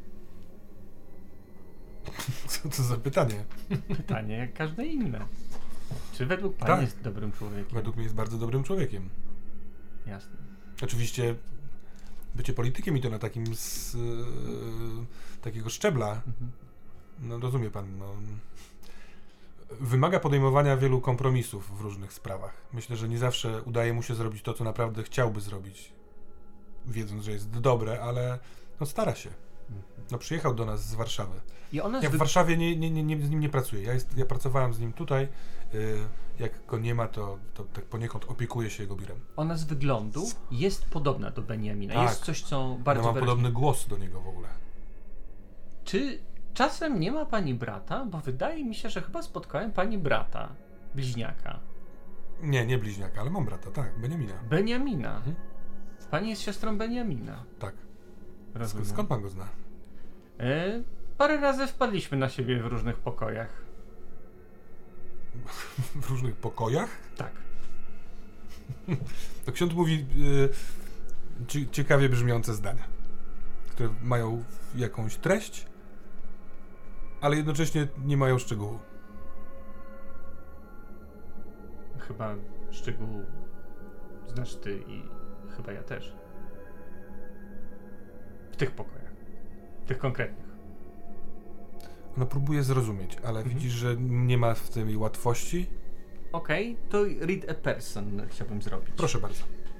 Speaker 1: Co to za pytanie?
Speaker 4: Pytanie jak każde inne. Czy według pani
Speaker 1: Tak.
Speaker 4: jest dobrym człowiekiem?
Speaker 1: Według mnie jest bardzo dobrym człowiekiem.
Speaker 4: Jasne.
Speaker 1: Oczywiście bycie politykiem i to na takim z, yy, takiego szczebla,
Speaker 4: Mhm.
Speaker 1: no rozumie pan, no, wymaga podejmowania wielu kompromisów w różnych sprawach. Myślę, że nie zawsze udaje mu się zrobić to, co naprawdę chciałby zrobić. wiedząc, że jest dobre, ale no stara się. No przyjechał do nas z Warszawy.
Speaker 4: I ona
Speaker 1: Ja w
Speaker 4: zwy...
Speaker 1: Warszawie nie, nie, nie, nie, z nim nie pracuję. Ja, jest, ja pracowałem z nim tutaj. Y, jak go nie ma, to, to tak poniekąd opiekuję się jego biurem.
Speaker 4: ona z wyglądu jest podobna do Benjamina.
Speaker 1: Tak.
Speaker 4: Jest coś, co
Speaker 1: Ja
Speaker 4: bardzo
Speaker 1: mam
Speaker 4: wyraźnie...
Speaker 1: podobny głos do niego w ogóle.
Speaker 4: Czy czasem nie ma pani brata? Bo wydaje mi się, że chyba spotkałem pani brata, bliźniaka.
Speaker 1: Nie, nie bliźniaka, ale mam brata, tak, Beniamina.
Speaker 4: Benjamina.
Speaker 1: Mhm.
Speaker 4: Pani jest siostrą Benjamina.
Speaker 1: Tak.
Speaker 4: Rozumiem.
Speaker 1: Sk- skąd pan go zna?
Speaker 4: E, parę razy wpadliśmy na siebie w różnych pokojach.
Speaker 1: W różnych pokojach?
Speaker 4: Tak.
Speaker 1: To ksiądz mówi y, cie- ciekawie brzmiące zdania, które mają jakąś treść, ale jednocześnie nie mają szczegółu.
Speaker 4: Chyba szczegółu znasz ty i chyba ja też. W tych pokojach. Tych konkretnych.
Speaker 1: Ona próbuje zrozumieć, ale
Speaker 4: Mhm.
Speaker 1: widzisz, że nie ma w tym łatwości.
Speaker 4: Okej, to read a person chciałbym zrobić.
Speaker 1: Proszę bardzo.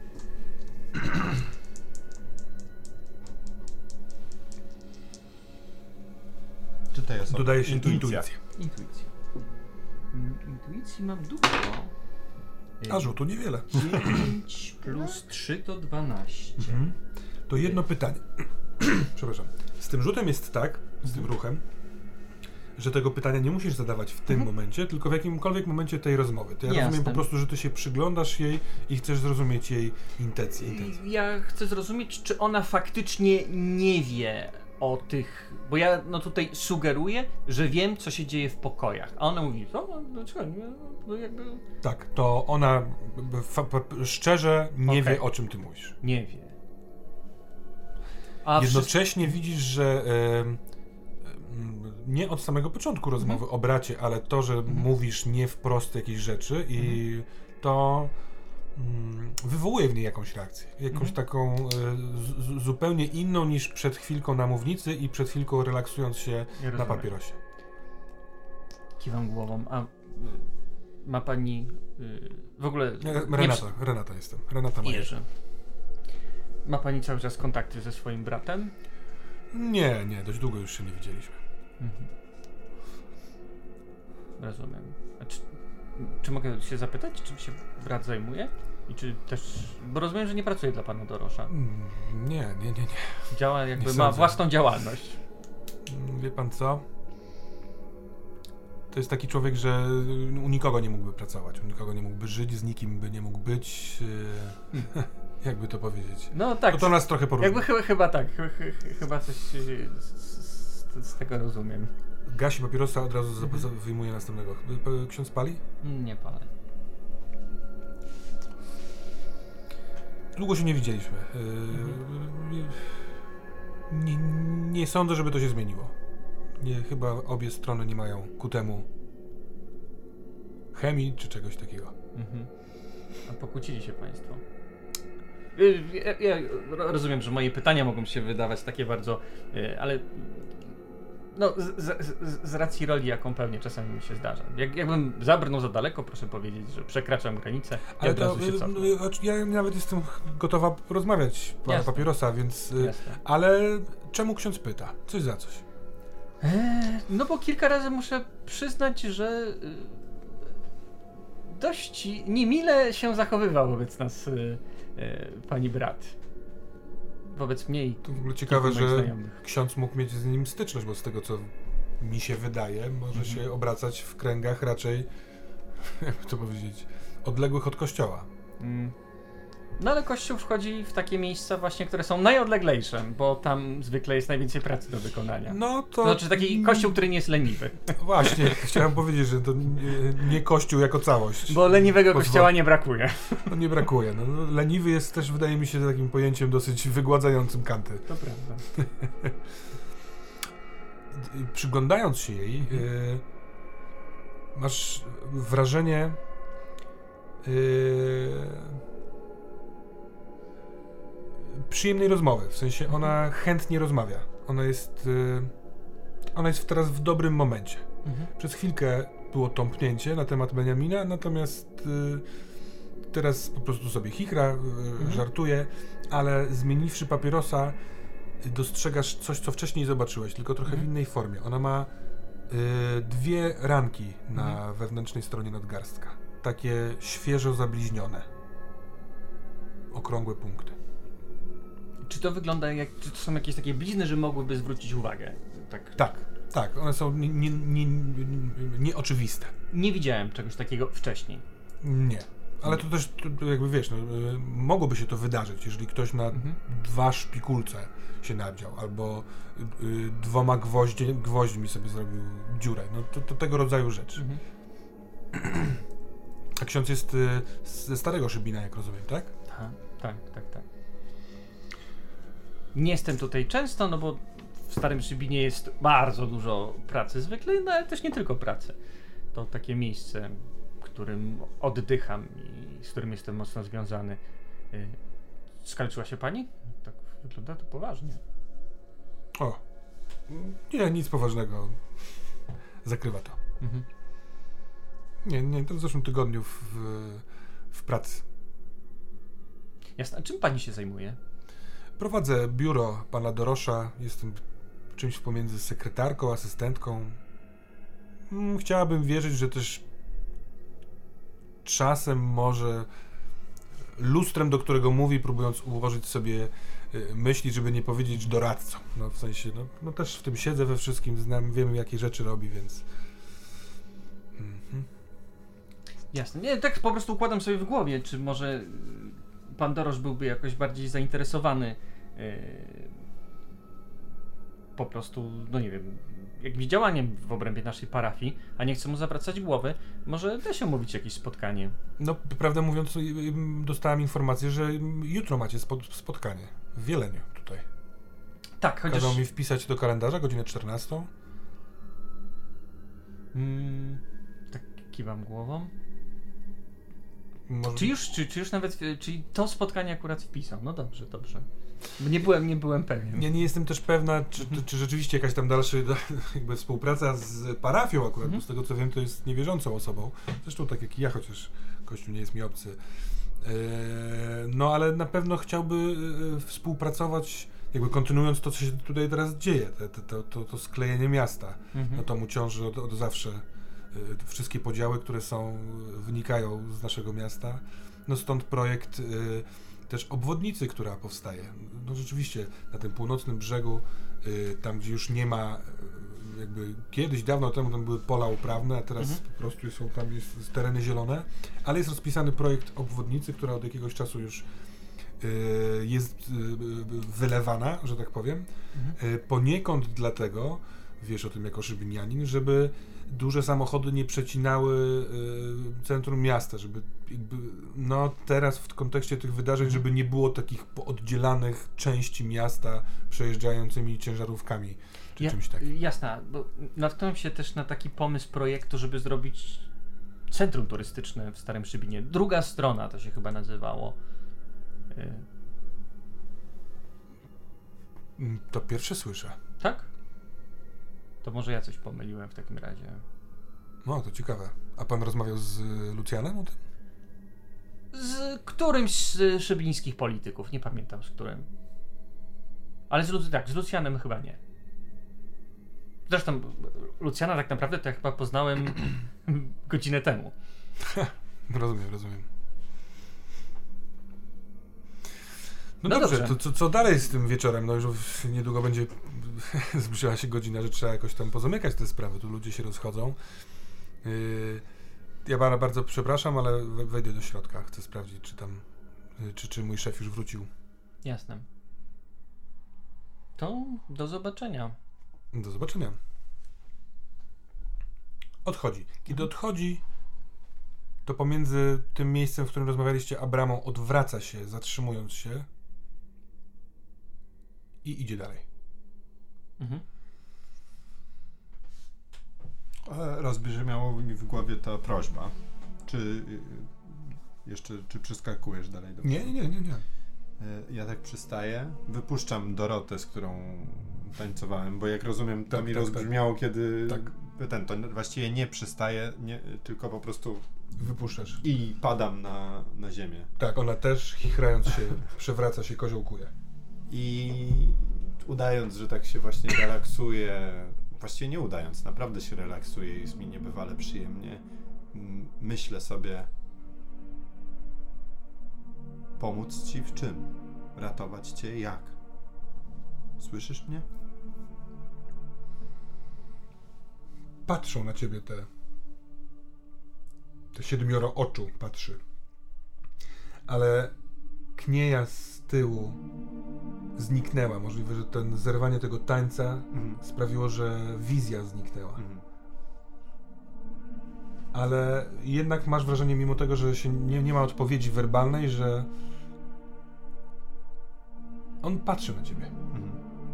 Speaker 3: Czytaj o sobie.
Speaker 1: Dodaje się
Speaker 3: Intuicja.
Speaker 1: intuicję.
Speaker 4: Intuicja. Mm, Intuicji mam dużo.
Speaker 1: A rzutu niewiele.
Speaker 4: dziewięć plus trzy to dwanaście.
Speaker 1: Mhm. To jedno pytanie. Przepraszam. Z tym rzutem jest tak, z tym ruchem, że tego pytania nie musisz zadawać w tym
Speaker 4: Mhm.
Speaker 1: momencie, tylko w jakimkolwiek momencie tej rozmowy. To ja
Speaker 4: Jasne.
Speaker 1: rozumiem po prostu, że ty się przyglądasz jej i chcesz zrozumieć jej intencje. intencje.
Speaker 4: Ja chcę zrozumieć, czy ona faktycznie nie wie o tych, bo ja no tutaj sugeruję, że wiem, co się dzieje w pokojach, a ona mówi, co? No, dlaczego nie? No, jakby
Speaker 1: Tak, to ona b- fa- pa- szczerze nie
Speaker 4: Okej.
Speaker 1: wie, o czym ty mówisz.
Speaker 4: nie wie. A
Speaker 1: Jednocześnie widzisz, że em, em, nie od samego początku rozmowy
Speaker 4: Mhm.
Speaker 1: o bracie, ale to, że mówisz nie wprost jakieś rzeczy i to mm, wywołuje w niej jakąś reakcję. Jakąś
Speaker 4: Mhm.
Speaker 1: taką e, z, z, zupełnie inną niż przed chwilką na mównicy i przed chwilką relaksując się
Speaker 4: Ja
Speaker 1: na
Speaker 4: rozumiem.
Speaker 1: papierosie.
Speaker 4: Kiwam głową, a y, ma pani y, w ogóle...
Speaker 1: E,
Speaker 4: nie
Speaker 1: Renata, Renata jestem. Renata Majer.
Speaker 4: Jerzy. Ma pani cały czas kontakty ze swoim bratem?
Speaker 1: Nie, nie, dość długo już się nie widzieliśmy.
Speaker 4: Mhm. Rozumiem. A czy, czy mogę się zapytać, czym się brat zajmuje? I czy też... Bo rozumiem, że nie pracuje dla pana Dorosza.
Speaker 1: Mm, Nie, nie, nie, nie.
Speaker 4: Działa jakby,
Speaker 1: Nie
Speaker 4: ma
Speaker 1: sądzę.
Speaker 4: własną działalność.
Speaker 1: Mm, Wie pan co? To jest taki człowiek, że u nikogo nie mógłby pracować, u nikogo nie mógłby żyć, z nikim by nie mógł być. Yy, jakby to powiedzieć.
Speaker 4: No tak,
Speaker 1: To to nas trochę poróżnia.
Speaker 4: jakby chyba, chyba tak, chy- chy- chy- chyba coś y, z, z, z tego rozumiem.
Speaker 1: Gasi papierosa, od razu za- za- wyjmuje następnego. P- Ksiądz pali?
Speaker 4: Nie palę.
Speaker 1: Długo się nie widzieliśmy. Yy, nie, nie sądzę, żeby to się zmieniło. Nie, chyba obie strony nie mają ku temu chemii czy czegoś takiego.
Speaker 4: Mhm. A pokłócili się państwo? Y, Ja, ja rozumiem, że moje pytania mogą się wydawać takie bardzo, y, ale no, z, z, z racji roli, jaką pełnię, czasami mi się zdarza. Jak, jakbym zabrnął za daleko, proszę powiedzieć, że przekraczam granicę i
Speaker 1: Ale
Speaker 4: od
Speaker 1: to,
Speaker 4: razu się
Speaker 1: y,
Speaker 4: cofnę.
Speaker 1: y, choć ja nawet jestem gotowa rozmawiać pana
Speaker 4: Jasne.
Speaker 1: papierosa, więc... y,
Speaker 4: Jasne.
Speaker 1: Ale czemu ksiądz pyta? Coś za coś.
Speaker 4: Eee, no bo kilka razy muszę przyznać, że y, dość niemile się zachowywał wobec nas y, y, pani brat. Wobec mnie i
Speaker 1: To w ogóle ciekawe,
Speaker 4: kilku moich
Speaker 1: że
Speaker 4: znajomych.
Speaker 1: ksiądz mógł mieć z nim styczność, bo z tego co mi się wydaje, może
Speaker 4: Mhm.
Speaker 1: się obracać w kręgach raczej, jakby to powiedzieć, odległych od kościoła.
Speaker 4: Mm. No ale Kościół wchodzi w takie miejsca właśnie, które są najodleglejsze, bo tam zwykle jest najwięcej pracy do wykonania.
Speaker 1: No to...
Speaker 4: To znaczy taki kościół, który nie jest leniwy.
Speaker 1: Właśnie, chciałem powiedzieć, że to nie, nie kościół jako całość.
Speaker 4: Bo leniwego
Speaker 1: Pozwol-
Speaker 4: kościoła nie brakuje.
Speaker 1: No nie brakuje. No, no, leniwy jest też, wydaje mi się, takim pojęciem dosyć wygładzającym kanty.
Speaker 4: To prawda.
Speaker 1: Przyglądając się jej,
Speaker 4: Mhm.
Speaker 1: y, masz wrażenie y, przyjemnej rozmowy. W sensie ona chętnie rozmawia. Ona jest, y, ona jest teraz w dobrym momencie.
Speaker 4: Mhm.
Speaker 1: Przez chwilkę było tąpnięcie na temat Beniamina, natomiast y, teraz po prostu sobie chichra, mhm. żartuje, ale zmieniwszy papierosa, dostrzegasz coś, co wcześniej zobaczyłeś, tylko trochę mhm. w innej formie. Ona ma y, dwie ranki na mhm. wewnętrznej stronie nadgarstka. Takie świeżo zabliźnione. Okrągłe punkty.
Speaker 4: Czy to wygląda jak, czy to są jakieś takie blizny, że mogłyby zwrócić uwagę? Tak,
Speaker 1: tak, tak. One są nieoczywiste. Nie, nie, nie
Speaker 4: nie widziałem czegoś takiego wcześniej.
Speaker 1: Nie. Ale to też, to jakby wiesz, no, y, mogłoby się to wydarzyć, jeżeli ktoś na mhm. dwa szpikulce się nadział, albo y, dwoma gwoździe, gwoźdźmi sobie zrobił dziurę. No to, to tego rodzaju rzeczy. Mhm. A ksiądz jest y, ze Starego Szybina, jak rozumiem, tak?
Speaker 4: Tak, tak, tak, tak. Nie jestem tutaj często, no bo w Starym Szybinie jest bardzo dużo pracy zwykle, no ale też nie tylko pracy. To takie miejsce, w którym oddycham i z którym jestem mocno związany. Yy, skaleczyła się pani? Tak wygląda to poważnie.
Speaker 1: O, nie, nic poważnego. Zakrywa to. Mhm. Nie, nie, to w zeszłym tygodniu w, w pracy.
Speaker 4: Jasne, a czym pani się zajmuje?
Speaker 1: Prowadzę biuro pana Dorosza, jestem czymś pomiędzy sekretarką, asystentką. Chciałabym wierzyć, że też czasem może lustrem, do którego mówi, próbując ułożyć sobie myśli, żeby nie powiedzieć doradcą. No w sensie, no, no też w tym siedzę we wszystkim, znam, wiem jakie rzeczy robi, więc... Mhm.
Speaker 4: Jasne. Nie, tak po prostu układam sobie w głowie, czy może pan Dorosz byłby jakoś bardziej zainteresowany yy, po prostu, no nie wiem, jakimś działaniem w obrębie naszej parafii, a nie chce mu zawracać głowy, może da się umówić jakieś spotkanie.
Speaker 1: No, prawdę mówiąc, dostałem informację, że jutro macie spotkanie w Wieleniu tutaj.
Speaker 4: Tak, chociaż...
Speaker 1: Kazał mi wpisać do kalendarza godzinę czternastą.
Speaker 4: Hmm, tak kiwam głową.
Speaker 1: Może...
Speaker 4: Czy już, czy, czy już nawet, czyli to spotkanie akurat wpisał? No dobrze, dobrze. Nie byłem, nie byłem pewien.
Speaker 1: Ja nie jestem też pewna, czy, mhm. czy rzeczywiście jakaś tam dalsza jakby współpraca z parafią akurat, mhm. bo z tego co wiem, to jest niewierzącą osobą. Zresztą tak jak i ja, chociaż Kościół nie jest mi obcy. Eee, no ale na pewno chciałby e, współpracować, jakby kontynuując to, co się tutaj teraz dzieje, te, te, to, to, to sklejenie miasta. Mhm. No to mu ciąży od, od zawsze. E, wszystkie podziały, które są, wynikają z naszego miasta. No stąd projekt e, też obwodnicy, która powstaje. No rzeczywiście na tym północnym brzegu, y, tam gdzie już nie ma, y, jakby kiedyś, dawno temu tam były pola uprawne, a teraz mhm. po prostu są tam jest tereny zielone, ale jest rozpisany projekt obwodnicy, która od jakiegoś czasu już y, jest y, wylewana, że tak powiem. Mhm. Y, poniekąd dlatego, wiesz o tym jako szybinianin, żeby duże samochody nie przecinały y, centrum miasta, żeby jakby, no teraz w kontekście tych wydarzeń, żeby nie było takich oddzielanych części miasta przejeżdżającymi ciężarówkami czy ja, czymś takim.
Speaker 4: Jasne, bo natknąłem się też na taki pomysł projektu, żeby zrobić centrum turystyczne w Starym Szybinie. Druga strona to się chyba nazywało.
Speaker 1: Y... To pierwsze słyszę.
Speaker 4: Tak? To może ja coś pomyliłem w takim razie.
Speaker 1: No, to ciekawe. A pan rozmawiał z Lucjanem o tym?
Speaker 4: Z którymś z szybińskich polityków, nie pamiętam z którym. Ale z, Lu- tak, z Lucjanem chyba nie. Zresztą Lucjana tak naprawdę to ja chyba poznałem godzinę temu.
Speaker 1: rozumiem, rozumiem. No,
Speaker 4: no
Speaker 1: dobrze,
Speaker 4: dobrze.
Speaker 1: to co, co dalej z tym wieczorem? No już niedługo będzie zbliżyła się godzina, że trzeba jakoś tam pozamykać te sprawy. Tu ludzie się rozchodzą. Yy, ja pana bardzo przepraszam, ale wejdę do środka. Chcę sprawdzić, czy tam, yy, czy, czy mój szef już wrócił.
Speaker 4: Jasne. To do zobaczenia.
Speaker 1: Do zobaczenia. Odchodzi. Kiedy odchodzi, to pomiędzy tym miejscem, w którym rozmawialiście, a bramą odwraca się, zatrzymując się i idzie dalej. Mhm.
Speaker 3: Rozbrzmiało mi w głowie ta prośba. Czy jeszcze, czy przeskakujesz dalej do
Speaker 1: Nie, nie, nie, nie, nie.
Speaker 3: Ja tak przystaję, wypuszczam Dorotę, z którą tańcowałem, bo jak rozumiem, to
Speaker 1: tak,
Speaker 3: mi
Speaker 1: tak,
Speaker 3: rozbrzmiało,
Speaker 1: tak.
Speaker 3: kiedy
Speaker 1: tak.
Speaker 3: ten, to właściwie nie przystaje, nie, tylko po prostu
Speaker 1: Wypuszczasz.
Speaker 3: I padam na, na ziemię.
Speaker 1: Tak, ona też, chichrając się, przewraca się, koziołkuje.
Speaker 3: I udając, że tak się właśnie relaksuje, właściwie nie udając, naprawdę się relaksuje, jest mi niebywale przyjemnie, m- myślę sobie, pomóc ci w czym? Ratować cię jak? Słyszysz mnie?
Speaker 1: Patrzą na ciebie te te siedmioro oczu patrzy. Ale Knieja z tyłu zniknęła. Możliwe, że ten zerwanie tego tańca
Speaker 3: Mhm.
Speaker 1: sprawiło, że wizja zniknęła.
Speaker 3: Mhm.
Speaker 1: Ale jednak masz wrażenie, mimo tego, że się nie, nie ma odpowiedzi werbalnej, że on patrzy na ciebie.
Speaker 3: Mhm.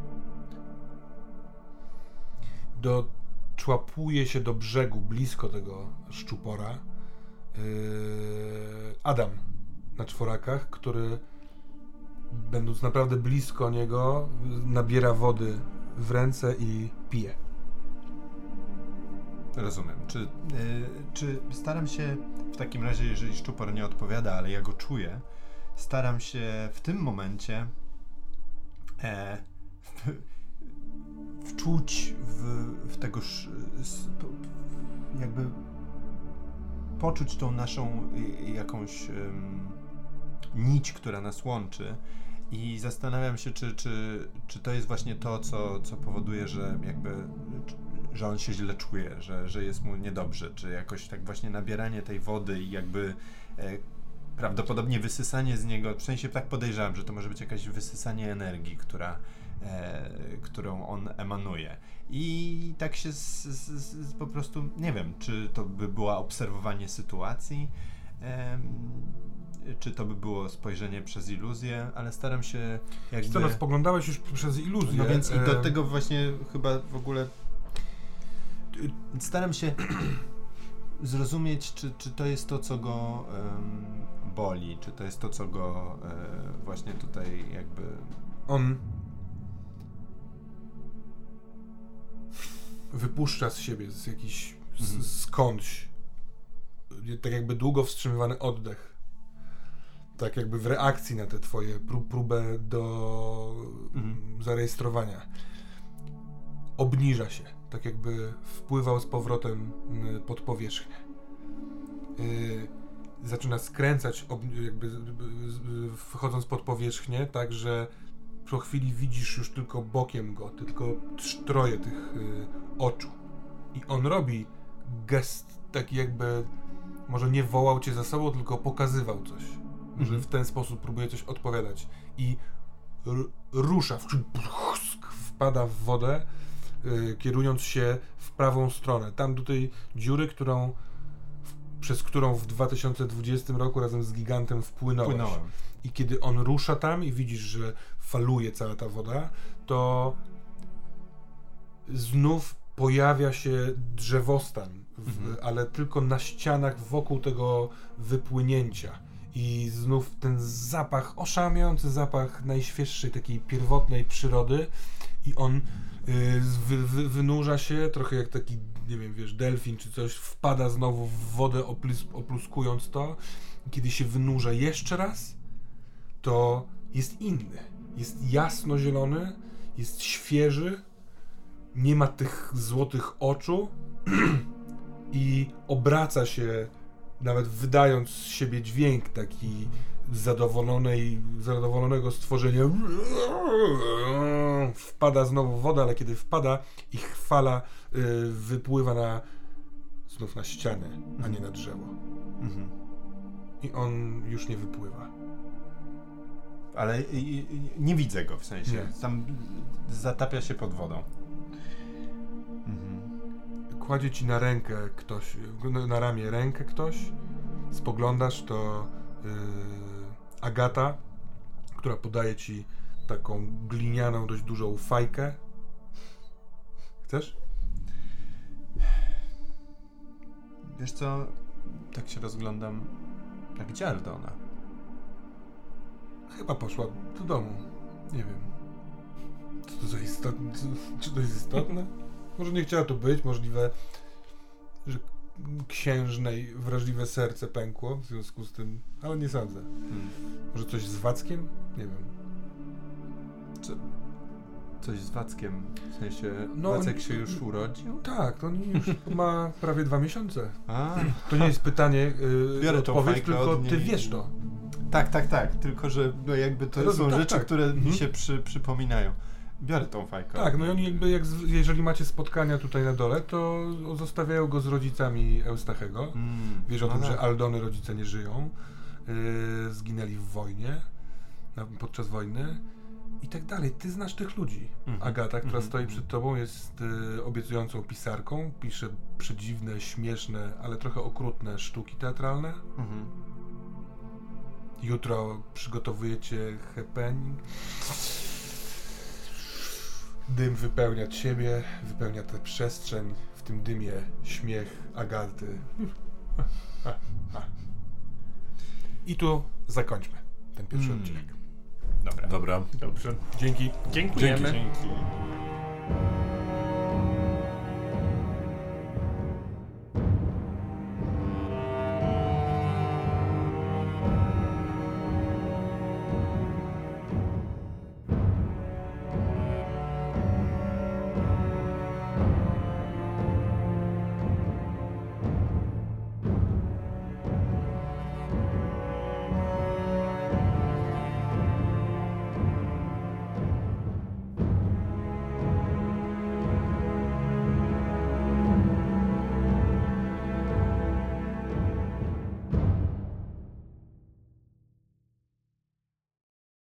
Speaker 1: Doczłapuje się do brzegu, blisko tego szczupora, yy, Adam na czworakach, który, będąc naprawdę blisko niego, nabiera wody w ręce i pije.
Speaker 3: Rozumiem. Czy, yy, czy staram się w takim razie, jeżeli szczupor nie odpowiada, ale ja go czuję, staram się w tym momencie e, w, wczuć w, w tego sz, s, po, jakby poczuć tą naszą y, jakąś ym, nić, która nas łączy i zastanawiam się, czy, czy, czy to jest właśnie to, co, co powoduje, że jakby że on się źle czuje, że, że jest mu niedobrze, czy jakoś tak właśnie nabieranie tej wody i jakby e, prawdopodobnie wysysanie z niego, w sensie tak podejrzewam, że to może być jakieś wysysanie energii, która, e, którą on emanuje. I tak się z, z, z, po prostu, nie wiem, czy to by było obserwowanie sytuacji, e, czy to by było spojrzenie przez iluzję, ale staram się jakby...
Speaker 1: Co, no spoglądałeś już przez iluzję.
Speaker 3: No więc i do
Speaker 1: e...
Speaker 3: tego właśnie chyba w ogóle staram się zrozumieć, czy, czy to jest to, co go um, boli, czy to jest to, co go e, właśnie tutaj jakby...
Speaker 1: On wypuszcza z siebie z jakiś
Speaker 3: Mhm.
Speaker 1: z, skądś tak jakby długo wstrzymywany oddech. Tak jakby w reakcji na tę twoje pró- próbę do
Speaker 3: Mhm.
Speaker 1: zarejestrowania. Obniża się, tak jakby wpływał z powrotem y, pod powierzchnię. Y, zaczyna skręcać, ob, jakby y, y, wchodząc pod powierzchnię, tak że po chwili widzisz już tylko bokiem go, tylko troje tych y, oczu. I on robi gest taki jakby, może nie wołał cię za sobą, tylko pokazywał coś.
Speaker 3: Mhm.
Speaker 1: Że w ten sposób próbuje coś odpowiadać. I r- rusza, wpada w wodę, y, kierując się w prawą stronę. Tam do tej dziury, którą, w, przez którą w dwa tysiące dwudziestym roku razem z gigantem wpłynąłeś.
Speaker 3: Płynąłem.
Speaker 1: I kiedy on rusza tam i widzisz, że faluje cała ta woda, to znów pojawia się drzewostan, w,
Speaker 3: Mhm.
Speaker 1: ale tylko na ścianach wokół tego wypłynięcia. I znów ten zapach, oszałamiający zapach najświeższej, takiej pierwotnej przyrody. I on y, wy, wy, wynurza się, trochę jak taki, nie wiem, wiesz, delfin czy coś, wpada znowu w wodę, oplus, opluskując to. I kiedy się wynurza jeszcze raz, to jest inny. Jest jasnozielony, jest świeży, nie ma tych złotych oczu i obraca się, nawet wydając z siebie dźwięk taki zadowolonej, zadowolonego stworzenia. Wpada znowu w wodę, ale kiedy wpada, ich fala y, wypływa na znów na ścianę, a nie na drzewo.
Speaker 3: Mhm.
Speaker 1: I on już nie wypływa.
Speaker 3: Ale i, i, nie widzę go, w sensie
Speaker 1: Nie.
Speaker 3: tam zatapia się pod wodą. Mhm.
Speaker 1: Kładzie ci na rękę ktoś, na ramię rękę ktoś, spoglądasz, to yy, Agata, która podaje ci taką glinianą, dość dużą fajkę. Chcesz?
Speaker 3: Wiesz co, tak się rozglądam, a gdzie Aldona?
Speaker 1: Chyba poszła do domu. Nie wiem. Co to za istotne? Czy to jest istotne? Może nie chciała tu być, możliwe, że księżnej wrażliwe serce pękło w związku z tym, ale nie sądzę.
Speaker 3: Hmm.
Speaker 1: Może coś z Wackiem? Nie wiem.
Speaker 3: Co? Coś z Wackiem, w sensie
Speaker 1: No,
Speaker 3: Wacek
Speaker 1: on-
Speaker 3: się już urodził?
Speaker 1: Tak, on już ma prawie dwa miesiące.
Speaker 3: A,
Speaker 1: To nie jest pytanie, yy,
Speaker 3: Biorę tą
Speaker 1: odpowiedź,
Speaker 3: fajkę
Speaker 1: tylko
Speaker 3: od
Speaker 1: ty
Speaker 3: niej.
Speaker 1: wiesz to.
Speaker 3: tak, tak, tak, tylko że no jakby to
Speaker 1: Rozumiem,
Speaker 3: są
Speaker 1: tak,
Speaker 3: rzeczy,
Speaker 1: tak.
Speaker 3: które mi
Speaker 1: Mhm.
Speaker 3: się przy, przypominają. Biorę tą fajkę.
Speaker 1: Tak, no i oni jakby, jak z, jeżeli macie spotkania tutaj na dole, to zostawiają go z rodzicami Eustachego.
Speaker 3: Mm,
Speaker 1: Wiesz o
Speaker 3: no
Speaker 1: tym,
Speaker 3: tak.
Speaker 1: że Aldony rodzice nie żyją, yy, zginęli w wojnie, na, podczas wojny i tak dalej. Ty znasz tych ludzi.
Speaker 3: Mhm,
Speaker 1: Agata, która
Speaker 3: mhm,
Speaker 1: stoi
Speaker 3: mhm.
Speaker 1: przed tobą, jest y, obiecującą pisarką, pisze przedziwne, śmieszne, ale trochę okrutne sztuki teatralne.
Speaker 3: Mhm.
Speaker 1: Jutro przygotowujecie happening. Dym wypełnia ciebie, wypełnia tę przestrzeń, w tym dymie śmiech Agaty. I tu zakończmy ten pierwszy
Speaker 3: Mm.
Speaker 1: odcinek.
Speaker 4: Dobra.
Speaker 2: Dobra.
Speaker 4: Dobrze.
Speaker 1: Dzięki.
Speaker 4: Dziękujemy.
Speaker 3: Dzięki.